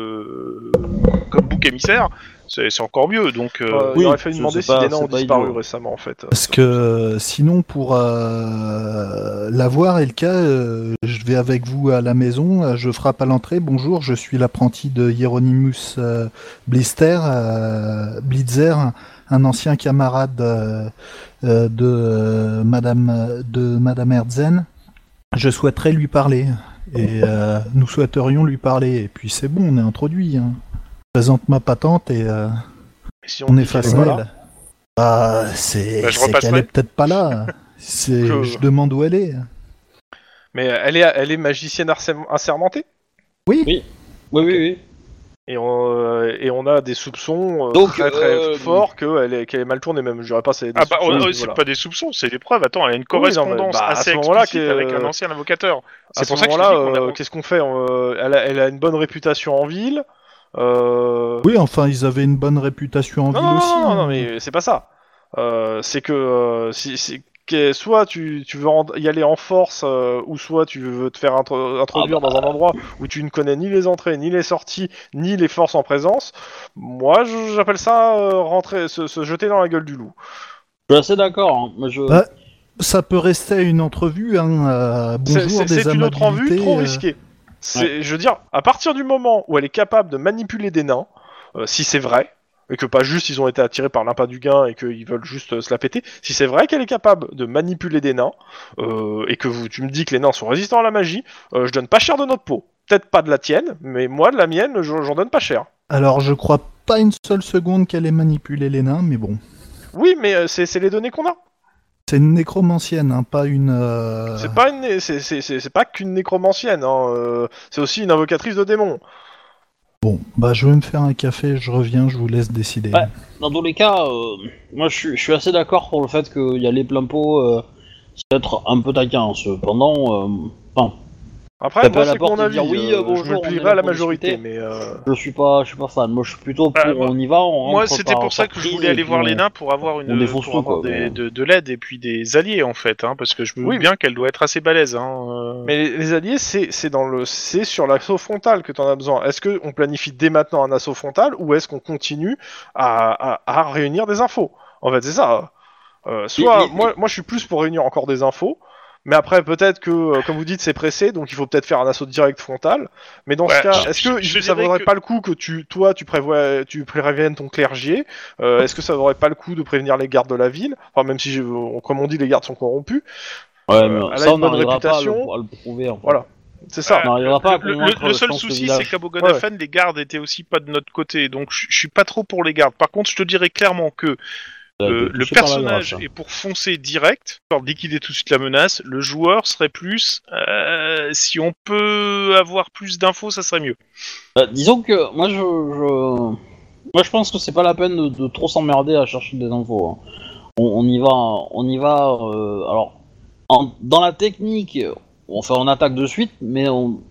bouc émissaire. C'est encore mieux. Donc Oui, il aurait fallu c'est demander si pas- des nains c'est ont pas disparu idiot. récemment en fait. Parce que sinon, pour l'avoir, Elka, je vais avec vous à la maison, je frappe à l'entrée. Bonjour, je suis l'apprenti de Hieronymus Blitzer, un ancien camarade de Madame Herzen. Je souhaiterais lui parler. Et nous souhaiterions lui parler. Et puis c'est bon, on est introduit. Hein. Je présente ma patente et si on est dit face qu'elle à est elle. là, Ah, c'est Bah, je c'est qu'elle repasserai. est peut-être pas là. Je demande où elle est. Mais elle est magicienne assermentée Oui. et on a des soupçons Donc, très forts qu'elle est mal tournée même. Je dirais pas c'est des Ah bah soupçons, c'est voilà. pas des soupçons, c'est des preuves. Attends, elle a une Oui, non, mais, correspondance bah, à assez ce moment-là, explicite avec un que- ancien invocateur. À C'est ce pour ça que je te moment-là, dis qu'on a- qu'est-ce qu'on fait elle a une bonne réputation en ville. Oui, enfin, ils avaient une bonne réputation en ville Non, aussi. non, hein. non, mais c'est pas ça. C'est que soit tu veux y aller en force, ou soit tu veux te faire introduire dans un endroit où tu ne connais ni les entrées, ni les sorties, ni les forces en présence. Moi, j'appelle ça rentrer, se jeter dans la gueule du loup. Je suis assez d'accord. Hein. Moi, je... Bah, Ça peut rester à une entrevue. Hein. Bonjour, des C'est une autre en vue amabilités, trop risquée. Je veux dire, à partir du moment où elle est capable de manipuler des nains, si c'est vrai, et que pas juste ils ont été attirés par l'impât du gain et qu'ils veulent juste se la péter, si c'est vrai qu'elle est capable de manipuler des nains, et que tu me dis que les nains sont résistants à la magie, je donne pas cher de notre peau. Peut-être pas de la tienne, mais moi de la mienne, j'en donne pas cher. Alors, je crois pas une seule seconde qu'elle ait manipulé les nains, mais bon. Oui, mais c'est les données qu'on a. C'est une nécromancienne, hein, pas une... C'est pas c'est pas qu'une nécromancienne, hein, c'est aussi une invocatrice de démons. Bon, bah je vais me faire un café, je reviens, je vous laisse décider. Ouais. Dans tous les cas, moi je suis assez d'accord pour le fait qu'il y a les plein pot, c'est être un peu taquin. Cependant, Après, Taper moi, à la c'est mon porte et avis. dire, oui, Je bonjour, me on est plierai là à la pour majorité, discuter. mais... Je suis pas fan. Moi, je suis plutôt pour. moi- On y va, on rentre. Moi, c'était par pour ça que je surprise, voulais et aller puis voir on- les nains pour avoir on défonce tout, quoi, mais- de l'aide et puis des alliés en fait, hein, parce que je me Oui, doute bien qu'elle doit être assez balèze. Hein. Mais les alliés, c'est sur l'assaut frontal que t'en as besoin. Est-ce qu'on planifie dès maintenant un assaut frontal ou est-ce qu'on continue à réunir des infos? En fait, c'est ça. Soit, moi, je suis plus pour réunir encore des infos, mais après, peut-être que, comme vous dites, c'est pressé, donc il faut peut-être faire un assaut direct frontal. Mais dans ce Ouais, cas, est-ce que je ça dirais vaudrait que- pas le coup que tu préviennes ton clergé? Est-ce que ça vaudrait pas le coup de prévenir les gardes de la ville? Enfin, même si, comme on dit, les gardes sont corrompus. Ouais, mais elle a ça, une on bonne n'arrivera pas réputation. à le prouver. En fait. Voilà. C'est ça. On n'arrivera pas à Le convaincre, je seul pense, le souci, village. c'est qu'à Bogonafan, les gardes étaient aussi pas de notre côté, donc je suis pas trop pour les gardes. Par contre, je te dirais clairement que Ça a été le touché par la personnage grâce, hein. est pour foncer direct, pour liquider tout de suite la menace. Le joueur serait plus, si on peut avoir plus d'infos, ça serait mieux. Disons que moi, moi, je pense que c'est pas la peine de trop s'emmerder à chercher des infos. Hein. On y va. Alors, dans la technique, on attaque de suite, mais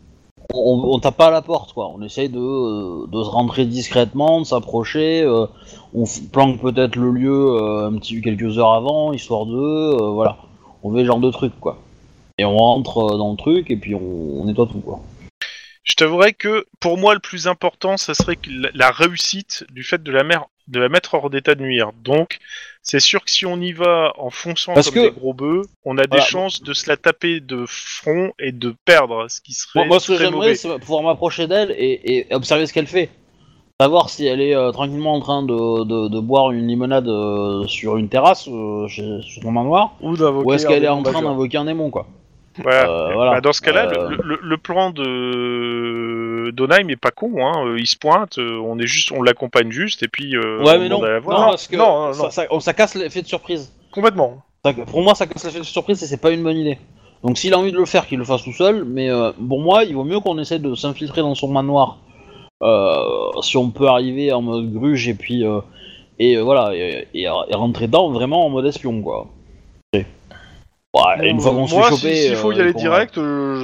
on tape pas à la porte, quoi. On essaye de se rentrer discrètement, de s'approcher. On planque peut-être le lieu quelques heures avant, histoire de, voilà. On fait ce genre de truc, quoi. Et on rentre dans le truc et puis on nettoie tout, quoi. Je t'avouerais que pour moi, le plus important, ça serait que la réussite du fait de la mettre hors d'état de nuire. Donc, c'est sûr que si on y va en fonçant Parce comme que- des gros bœufs, on a des Voilà. chances de se la taper de front et de perdre, ce qui serait Moi, ce que très j'aimerais, mauvais. c'est pouvoir m'approcher d'elle et observer ce qu'elle fait. Savoir si elle est tranquillement en train de boire une limonade sur une terrasse sur son manoir, ou est-ce qu'elle est en train d'invoquer un démon, quoi. Voilà. voilà. Bah, dans ce cas-là, Euh, le plan de Donheim est pas con. Hein. Il se pointe, on l'accompagne juste, et puis Ouais, on mais non, demande à la voir. non, Non, parce que non. ça casse l'effet de surprise. Complètement. Pour moi, ça casse l'effet de surprise et c'est pas une bonne idée. Donc s'il a envie de le faire, qu'il le fasse tout seul, mais pour moi, il vaut mieux qu'on essaie de s'infiltrer dans son manoir. Si on peut arriver en mode gruge et puis voilà, et rentrer dedans vraiment en mode espion, quoi. Ouais, une fois qu'on se fait Moi, choper, s'il faut y aller qu'on- direct,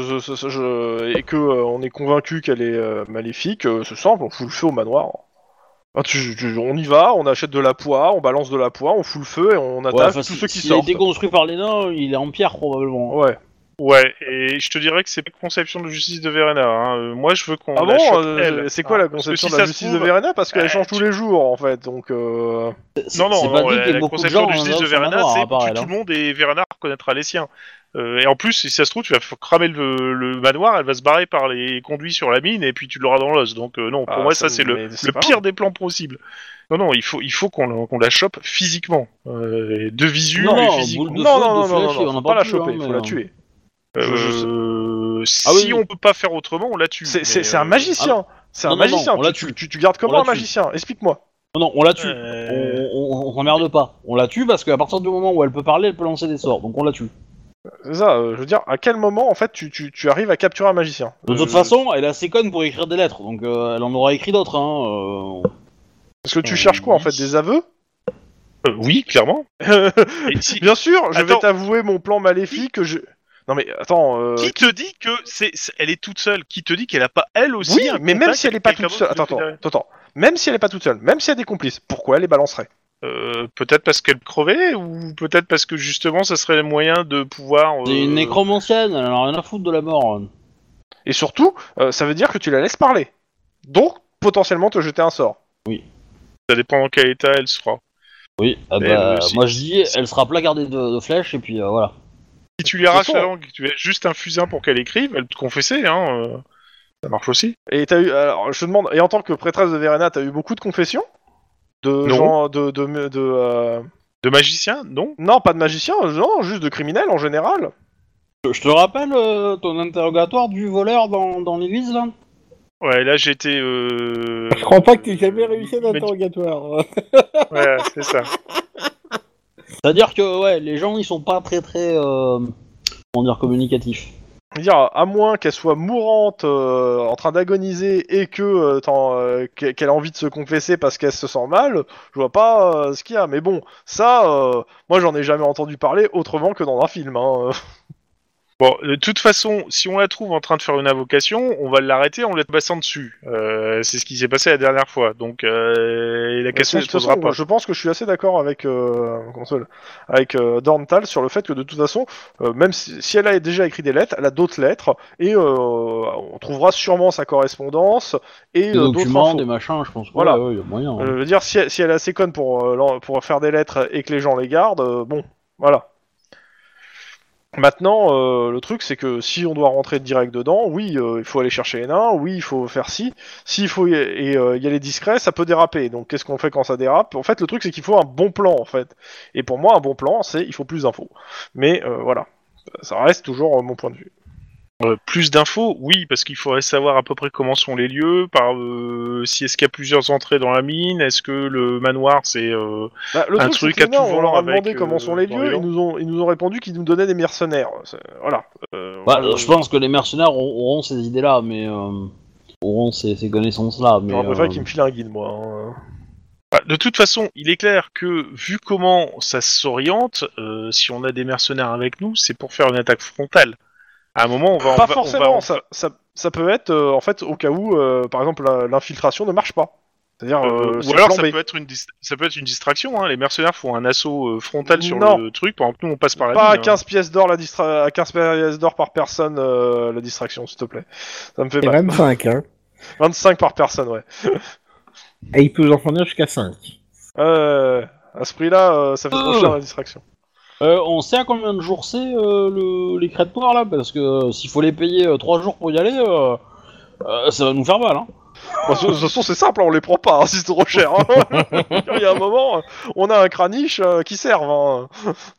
et que on est convaincu qu'elle est maléfique, c'est simple, on fout le feu au manoir. Ah, on y va, on achète de la poix, on balance de la poix, on fout le feu et on Ouais, attaque enfin, tous ceux qui s'il a sortent. été construit par les nains, il est en pierre probablement. Ouais. Ouais, et je te dirais que c'est pas une conception de justice de Verena. Hein. Moi, je veux qu'on Ah la bon, chope, elle. c'est quoi la Parce que conception si de la ça se justice trouve- de Verena? Parce qu'elle change tu- tous les jours, en fait, donc... Non, C'est non, pas non, dit qu'il y ait la beaucoup de conception gens de justice dans de son Verena, manoir, c'est à part tue elle, tout hein. le monde et Verena reconnaîtra les siens. Et en plus, si ça se trouve, tu vas cramer le manoir, elle va se barrer par les conduits sur la mine et puis tu l'auras dans l'os. Donc non, pour Ah, moi, ça, ça c'est mais le c'est pas pire grave. des plans possibles. Non, non, il faut qu'on la chope physiquement. De visu Non, et non, physiquement. boule de Non, feu, non, de non, flèche, non, et non, on faut en pas la parle plus, choper, hein, faut mais, la tuer. Si Ah oui. on peut pas faire autrement, on la tue. C'est Mais, un magicien. C'est un non, non, magicien. on la Tu tue. gardes comment On la un tue. magicien? Explique-moi. Non, on la tue. Euh, On s'emmerde pas. On la tue parce qu'à partir du moment où elle peut parler, elle peut lancer des sorts. Donc on la tue. C'est ça, je veux dire, à quel moment, en fait, tu arrives à capturer un magicien? De toute façon, elle est assez conne pour écrire des lettres. Donc elle en aura écrit d'autres. Hein. Parce que tu cherches quoi, en fait? Des aveux? oui, clairement. Et si- Bien sûr, je vais Attends. t'avouer mon plan maléfique que je... Non mais, attends... Qui te dit que elle est toute seule? Qui te dit qu'elle a pas elle aussi Oui, un mais même contact si elle est avec pas quelqu'un toute seule... d'autre Attends, qui le fait derrière attends. Même si elle est pas toute seule, même si elle a des complices, pourquoi elle les balancerait? Peut-être parce qu'elle crevait, ou peut-être parce que justement ça serait le moyen de pouvoir. C'est une nécromancienne, elle en a rien à foutre de la mort. Et surtout, ça veut dire que tu la laisses parler. Donc, potentiellement te jeter un sort. Ça dépend dans quel état elle sera. Oui, Mais, moi je dis, elle sera placardée de flèches et puis voilà. Si tu lui arraches façon- la langue, que tu as juste un fusain pour qu'elle écrive, elle te confesser, hein. Ça marche aussi. Et t'as eu... Alors, je te demande, et en tant que prêtresse de Verena, t'as eu beaucoup de confessions? De Non. gens... De magicien, non? Non, pas de magiciens, non, juste de criminels en général. Je te rappelle ton interrogatoire du voleur dans l'église là. Ouais, là j'étais. Je crois pas que t'aies jamais réussi un interrogatoire. Ouais, c'est ça. C'est-à-dire que ouais, les gens ils sont pas très comment dire, communicatifs. Je veux dire, à moins qu'elle soit mourante, en train d'agoniser, et que qu'elle a envie de se confesser parce qu'elle se sent mal, je vois pas ce qu'il y a. Mais bon, ça, moi j'en ai jamais entendu parler autrement que dans un film. Hein. Bon, de toute façon, si on la trouve en train de faire une invocation, on va l'arrêter en la passant dessus. C'est ce qui s'est passé la dernière fois. Donc, la question De se toute posera façon, pas. je pense que je suis assez d'accord avec Dorntal sur le fait que de toute façon, même si elle a déjà écrit des lettres, elle a d'autres lettres et on trouvera sûrement sa correspondance et Des d'autres documents, infos. des machins, je pense. Voilà. Ouais, y a moyen. Hein. Je veux dire, si elle est assez conne pour faire des lettres et que les gens les gardent, bon, voilà. Maintenant, le truc, c'est que si on doit rentrer direct dedans, oui, il faut aller chercher les nains, oui, il faut faire ci. S'il faut y aller discret, ça peut déraper. Donc, qu'est-ce qu'on fait quand ça dérape? En fait, le truc, c'est qu'il faut un bon plan, en fait. Et pour moi, un bon plan, c'est il faut plus d'infos. Mais voilà, ça reste toujours mon point de vue. Plus d'infos, oui, parce qu'il faudrait savoir à peu près comment sont les lieux, si est-ce qu'il y a plusieurs entrées dans la mine, est-ce que le manoir c'est Le un truc, c'est truc que les à nains, tout on leur a vent demandé avec, comment sont les dans lieux, les ils nous ont répondu qu'ils nous donnaient des mercenaires. Voilà. Je pense que les mercenaires auront ces idées-là, mais auront ces connaissances-là. Mais J'aurais préféré qu'ils me filent un guide, moi. Hein. De toute façon, il est clair que vu comment ça s'oriente, si on a des mercenaires avec nous, c'est pour faire une attaque frontale. À un moment, Pas forcément, ça peut être en fait au cas où, par exemple, l'infiltration ne marche pas. C'est-à-dire, ou alors ça peut être une distraction. Hein. Les mercenaires font un assaut frontal sur le truc pendant que nous on passe par la pas mine. à 15 pièces d'or à 15 pièces d'or par personne la distraction, s'il te plaît. Ça me fait Et mal. 25, hein. 25 par personne, ouais. Et il peut en fournir jusqu'à 5. À ce prix-là, ça fait trop cher la distraction. On sait à combien de jours c'est les crêtes noires là, parce que s'il faut les payer 3 jours pour y aller, ça va nous faire mal. Hein. De toute façon, c'est simple, on les prend pas, hein, si c'est trop cher. Hein. Il y a un moment, on a un craniche qui servent. Hein.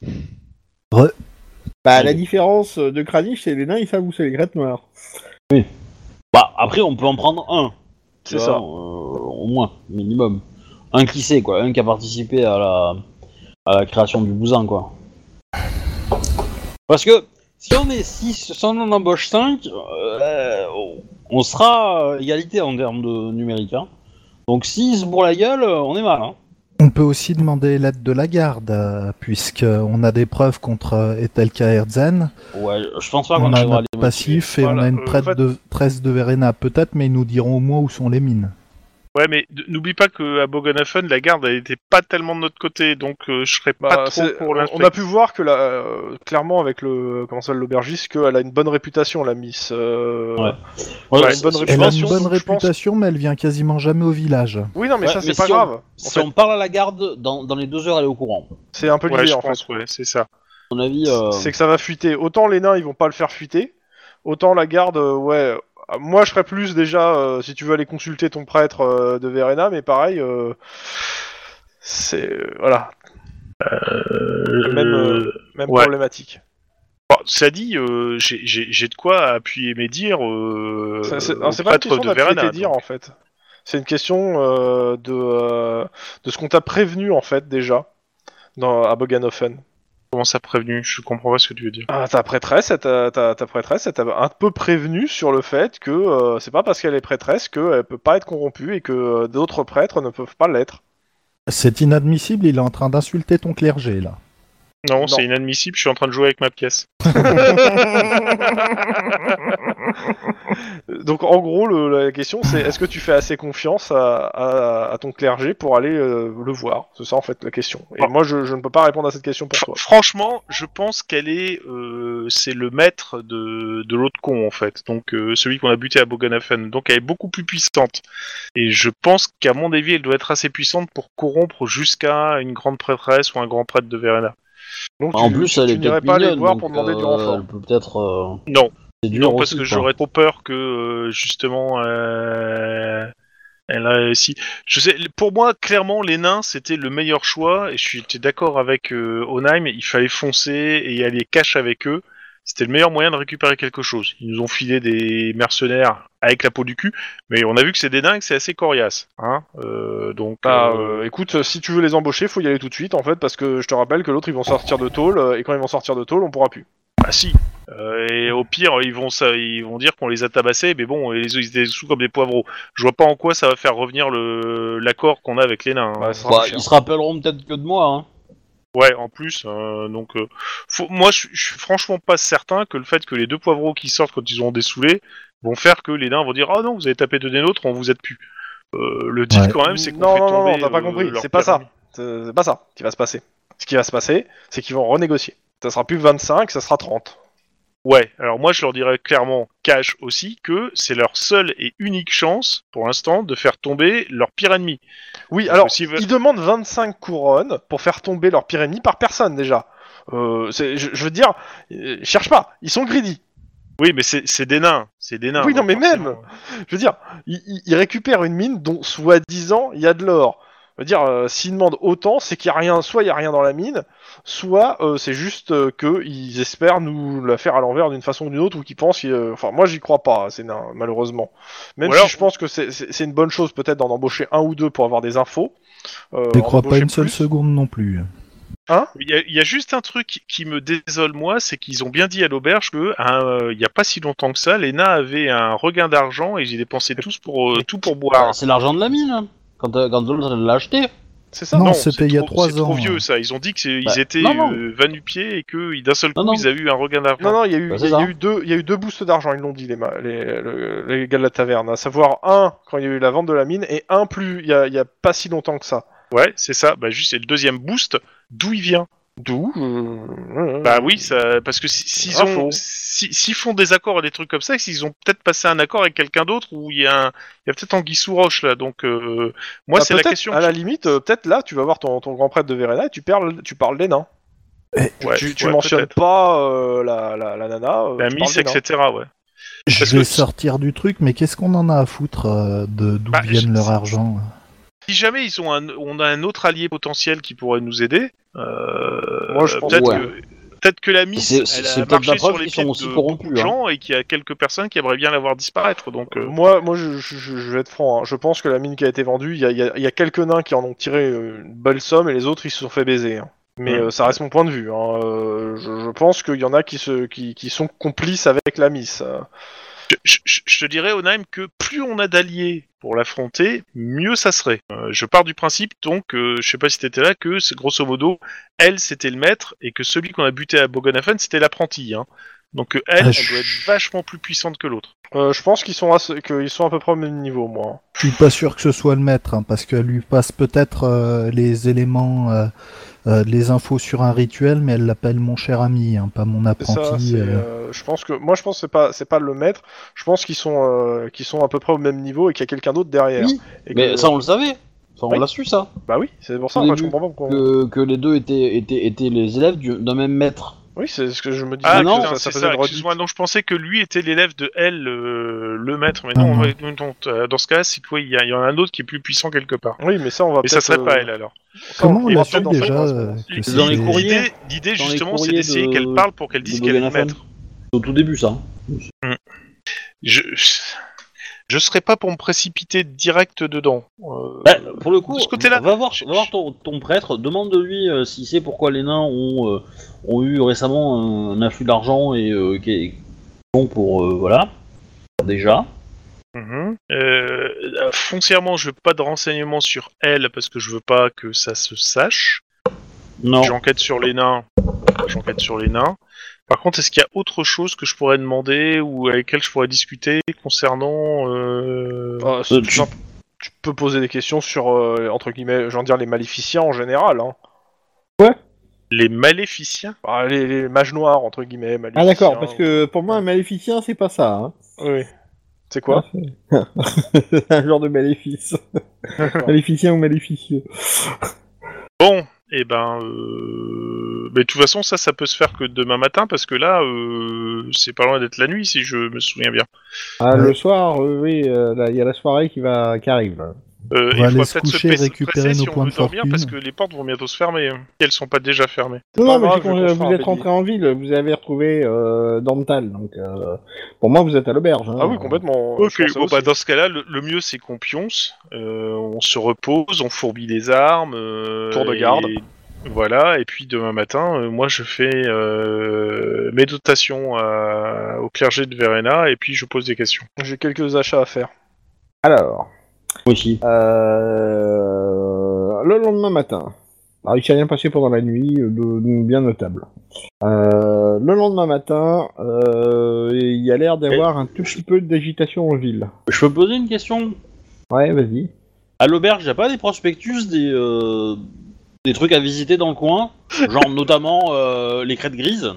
Bah, la différence de Kranich, c'est les nains, ils savent où c'est les crêtes noires. Bah après on peut en prendre un. C'est ça. Au moins, minimum. Un qui sait quoi, un qui a participé à la création du bousin quoi. Parce que si on est 6, si on en embauche 5, on sera égalité en termes de numérique. Hein. Donc 6 pour la gueule, on est mal. Hein. On peut aussi demander l'aide de la garde, puisqu'on a des preuves contre Etelka Herzen. Ouais, je pense pas On qu'on a arrivera à notre les passif et Voilà, on a une en fait- tresse de Verena peut-être, mais ils nous diront au moins où sont les mines. Ouais, mais n'oublie pas qu'à Bogenhafen, la garde elle était pas tellement de notre côté, donc je serais pas trop pour on l'inspecter. a pu voir que clairement avec l'aubergiste qu'elle a une bonne réputation, la Miss. Ouais. Elle a Ouais, une bonne si- Elle a réputation. une bonne donc je pense- réputation, mais elle vient quasiment jamais au village. Oui, non, mais Ouais, ça c'est mais pas si grave. En Si fait, on parle à la garde, dans les 2 heures, elle est au courant. c'est un peu Ouais, l'idée je en pense, fait. ouais, c'est ça. À mon avis, C'est que ça va fuiter. Autant les nains ils vont pas le faire fuiter, autant la garde, ouais. Moi je ferais plus déjà si tu veux aller consulter ton prêtre de Verena, mais pareil, c'est voilà, même ouais. problématique. Bon, ça dit, j'ai de quoi appuyer mes dires C'est au pas une prêtre question de d'appuyer Verena. tes dires en fait. C'est une question de ce qu'on t'a prévenu en fait déjà à Bogenhofen. Comment ça prévenu? Je comprends pas ce que tu veux dire. Ah, ta prêtresse, ta prêtresse, elle t'a un peu prévenu sur le fait que c'est pas parce qu'elle est prêtresse qu'elle peut pas être corrompue et que d'autres prêtres ne peuvent pas l'être. C'est inadmissible, il est en train d'insulter ton clergé là. Non, Non. c'est inadmissible, je suis en train de jouer avec ma pièce. Donc en gros, la question c'est est-ce que tu fais assez confiance à ton clergé pour aller le voir? C'est ça en fait la question. Et Ah. moi je ne peux pas répondre à cette question pour toi. Franchement, je pense qu'elle est, c'est le maître de l'autre con en fait. Donc celui qu'on a buté à Bogenhafen. Donc elle est beaucoup plus puissante. Et je pense qu'à mon avis, elle doit être assez puissante pour corrompre jusqu'à une grande prêtresse ou un grand prêtre de Verena. Donc en tu- plus, tu elle est n'irais peut-être pas aller mignonne, voir donc, pour demander du renfort. elle peut peut-être. Non, C'est dur non parce aussi, que quoi. j'aurais trop peur que justement elle a si. Je sais, pour moi, clairement, les nains c'était le meilleur choix et j'étais d'accord avec Onheim. Il fallait foncer et aller cash avec eux. C'était le meilleur moyen de récupérer quelque chose. Ils nous ont filé des mercenaires avec la peau du cul, mais on a vu que c'est des nains et que c'est assez coriace. Hein donc, Écoute, si tu veux les embaucher, faut y aller tout de suite en fait, parce que je te rappelle que l'autre ils vont sortir de tôle, et quand ils vont sortir de tôle, on pourra plus. ah si. Et au pire, ils vont dire qu'on les a tabassés, mais bon, ils étaient sous comme des poivreaux. Je vois pas en quoi ça va faire revenir l'accord qu'on a avec les nains. Hein. Bah, ça sera Bah, plus cher. ils se rappelleront peut-être que de moi. Hein. Ouais, en plus, donc... moi, je suis franchement pas certain que le fait que les deux poivreaux qui sortent quand ils ont dessoulé vont faire que les nains vont dire « Oh non, vous avez tapé deux des nôtres, on vous aide plus ». Le deal, Ouais. quand même, c'est qu'on Non, fait non, tomber... non, t'as pas compris. leur C'est pas ça. pyramide. C'est pas ça qui va se passer. Ce qui va se passer, c'est qu'ils vont renégocier. Ça sera plus 25, ça sera 30. Ouais, alors moi, je leur dirais clairement, cash aussi, que c'est leur seule et unique chance, pour l'instant, de faire tomber leur pire ennemi. Oui, Parce alors, que s'ils veulent- ils demandent 25 couronnes pour faire tomber leur pire ennemi par personne, déjà. Je veux dire, cherche pas, ils sont greedy. Oui, mais c'est des nains. C'est des nains. Oui, non, donc mais même forcément. Je veux dire, ils récupèrent une mine dont, soi-disant, il y a de l'or. Je veux dire, s'ils demandent autant, c'est qu'il y a rien, soit il y a rien dans la mine, soit c'est juste qu'ils espèrent nous la faire à l'envers d'une façon ou d'une autre, ou qu'ils pensent... Enfin, moi, j'y crois pas, c'est nain, malheureusement. Même Ou alors- si je pense que c'est une bonne chose, peut-être, d'en embaucher un ou deux pour avoir des infos. Je en crois pas embaucher une seule plus. seconde non plus. Il y a juste un truc qui me désole, moi, c'est qu'ils ont bien dit à l'auberge que, il y a pas si longtemps que ça, les nains avaient un regain d'argent et ils dépensaient tout pour boire. C'est l'argent de la mine, hein. Quand l'autre l'a acheté. C'est ça? Non, c'est c'était il y a trop- 3 C'est trop ans. vieux, ça. Ils ont dit qu'ils Bah, étaient non. va-nu-pieds et que d'un seul coup, Non. ils avaient eu un regain d'argent. Non, il y a eu, Bah, il c'est y a ça. eu deux, il y a eu deux boosts d'argent, ils l'ont dit les gars de la taverne. À savoir un quand il y a eu la vente de la mine et un plus il y a pas si longtemps que ça. Ouais, c'est ça. Bah, juste, c'est le deuxième boost. D'où il vient? D'où Bah oui, ça, parce que Info. s'ils font des accords et des trucs comme ça, s'ils ont peut-être passé un accord avec quelqu'un d'autre où il y a peut-être Anguille sous roche là. Donc moi, Bah, c'est la peut-être, question. à la limite, peut-être là, tu vas voir ton grand prêtre de Verena et tu parles des nains. Ouais, Tu ouais, mentionnes peut-être. pas la nana. La tu Miss, parles des nains. etc. Ouais. Je Parce vais que- sortir du truc, mais qu'est-ce qu'on en a à foutre d'où Bah, viennent leur argent? Si jamais on a un autre allié potentiel qui pourrait nous aider, Moi, je pense peut-être que la Miss, C'est elle peut-être a marché la preuve sur les qu'ils pieds sont de aussi beaucoup corrompus, de gens et qu'il y a quelques personnes qui aimeraient bien la voir disparaître. Donc Moi, je vais être franc. Hein. Je pense que la mine qui a été vendue, il y a quelques nains qui en ont tiré une belle somme et les autres ils se sont fait baiser. Hein. Mais ça reste mon point de vue. Hein. Je pense qu'il y en a qui sont complices avec la Miss. je te dirais, Onaim, que plus on a d'alliés pour l'affronter, mieux ça serait. Je pars du principe, donc, je sais pas si t'étais là, que c'est grosso modo, elle c'était le maître et que celui qu'on a buté à Bogonafen c'était l'apprenti. Hein. Donc elle doit être vachement plus puissante que l'autre. Je pense qu'ils sont à peu près au même niveau, moi. Je suis pas sûr que ce soit le maître, hein, parce qu'elle lui passe peut-être les éléments, les infos sur un rituel, mais elle l'appelle mon cher ami, hein, pas mon C'est ça. apprenti. Je pense que c'est pas le maître. Je pense qu'ils sont à peu près au même niveau et qu'il y a quelqu'un d'autre derrière. Oui, Et mais que- ça on le savait. Ça on Oui. l'a su ça. Bah oui, c'est pour ça. Au Moi, je début, comprends pas pourquoi. Que les deux étaient les élèves d'un même maître. Oui, c'est ce que je me dis. Ah non, putain, ça c'est faisait ça, une redite. excuse-moi, non, je pensais que lui était l'élève de elle, le maître, mais Non, non, non. ouais, non, dans ce cas, c'est qu'il y en a un autre qui est plus puissant quelque part. Oui, mais ça, on va Mais ça peut-être. serait pas elle alors. Comment on ira l'a su peut-être dans déjà cette que Dans les c'était- courriers. L'idée Dans les justement, c'est courriers d'essayer de- qu'elle parle pour qu'elle dise qu'elle est le Bogonafen. maître. Au tout début ça. Je serais pas pour me précipiter direct dedans. Bah, pour le coup, de ce côté-là, va voir ton prêtre, demande de lui s'il sait pourquoi les nains ont eu récemment un afflux d'argent et qui est bon pour voilà. Déjà. Foncièrement, je veux pas de renseignements sur elle parce que je veux pas que ça se sache. Non. J'enquête sur les nains. Par contre, est-ce qu'il y a autre chose que je pourrais demander ou avec laquelle je pourrais discuter concernant Tu peux poser des questions sur, entre guillemets, j'en dire les maléficiens en général. Hein. les maléficiens? Ah, les mages noirs, entre guillemets. Ah Maléficiens, d'accord, parce que pour moi un maléficien c'est pas ça. Hein. Oui. C'est quoi? C'est un genre de maléfice. Maléficien ou maléficieux. Bon, et mais de toute façon, ça peut se faire que demain matin parce que là, c'est pas loin d'être la nuit si je me souviens bien. Ah, Ouais. le soir, oui, là, il y a la soirée qui arrive. Là. On Il va faut aller se peut-être coucher, presser récupérer si nos on points veut de dormir fortune. parce que les portes vont bientôt se fermer. Si elles sont pas déjà fermées. C'est Non, pas mais grave, c'est je quand vais vous construire un êtes rentré bélier. en ville, vous avez retrouvé Dantal, donc pour moi vous êtes à l'auberge. Hein. Ah oui, complètement. Ok, je pensais bon aussi. bah dans ce cas-là, le mieux c'est qu'on pionce, on se repose, on fourbit les armes, Tour de garde. et voilà, et puis demain matin, moi je fais mes dotations au clergé de Verena et puis je pose des questions. J'ai quelques achats à faire. Alors, Moi aussi. le lendemain matin, Alors, il s'est rien passé pendant la nuit, de bien notable. Le lendemain matin, il y a l'air d'avoir un tout petit peu d'agitation en ville. Je peux poser une question? Ouais, vas-y. À l'auberge, y a pas des prospectus, des trucs à visiter dans le coin? Genre notamment les crêtes grises?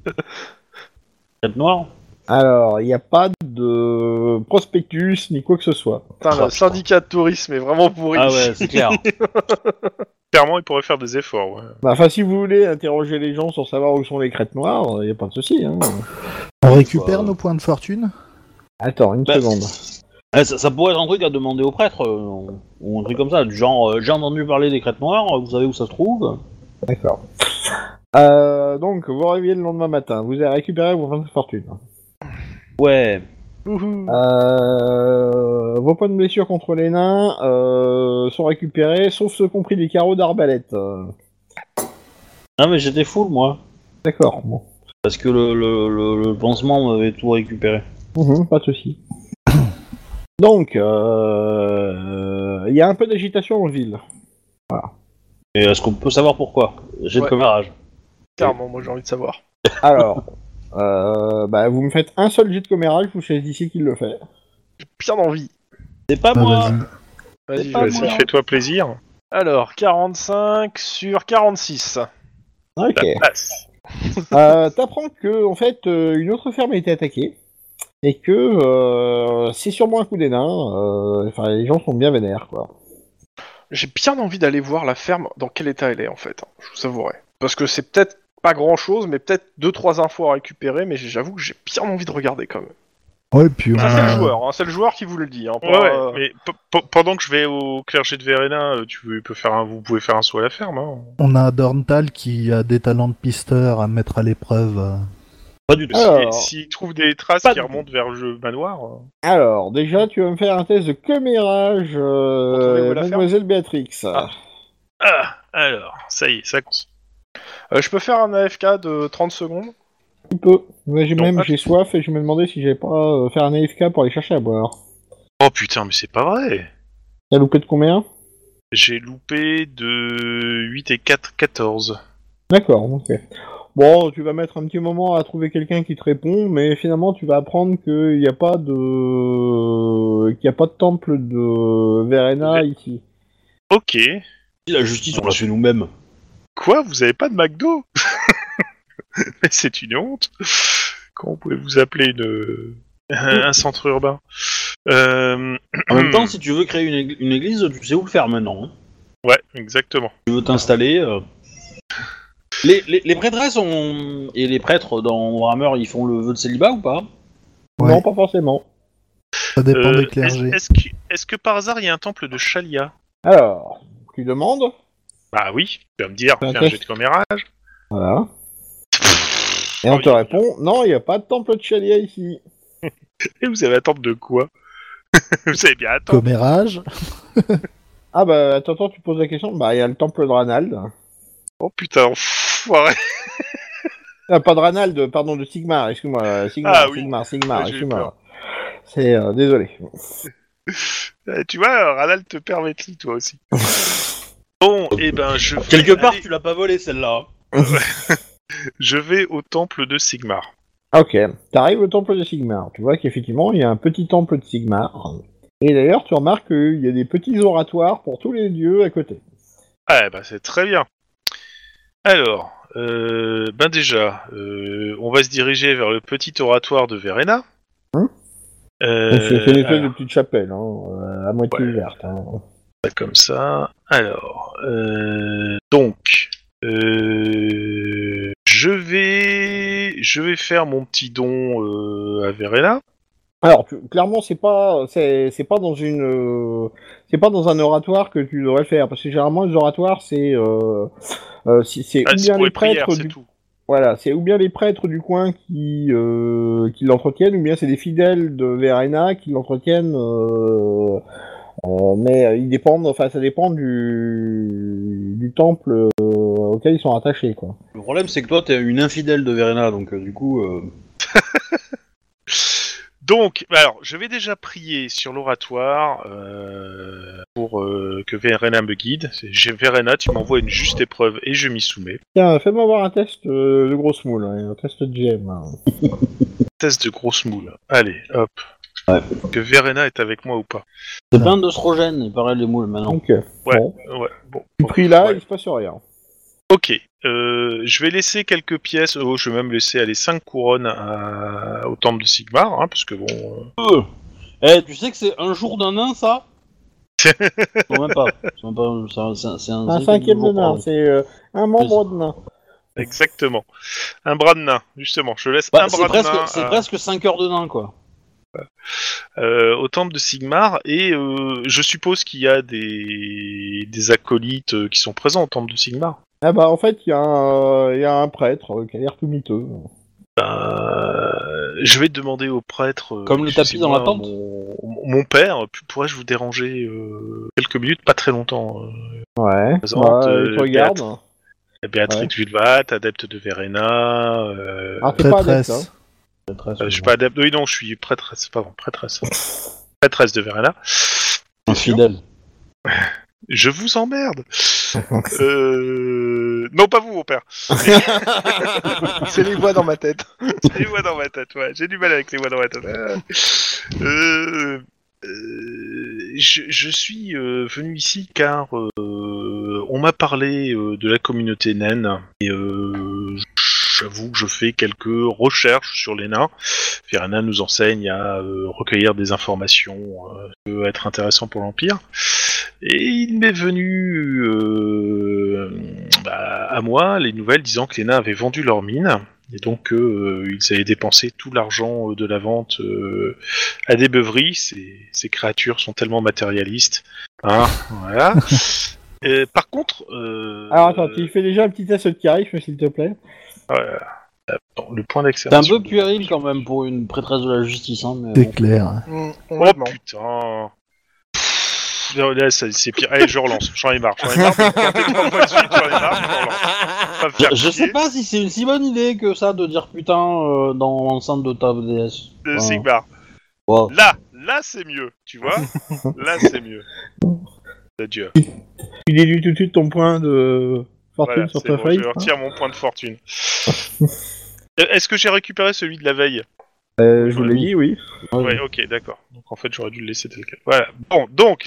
Crêtes noires? Alors, il n'y a pas de prospectus ni quoi que ce soit. Putain, le syndicat de tourisme est vraiment pourri. Ah ouais, c'est clair. Clairement, il pourrait faire des efforts. Ouais. Bah, enfin, si vous voulez interroger les gens sur savoir où sont les crêtes noires, il n'y a pas de souci. Hein. On récupère nos points de fortune? Attends, une seconde. Ça pourrait être un truc à demander au prêtre, ou un truc comme ça, du genre, j'ai entendu parler des crêtes noires, vous savez où ça se trouve? D'accord. Donc, vous réveillez le lendemain matin. Vous avez récupéré vos points de fortune. Ouais. Wouhou. Vos points de blessure contre les nains sont récupérés, sauf ceux compris des carreaux d'arbalète. Ah mais j'étais full, moi. D'accord, bon. Parce que le pansement m'avait tout récupéré. Pas de souci. Donc, il y a un peu d'agitation en ville. Et est-ce qu'on peut savoir pourquoi? J'ai le Ouais. commérage. Clairement, moi j'ai envie de savoir. Alors, vous me faites un seul jet de commérage, vous choisissez qui le fait. J'ai bien envie. C'est pas Bah, moi. vas-y. Vas-y, pas je moi. vais. Fais-toi plaisir. Alors, 45 sur 46. Ok. La passe. T'apprends que, en fait, une autre ferme a été attaquée. Et que c'est sûrement un coup des nains. Enfin, les gens sont bien vénères, quoi. J'ai bien envie d'aller voir la ferme dans quel état elle est en fait, je vous avouerai. Parce que c'est peut-être pas grand chose, mais peut-être 2-3 infos à récupérer, mais j'avoue que j'ai bien envie de regarder quand même. Ouais, puis Ça c'est le joueur, hein, c'est le joueur qui vous le dit. Hein, pas, Ouais, mais pendant que je vais au clergé de Verena, vous pouvez faire un saut à la ferme. Hein. on a Dorntal qui a des talents de pisteur à mettre à l'épreuve. Pas du tout. Alors. S'il trouve des traces Pas qui du remontent vers le manoir... Alors, déjà, tu vas me faire un test de commérage, trouver où est la Mademoiselle Béatrix. Ah, alors, ça y est, ça commence. je peux faire un AFK de 30 secondes. Tu peux. Moi, Non, j'ai soif et je me demandais si j'allais pas faire un AFK pour aller chercher à boire. Oh putain, mais c'est pas vrai. T'as loupé de combien? J'ai loupé de 8 et 4, 14. D'accord, ok. Bon, tu vas mettre un petit moment à trouver quelqu'un qui te répond, mais finalement, tu vas apprendre qu'il n'y a pas de temple de Verena Ouais. ici. Ok. La justice, on l'a fait nous-mêmes. Quoi, vous avez pas de McDo? Mais c'est une honte. Comment pouvez-vous appeler un centre urbain? En même temps, si tu veux créer une église, tu sais où le faire maintenant. Hein. Ouais, exactement. Si tu veux t'installer. Les prêtresses et les prêtres dans Warhammer, ils font le vœu de célibat ou pas? Ouais. Non, pas forcément. Ça dépend des clergés. Est-ce que par hasard il y a un temple de Shalia? Alors, tu demandes. Bah oui, tu vas me dire, Un fais un test. jet de commérage. Voilà. Et on te répond, non, il n'y a pas de temple de Chalia ici. Et vous avez un temple de quoi? Vous avez bien un temple. Commérage. Ah bah, attends, tu poses la question. Bah, il y a le temple de Ranald. Oh putain, enfoiré. Ah, pas de Ranald, pardon, de Sigmar, excuse-moi. Sigmar, Ah oui. Sigmar, Ouais, j'ai eu excuse-moi. C'est, désolé. Tu vois, Ranald te permet de toi aussi. Bon, et ben je vais Quelque part, aller- tu l'as pas volé celle-là. je vais au temple de Sigmar. Ok, t'arrives au temple de Sigmar. Tu vois qu'effectivement, il y a un petit temple de Sigmar. Et d'ailleurs, tu remarques qu'il y a des petits oratoires pour tous les dieux à côté. Ah bah c'est très bien. Alors, ben déjà, on va se diriger vers le petit oratoire de Verena. Donc, c'est une espèce de alors, petite chapelle, à moitié Ouais. ouverte. Hein. comme ça. Alors, donc, je vais faire mon petit don à Verena. Alors, clairement, c'est pas dans c'est pas dans un oratoire que tu devrais le faire, parce que généralement les oratoires c'est c'est Ah, ou c'est bien pour les prières, prêtres c'est du tout. voilà, c'est ou bien les prêtres du coin qui l'entretiennent, ou bien c'est des fidèles de Verena qui l'entretiennent. Mais ils dépendent, enfin ça dépend du temple auquel ils sont attachés, quoi. Le problème, c'est que toi, t'es une infidèle de Verena, donc du coup. Donc, alors, je vais déjà prier sur l'oratoire pour que Verena me guide. Verena, tu m'envoies une juste épreuve et je m'y soumets. Tiens, fais-moi voir un test de grosse moule, un test de GM. Hein. Test de grosse moule. Allez, hop. Ouais. Que Verena est avec moi ou pas. C'est plein d'oestrogènes, il paraît, les moules, maintenant. Donc, Ouais, bon. ouais, bon. Tu pries là, Ouais. il se passe rien. Ok, je vais laisser quelques pièces, je vais même laisser aller 5 couronnes au temple de Sigmar, hein, parce que bon... Tu sais que c'est un jour d'un nain, ça? Non, même pas. C'est même pas c'est Un cinquième de nain, c'est un membre de nain. Exactement. Un bras de nain, justement, je laisse Bah, un bras de nain c'est presque 5 heures de nain, quoi. au temple de Sigmar, et je suppose qu'il y a des acolytes qui sont présents au temple de Sigmar. Ah bah en fait, il y a un prêtre qui a l'air tout miteux. Je vais demander au prêtre... Comme le tapis dans la tente. Mon père, pourrais-je vous déranger quelques minutes, pas très longtemps Ouais, présente, il te regarde. Béatrix Ouais. Vulvat, adepte de Verena... Ah, t'es pas adepte, hein. je suis pas adepte... Oui, non, je suis prêtresse, pardon, prêtresse. Prêtresse de Verena. Infidèle. Je vous emmerde. Non, pas vous, mon père. C'est les voix dans ma tête. C'est les voix dans ma tête, ouais. J'ai du mal avec les voix dans ma tête. Je suis venu ici car on m'a parlé de la communauté naine et j'avoue que je fais quelques recherches sur les nains. Verena nous enseigne à recueillir des informations qui peuvent être intéressant pour l'Empire. Et il m'est venu à moi les nouvelles disant que les nains avaient vendu leurs mines et donc ils avaient dépensé tout l'argent de la vente à des beuveries. Ces créatures sont tellement matérialistes. Hein, voilà. Par contre... Alors attends, tu fais déjà un petit test de charisme, s'il te plaît. Le point C'est d'excellence. un peu puéril, quand même, pour une prêtresse de la justice, hein, mais C'est bon. clair. Oh putain. Non, là, c'est pire. Allez, je relance. J'en ai marre. J'en ai marre de me planter 3 fois de suite. J'en ai marre. Je relance. Pas me faire Je sais chier. pas si c'est une si bonne idée que ça de dire putain dans l'enceinte de ta déesse. De Enfin, Sigmar. wow. Là, c'est mieux. Tu vois. Là, c'est mieux. Adieu. Tu déduis tout de suite ton point de fortune Voilà, sur c'est ta bon, feuille. je retire mon point de fortune. Est-ce que j'ai récupéré celui de la veille? Je vous l'ai dit, oui. Ouais, ok, d'accord. Donc en fait, j'aurais dû le laisser tel quel. Voilà. Bon, donc,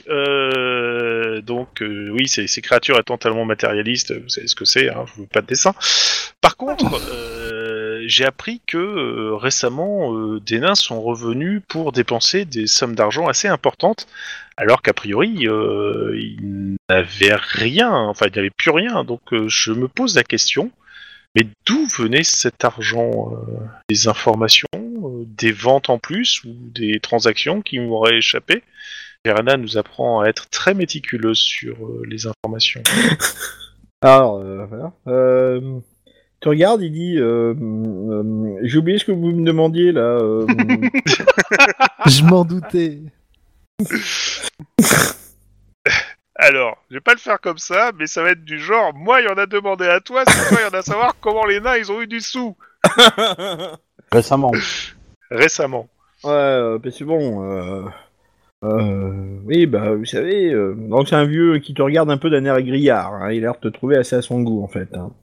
oui, ces créatures étant tellement matérialistes, vous savez ce que c'est, hein, je veux pas de dessin. Par contre, j'ai appris que récemment, des nains sont revenus pour dépenser des sommes d'argent assez importantes, alors qu'a priori, ils n'avaient rien, enfin, ils n'avaient plus rien. Donc, je me pose la question. Mais d'où venait cet argent? Des informations, des ventes en plus, ou des transactions qui m'auraient échappé? Verena nous apprend à être très méticuleuse sur les informations. Alors, voilà. Tu regardes, il dit j'ai oublié ce que vous me demandiez là. Je m'en doutais. Alors, je vais pas le faire comme ça, mais ça va être du genre, moi il y en a demandé à toi, c'est toi il y en a à savoir comment les nains ils ont eu du sou Récemment. récemment. Ouais, mais c'est bon. Oui, bah, vous savez, donc c'est un vieux qui te regarde un peu d'un air grillard. Hein, il a l'air de te trouver assez à son goût, en fait. Hein.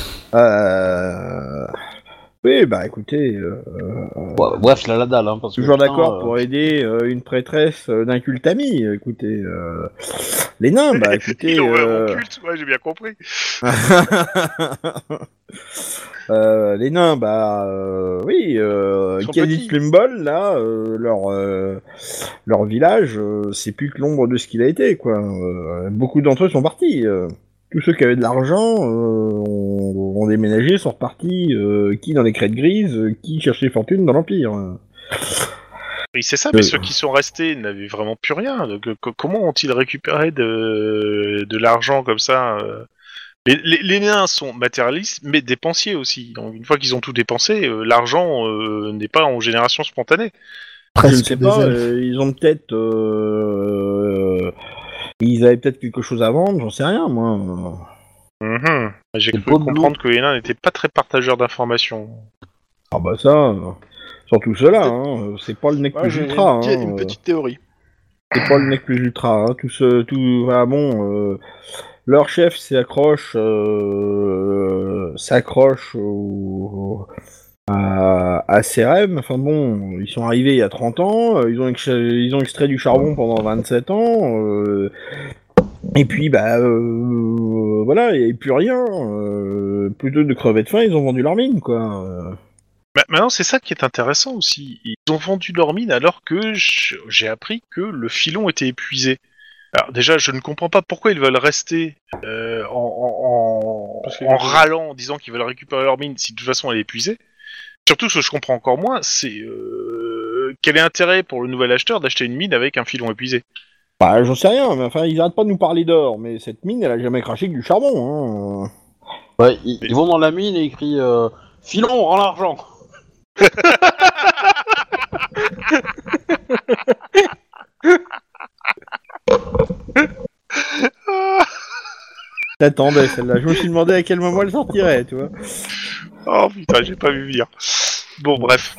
Oui, bah, écoutez, Ouais, bref, il a la dalle, hein, parce que toujours putain, d'accord pour aider une prêtresse d'un culte ami. Écoutez, les nains, bah, écoutez. Ils ont un culte, ouais j'ai bien compris. Les nains, bah, oui, Ils sont Khalid petits. Slumbol, là, leur village, c'est plus que l'ombre de ce qu'il a été, quoi. Beaucoup d'entre eux sont partis. Tous ceux qui avaient de l'argent ont déménagé, sont repartis, qui dans les crêtes grises, qui cherchaient fortune dans l'Empire. Oui c'est ça, mais ceux qui sont restés n'avaient vraiment plus rien. Donc, comment ont-ils récupéré de l'argent comme ça les nains sont matérialistes, mais dépensiers aussi. Donc, une fois qu'ils ont tout dépensé, l'argent n'est pas en génération spontanée. Je ne Presque sais des pas, elfes. ils ont peut-être... ils avaient peut-être quelque chose à vendre, j'en sais rien, moi. Mhm. J'ai C'est cru pas de comprendre que les nains n'étaient pas très partageurs d'informations. Ah bah ça... Surtout ceux-là, hein. C'est pas le nec Ouais, plus j'ai ultra. une petite théorie. C'est pas le nec plus ultra. Hein. Voilà, bon. Leur chef s'accroche à CRM. Enfin bon, ils sont arrivés il y a 30 ans. Ils ont extrait du charbon pendant 27 ans. Et puis, voilà, il n'y avait plus rien. Plutôt de crever de faim, ils ont vendu leur mine, quoi. Maintenant, c'est ça qui est intéressant aussi. Ils ont vendu leur mine alors que j'ai appris que le filon était épuisé. Alors déjà, je ne comprends pas pourquoi ils veulent rester en râlant, en disant qu'ils veulent récupérer leur mine si de toute façon elle est épuisée. Surtout, ce que je comprends encore moins, c'est quel est l'intérêt pour le nouvel acheteur d'acheter une mine avec un filon épuisé. Bah, j'en sais rien, mais enfin, ils arrêtent pas de nous parler d'or, mais cette mine, elle a jamais craché que du charbon, hein. Ouais, ils vont dans la mine et ils crient Filon, rends l'argent. T'attendais celle-là, je me suis demandé à quel moment elle sortirait, tu vois. Oh putain, j'ai pas vu venir. Bon, bref.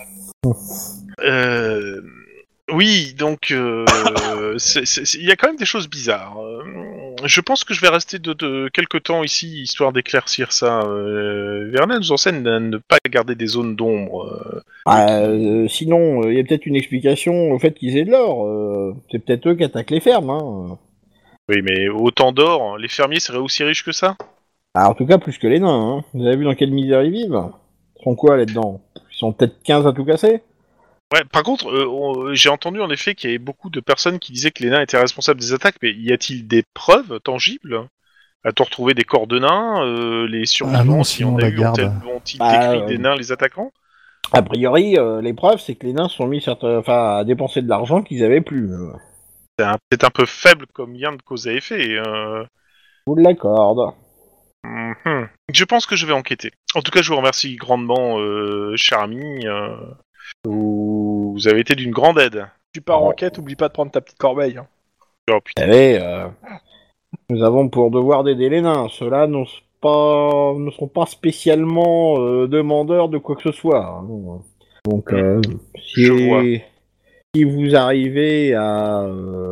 Oui, donc il y a quand même des choses bizarres. Je pense que je vais rester de quelques temps ici, histoire d'éclaircir ça. Vernon nous enseigne à ne pas garder des zones d'ombre. Sinon, il y a peut-être une explication au fait qu'ils aient de l'or. C'est peut-être eux qui attaquent les fermes, hein. Oui, mais autant d'or, les fermiers seraient aussi riches que ça? En tout cas, plus que les nains, hein. Vous avez vu dans quelle misère ils vivent? Ils sont quoi là-dedans? Ils sont peut-être 15 à tout casser? Ouais, par contre, j'ai entendu en effet qu'il y avait beaucoup de personnes qui disaient que les nains étaient responsables des attaques, mais y a-t-il des preuves tangibles? A-t-on retrouvé des corps de nains? Les survivants, si on a eu, ont-ils décrit des nains les attaquant? A priori, les preuves, c'est que les nains se sont mis à dépenser de l'argent qu'ils avaient plus. C'est peut-être un peu faible comme lien de cause à effet. Je vous l'accorde. Je pense que je vais enquêter. En tout cas, je vous remercie grandement, cher ami. Vous avez été d'une grande aide. Tu pars en quête, oublie pas de prendre ta petite corbeille. Hein. Oh Vous putain. savez, nous avons pour devoir d'aider les nains. Ceux-là ne sont pas spécialement demandeurs de quoi que ce soit. Hein. Donc, Je vois. si vous arrivez à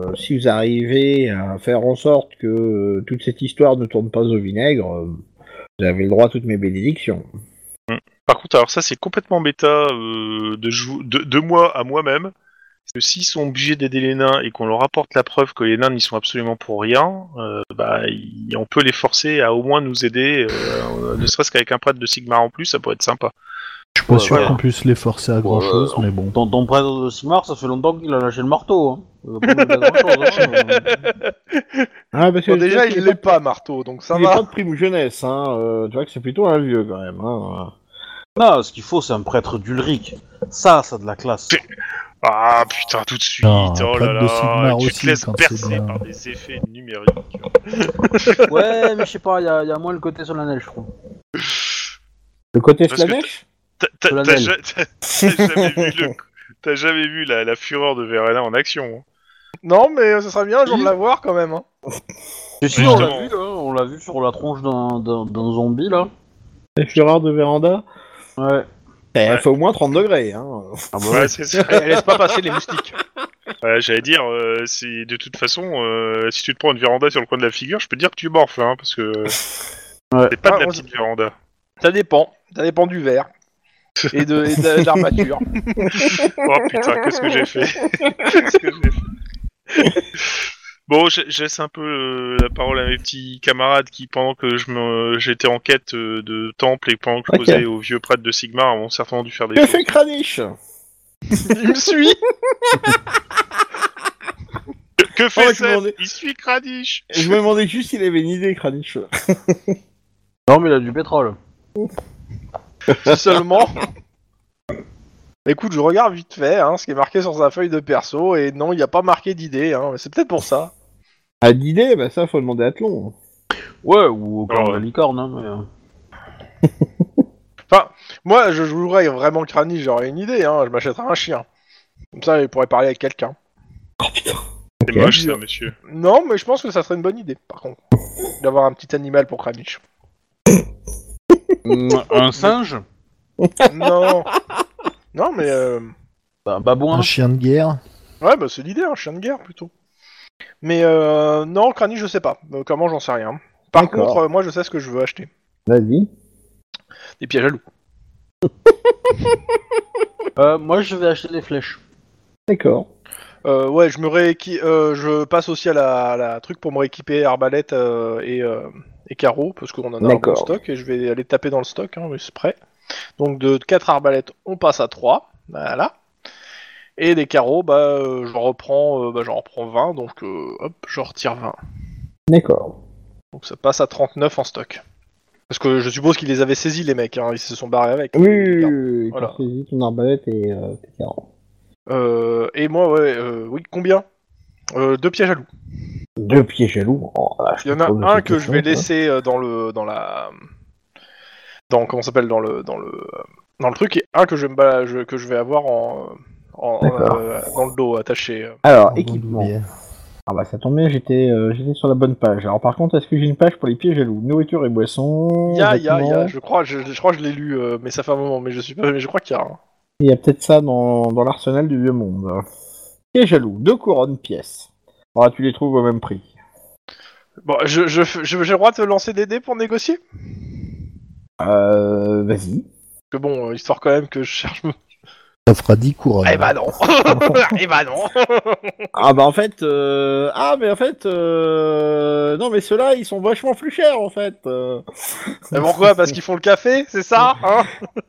faire en sorte que toute cette histoire ne tourne pas au vinaigre, vous avez le droit à toutes mes bénédictions. Par contre, alors ça, c'est complètement méta de moi à moi-même. Parce que s'ils sont obligés d'aider les nains et qu'on leur apporte la preuve que les nains n'y sont absolument pour rien, on peut les forcer à au moins nous aider, ne serait-ce qu'avec un prêtre de Sigmar en plus, ça pourrait être sympa. Je suis pas sûr qu'on puisse les forcer à grand chose, mais bon. Ton prêtre de Sigmar, ça fait longtemps qu'il a lâché le marteau. Hein. Pas grand-chose, hein. Parce que Bon, déjà, il l'est pas, marteau, donc ça il est va. pas de prime jeunesse, hein. Tu vois que c'est plutôt un vieux quand même. Hein. Non, ce qu'il faut, c'est un prêtre d'Ulric. Ça a de la classe. Ah putain, tout de suite, Non, oh prêtre là de là, Sigmar tu aussi, te laisses quand c'est bercer bien. par des effets numériques. Ouais, mais je sais pas, y a moins le côté solennel, je trouve. Le côté Parce que Slanesh T'as Solennel. jamais vu la fureur de Verena en action. Hein. Non, mais ce serait bien un jour de la voir quand même. Hein. Si, on l'a vu, on l'a vu sur la tronche d'un zombie, là. La fureur de Véranda. Ouais. Elle fait au moins 30 degrés. Hein. Ah bah Ouais, c'est ça. Elle laisse pas passer les moustiques. Ouais, j'allais dire, c'est de toute façon, si tu te prends une véranda sur le coin de la figure, je peux te dire que tu morfles, hein, parce que c'est pas de la moi, petite véranda. Ça dépend du verre. Et de l'armature. Oh putain, qu'est-ce que j'ai fait? Qu'est-ce que j'ai fait? Bon, je laisse un peu la parole à mes petits camarades qui, pendant que j'étais en quête de temple et pendant que je posais au vieux prêtre de Sigmar, ont certainement dû faire des Que choses. fait Kranich? Il me suit. Que fait je me Seb? demandais- Il suit Kranich. Je me demandais juste s'il avait une idée, Kranich. Non, mais il a du pétrole. Si seulement. Écoute, je regarde vite fait ce qui est marqué sur sa feuille de perso et non, il n'y a pas marqué d'idée. Mais c'est peut-être pour ça. À d'idée, ça faut demander à Tlon. Ouais, ou au corps de ouais. la licorne, hein, Moi, je jouerais vraiment Kranich, j'aurais une idée. Je m'achèterais un chien. Comme ça, il pourrait parler avec quelqu'un. Oh putain. C'est Ok. moche ça, monsieur. Non, mais je pense que ça serait une bonne idée, par contre. D'avoir un petit animal pour Kranich. Un singe? Non. Non, mais... Babouin. Un chien de guerre. Ouais, bah c'est l'idée, un chien de guerre, plutôt. Mais non, Crani, je sais pas. Comment, j'en sais rien. Par D'accord. contre, moi, je sais ce que je veux acheter. Vas-y. Des pièges à loup. Moi, je vais acheter des flèches. D'accord. Ouais, je passe aussi à la truc pour me rééquiper arbalète et carreaux, parce qu'on en a un bon D'accord. stock, et je vais aller taper dans le stock, hein, mais c'est prêt. Donc de 4 arbalètes, on passe à 3, voilà. Et des carreaux, j'en reprends 20, donc hop, je retire 20. D'accord. Donc ça passe à 39 en stock. Parce que je suppose qu'ils les avaient saisis, les mecs, hein, ils se sont barrés avec. Oui, Voilà. t'as saisi ton arbalète et tes carreaux. Et moi, oui, combien 2 pièges à loup. 2 pieds jaloux. Oh, Il y en a un que je vais laisser dans comment ça s'appelle, dans le truc, et un que je vais avoir dans le dos attaché. Alors, En équipement. bandoulière. Ah bah ça tombe bien, j'étais sur la bonne page. Alors par contre, est-ce que j'ai une page pour les pieds jaloux? Nourriture et boissons. Il y a, vêtements. je crois que je l'ai lu, mais ça fait un moment, mais je crois qu'il y a un. Il y a peut-être ça dans l'arsenal du vieux monde. Pieds jaloux, 2 couronnes pièces. Ah, tu les trouves au même prix. Bon, j'ai le droit de te lancer des dés pour négocier? Vas-y. Que bon, histoire quand même que je cherche. Ça fera 10 couronnes. Eh bah non. Eh bah non. Ah bah en fait, mais en fait, non mais ceux-là ils sont vachement plus chers en fait. Mais pourquoi? Parce qu'ils font le café, c'est ça, hein?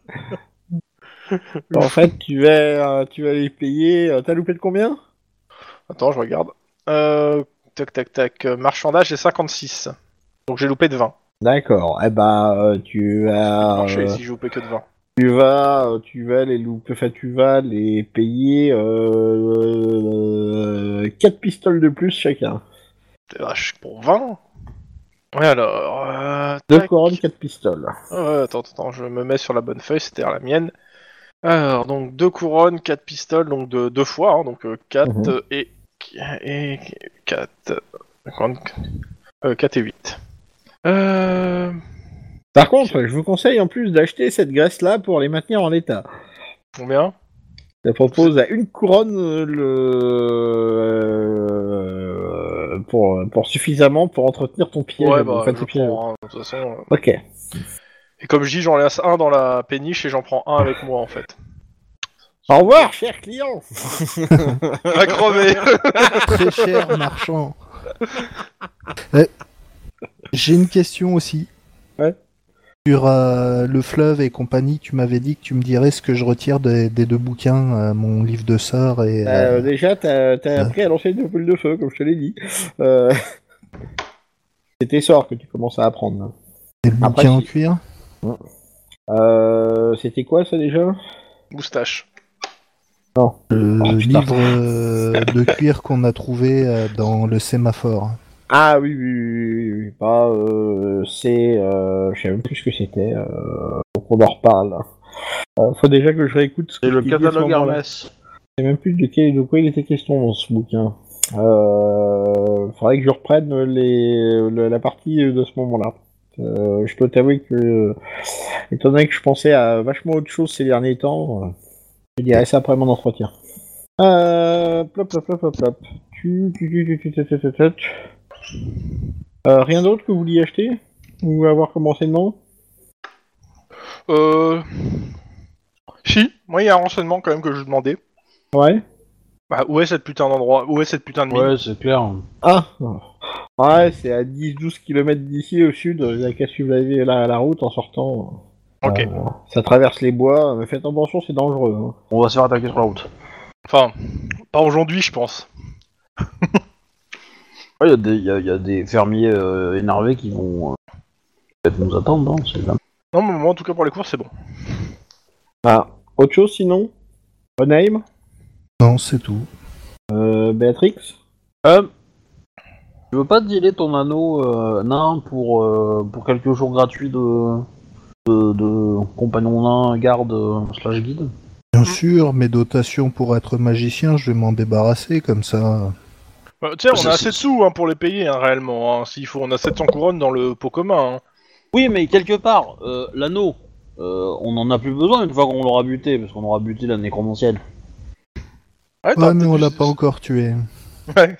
En fait, tu vas les payer. T'as loupé de combien? Attends, je regarde. Tac. Marchandage, j'ai 56. Donc j'ai loupé de 20. D'accord. Eh bah tu vas. Marché ici, j'ai loupé que de 20. Tu vas les louper. Enfin, tu vas les payer 4 pistoles de plus chacun. T'es vache pour 20. Ouais, alors. 2 tac. couronnes, 4 pistoles. Attends, je me mets sur la bonne feuille, c'était la mienne. Alors, donc 2 couronnes, 4 pistoles, donc de 2 fois, hein, donc 4 et 4. 4 et 8. Par contre, je vous conseille en plus d'acheter cette graisse-là pour les maintenir en état. Combien? Ça propose à 1 couronne pour suffisamment pour entretenir ton pied. Ouais, enfin, je tes pieds. prends, hein, de toute façon. Ok. Et comme je dis, j'en laisse un dans la péniche et j'en prends un avec moi, en fait. Au revoir, cher client. Va crever. Très cher marchand. J'ai une question aussi. Ouais. Sur le fleuve et compagnie, tu m'avais dit que tu me dirais ce que je retire des 2 bouquins, mon livre de sorts et... Déjà, t'as appris à lancer une boule de feu, comme je te l'ai dit. C'est tes sorts que tu commences à apprendre. et le après, bouquin en si- cuir. C'était quoi ça déjà? Moustache. Non. Le Oh, putain. livre de cuir qu'on a trouvé dans le sémaphore. Ah oui. Bah, c'est... je sais même plus ce que c'était. Donc on en reparle. Faut déjà que je réécoute ce que C'est le je t'ai dit à ce catalogue moment-là. Hermès. Je sais même plus de quoi il était question dans ce bouquin. Faudrait que je reprenne la partie de ce moment-là. Je dois t'avouer que, étant donné que je pensais à vachement autre chose ces derniers temps, je dirais ça après mon entretien. Plop. Rien d'autre que vous vouliez acheter? Ou avoir comme renseignement? Si, moi il y a un renseignement quand même que je demandais. Ouais. Bah, où est cette putain d'endroit? Où est cette putain de mine? Ouais, c'est clair. Ah. Ouais, c'est à 10-12 km d'ici au sud, il n'y a qu'à suivre la route en sortant. Ok. Ça traverse les bois, mais faites attention, c'est dangereux. Hein. On va se faire attaquer sur la route. Enfin, pas aujourd'hui, je pense. Ouais, il y a des fermiers énervés qui vont peut-être nous attendre, non? C'est là. Non, mais moi en tout cas pour les courses, c'est bon. Ah, autre chose sinon? Onaim? Non, c'est tout. Béatrix? Tu veux pas dealer ton anneau nain pour quelques jours gratuits de compagnon nain, garde / guide? Bien sûr, mes dotations pour être magicien, je vais m'en débarrasser comme ça. Bah, tu sais, on a assez de sous hein, pour les payer hein, réellement. Hein. S'il faut, on a 700 couronnes dans le pot commun. Hein. Oui, mais quelque part, l'anneau, on en a plus besoin une fois qu'on l'aura buté, parce qu'on aura buté la nécromancienne. Ouais, Ouais, mais on l'a pas encore tué. Ouais.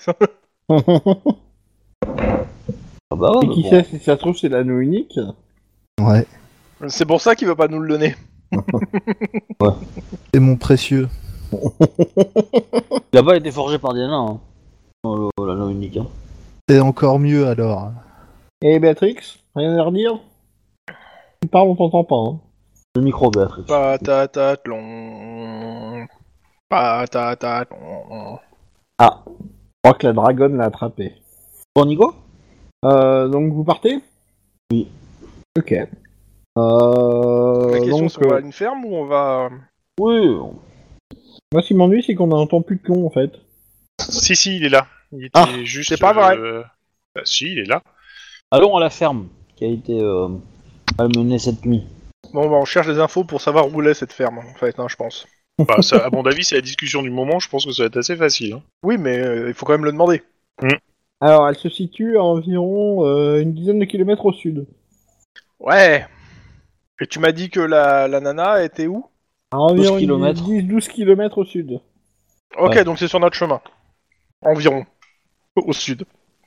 Ah bah ouais, Et qui bon. sait si ça se trouve c'est l'anneau unique? Ouais. C'est pour ça qu'il veut pas nous le donner. C'est mon précieux. Il a pas été forgé par Diana, hein. L'anneau unique, hein. C'est encore mieux alors. Et Béatrix, rien à redire? Tu parles, on t'entend pas. Hein. Le micro, Béatrix. Patatatlon. Patatatlon. Ah, je crois que la dragonne l'a attrapé. Bon, Nico? Donc vous partez? Oui. Ok. La question Donc, c'est on va à une ferme ou on va... Oui. moi, ce qui m'ennuie, c'est qu'on n'entend plus de con en fait. Si, il est là. Il était Ah, juste. c'est pas vrai. Bah, si, il est là. Allons à la ferme, qui a été malmenée cette nuit. Bon, bah, on cherche des infos pour savoir où est cette ferme, en fait, hein, je pense. Bah, ça, à mon avis, c'est la discussion du moment. Je pense que ça va être assez facile. Hein. Oui, mais il faut quand même le demander. Alors, elle se situe à environ une dizaine de kilomètres au sud. Ouais. Et tu m'as dit que la nana était où? À environ 12 kilomètres. 10-12 kilomètres au sud. Ok, Ouais. donc c'est sur notre chemin. Environ. Au sud.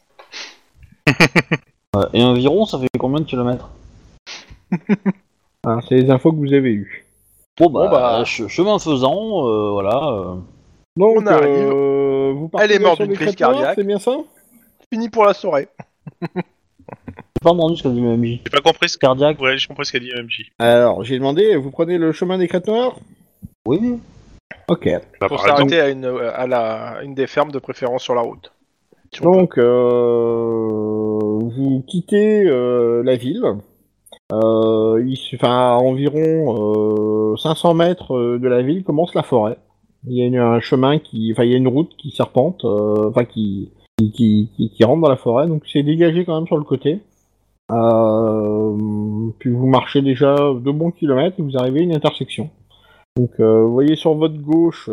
Et environ, ça fait combien de kilomètres? Ah, c'est les infos que vous avez eues. Bon bah, Bon, bah. chemin faisant, voilà. Donc, On arrive. vous partez Elle est morte sur d'une les crise crêtes noires, cardiaque. c'est bien ça? Fini pour la soirée. J'ai pas entendu ce qu'a dit MJ. J'ai pas compris ce Cardiaque? Ouais, j'ai compris ce qu'a dit MJ. Alors, j'ai demandé, vous prenez le chemin des crêtes noires? Oui. Ok. Bah, Faut par exemple, s'arrêter à une des fermes de préférence sur la route. Si on peut. Donc, vous quittez la ville. À environ 500 mètres de la ville commence la forêt. Il y a un chemin il y a une route qui serpente, qui rentre dans la forêt, donc c'est dégagé quand même sur le côté. Puis vous marchez déjà 2 bons kilomètres et vous arrivez à une intersection. Donc vous voyez sur votre gauche,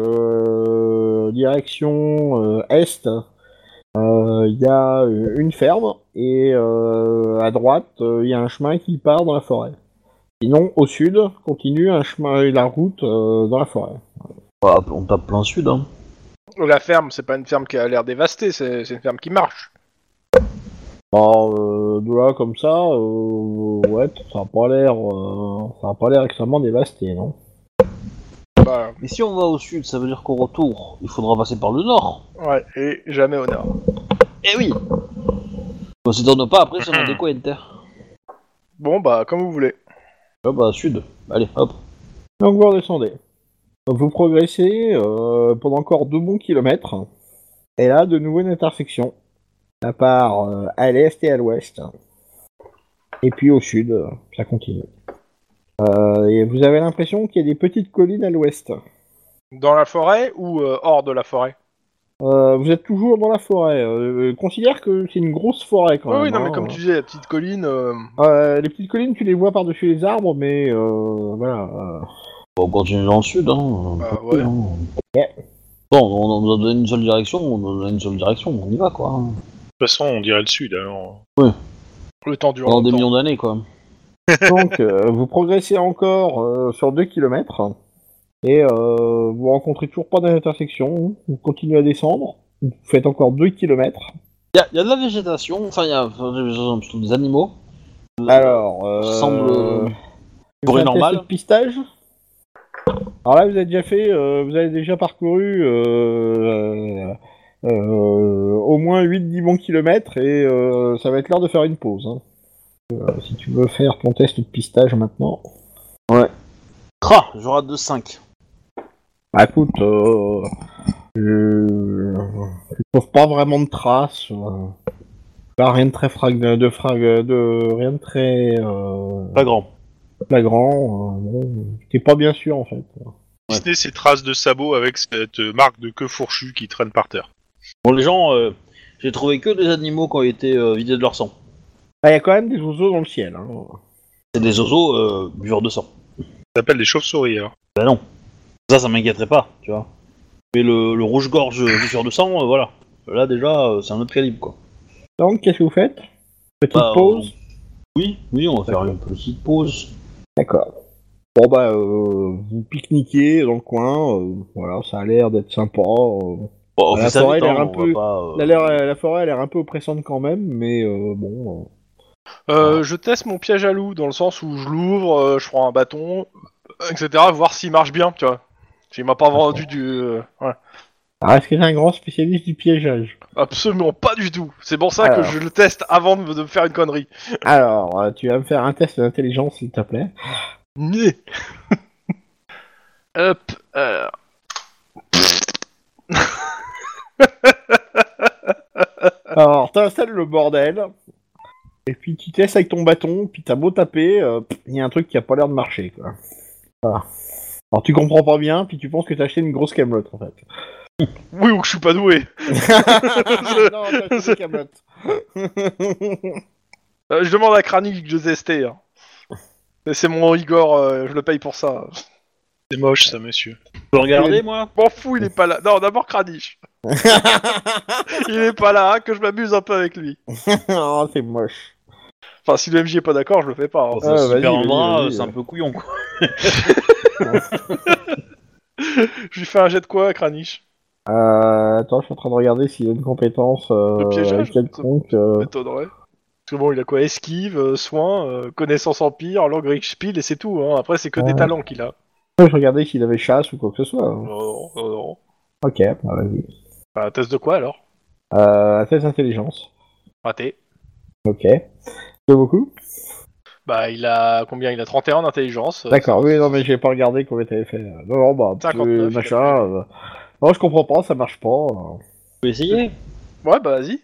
direction est, il y a une ferme et à droite il y a un chemin qui part dans la forêt. Sinon au sud continue un chemin et la route dans la forêt. Bah, on tape plein sud, hein. La ferme, c'est pas une ferme qui a l'air dévastée, c'est une ferme qui marche. De là comme ça, ouais, ça a pas l'air extrêmement dévasté, non? Bah, Mais si on va au sud, ça veut dire qu'au retour, il faudra passer par le nord. ouais, et jamais au nord. Eh oui. On s'étonne pas après si on a des coins de terre. Bon, bah, comme vous voulez. Ah bah sud. Allez, hop. Donc vous redescendez. Donc, vous progressez pendant encore 2 bons kilomètres. Et là, de nouveau une intersection. À part à l'est et à l'ouest. Et puis au sud, ça continue. Et vous avez l'impression qu'il y a des petites collines à l'ouest. Dans la forêt ou hors de la forêt? Vous êtes toujours dans la forêt. Considère que c'est une grosse forêt quand même. Oui, non, mais hein. comme tu disais, la petite colline... Les petites collines, tu les vois par-dessus les arbres, mais voilà. Bon, on continue dans le sud, hein. Bah, ouais. Hein. Ouais. Bon, on nous a donné une seule direction, on y va quoi. Hein. de toute façon, on dirait le sud. Alors... Le temps dure Pendant des longtemps. millions d'années quoi. Donc, vous progressez encore sur 2 kilomètres. Et vous rencontrez toujours pas d'intersection. Vous continuez à descendre. Vous faites encore 2 kilomètres. Y a de la végétation, enfin y a plutôt des animaux. Alors, Ça semble vous forêt faites un test normale. de pistage. Alors là, vous avez déjà parcouru au moins 8-10 bons kilomètres et ça va être l'heure de faire une pause. Hein. Si tu veux faire ton test de pistage maintenant. Je rate de 5. Bah écoute, je trouve pas vraiment de traces. Pas rien de très rien de très Pas grand. flagrant. Bon, t'es pas bien sûr en fait. Si ce n'est ces traces de sabots avec cette marque de queue fourchue qui traîne par terre. Bon les gens, j'ai trouvé que des animaux qui ont été vidés de leur sang. Ah, y a quand même des oiseaux dans le ciel. Hein. C'est des oiseaux buveurs de sang. Ça s'appelle des chauves-souris. Hein. Bah non. Ça m'inquiéterait pas, tu vois. Mais le rouge-gorge buveur de sang, voilà. Là déjà, c'est un autre calibre quoi. Donc, qu'est-ce que vous faites? Petite Bah, pause. Oui, on va faire une petite pause. D'accord. Bon bah, vous pique-niquez dans le coin, voilà, ça a l'air d'être sympa. Bon, La vous savez, forêt, elle a l'air on un va peu- pas, La forêt a l'air un peu oppressante quand même, mais bon... Je teste mon piège à loup dans le sens où je l'ouvre, je prends un bâton, etc. Voir s'il marche bien, tu vois. S'il m'a pas vendu du... ouais. Alors, est-ce que t'es un grand spécialiste du piégeage? Absolument pas du tout. C'est pour ça que Alors. je le teste avant de me faire une connerie. Alors, tu vas me faire un test d'intelligence, s'il te plaît. Né. Hop, alors. Alors, t'installes le bordel, et puis tu testes avec ton bâton, puis t'as beau taper, il y a un truc qui a pas l'air de marcher, quoi. Voilà. Alors tu comprends pas bien, puis tu penses que t'as acheté une grosse camelote, en fait. Oui, ou que je suis pas doué. Non, t'as acheté une camelote. Je demande à Kranich de tester. Hein. C'est mon Igor, je le paye pour ça. C'est moche ça, monsieur. Je peux regarder, moi. M'en fous, il est pas là. Non, d'abord Kranich. Il est pas là, hein, que je m'amuse un peu avec lui. Oh, c'est moche. Enfin, si le MJ est pas d'accord, je le fais pas. Hein. Bon, Ah, c'est vas-y, super en vas-y, bras, vas-y, c'est un peu couillon, quoi. Je lui fais un jet de quoi, Kranich? Attends, je suis en train de regarder s'il a une compétence Le piégeage quelconque. M'étonnerait. Parce que bon, il a quoi? Esquive, soin, connaissance empire, langue Richtspiel, et c'est tout. Hein. Après, c'est que des Ouais. talents qu'il a. Je regardais s'il avait chasse ou quoi que ce soit. Non, non, non. Ok, bah vas-y. Bah, test de quoi alors? Test d'intelligence. Raté. Ok. C'est beaucoup? Bah, il a combien? Il a 31 d'intelligence. D'accord, oui, non, mais j'ai pas regardé combien t'avais fait. Non, non, bah, 59, machin. Non, je comprends pas, ça marche pas. Vous pouvez essayer. Ouais, bah, vas-y.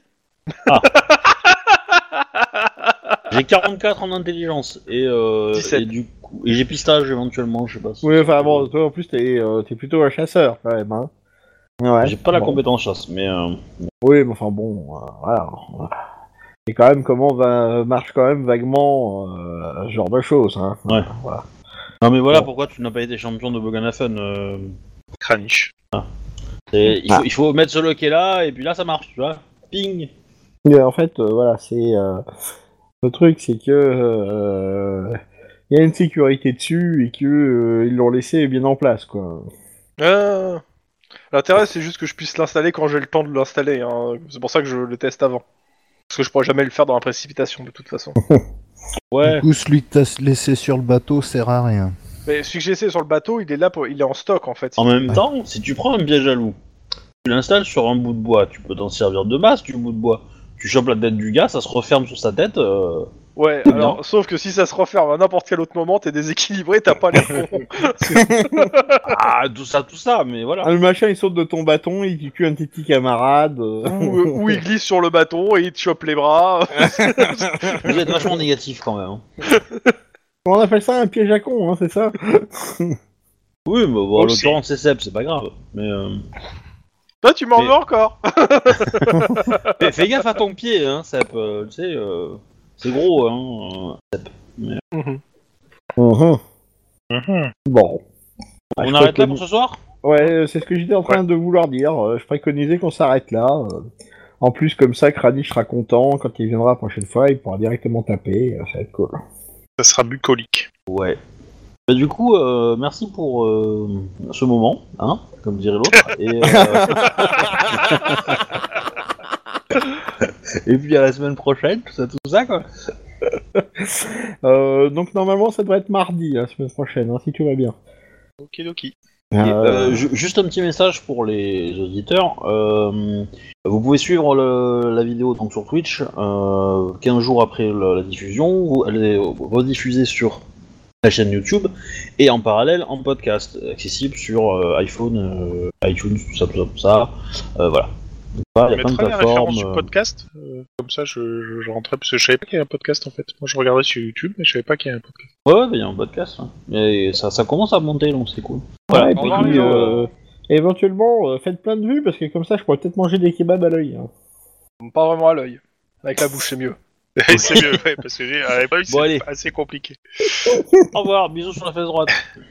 J'ai 44 en intelligence et 17. et du coup, et j'ai pistage éventuellement, je sais pas. Si Oui, enfin bon, toi en plus t'es plutôt un chasseur quand même, hein. Ouais. J'ai pas la bon. compétence chasse, mais Oui, mais enfin bon, voilà. Et quand même comment marche quand même vaguement ce genre de choses, hein. Ouais. Voilà. non mais voilà Bon. pourquoi tu n'as pas été champion de Boganafen. Kranich. Il faut mettre ce loquet là et puis là ça marche, tu vois. Ping. Et en fait, voilà, c'est le truc, c'est que il y a une sécurité dessus et que ils l'ont laissé bien en place, quoi. L'intérêt, c'est juste que je puisse l'installer quand j'ai le temps de l'installer. Hein. C'est pour ça que je le teste avant. Parce que je pourrais jamais le faire dans la précipitation, de toute façon. Ouais. Du coup, celui que t'as laissé sur le bateau sert à rien. Mais celui que j'ai essayé sur le bateau, il est là, il est en stock, en fait. En même temps, si tu prends un piège à loup, tu l'installes sur un bout de bois, tu peux t'en servir de base du bout de bois. Tu chopes la tête du gars, ça se referme sur sa tête. Ouais, C'est alors, bien. sauf que si ça se referme à n'importe quel autre moment, t'es déséquilibré, t'as pas l'air con. Ah, tout ça, mais voilà. Ah, le machin il saute de ton bâton, il tue un de tes petits camarades. ou il glisse sur le bateau et il te chope les bras. Vous êtes vachement négatif quand même. Hein. On appelle ça un piège à con, hein, c'est ça? Oui, mais bon, en Aussi. l'occurrence c'est Seb, c'est pas grave. Mais Toi, tu m'en Mais- veux encore. fais gaffe à ton pied, hein, Seb. Tu sais, c'est gros, hein. Mhm. Mhm. Bon. Ah, On je arrête là préconise- pour ce soir? Ouais, c'est ce que j'étais en train de vouloir dire. Je préconisais qu'on s'arrête là. En plus, comme ça, Kranich sera content. Quand il viendra la prochaine fois, il pourra directement taper. Ça va être cool. Ça sera bucolique. Ouais. Bah, du coup, merci pour ce moment, hein, comme dirait l'autre. Et puis à la semaine prochaine, tout ça quoi. Donc normalement, ça devrait être mardi, la semaine prochaine, hein, si tout va bien. Okidoki. Juste un petit message pour les auditeurs. Vous pouvez suivre la vidéo donc sur Twitch 15 jours après la diffusion. Elle est rediffusée sur la chaîne YouTube et en parallèle en podcast accessible sur iPhone, iTunes, tout ça. Voilà. Il y a plein de On mettra les plateformes. références du podcast. Comme ça, je rentrais parce que je savais pas qu'il y avait un podcast en fait. Moi, je regardais sur YouTube, mais je savais pas qu'il y avait un podcast. Ouais, il y a un podcast. Hein. Et ça commence à monter, donc c'est cool. Ouais, et on puis, va arriver, éventuellement, faites plein de vues, parce que comme ça, je pourrais peut-être manger des kebabs à l'œil. Hein. Pas vraiment à l'œil. Avec la bouche, c'est mieux. C'est mieux, ouais, parce que j'ai pas eu, Bon, allez. c'est assez compliqué. Au revoir, bisous sur la fesse droite.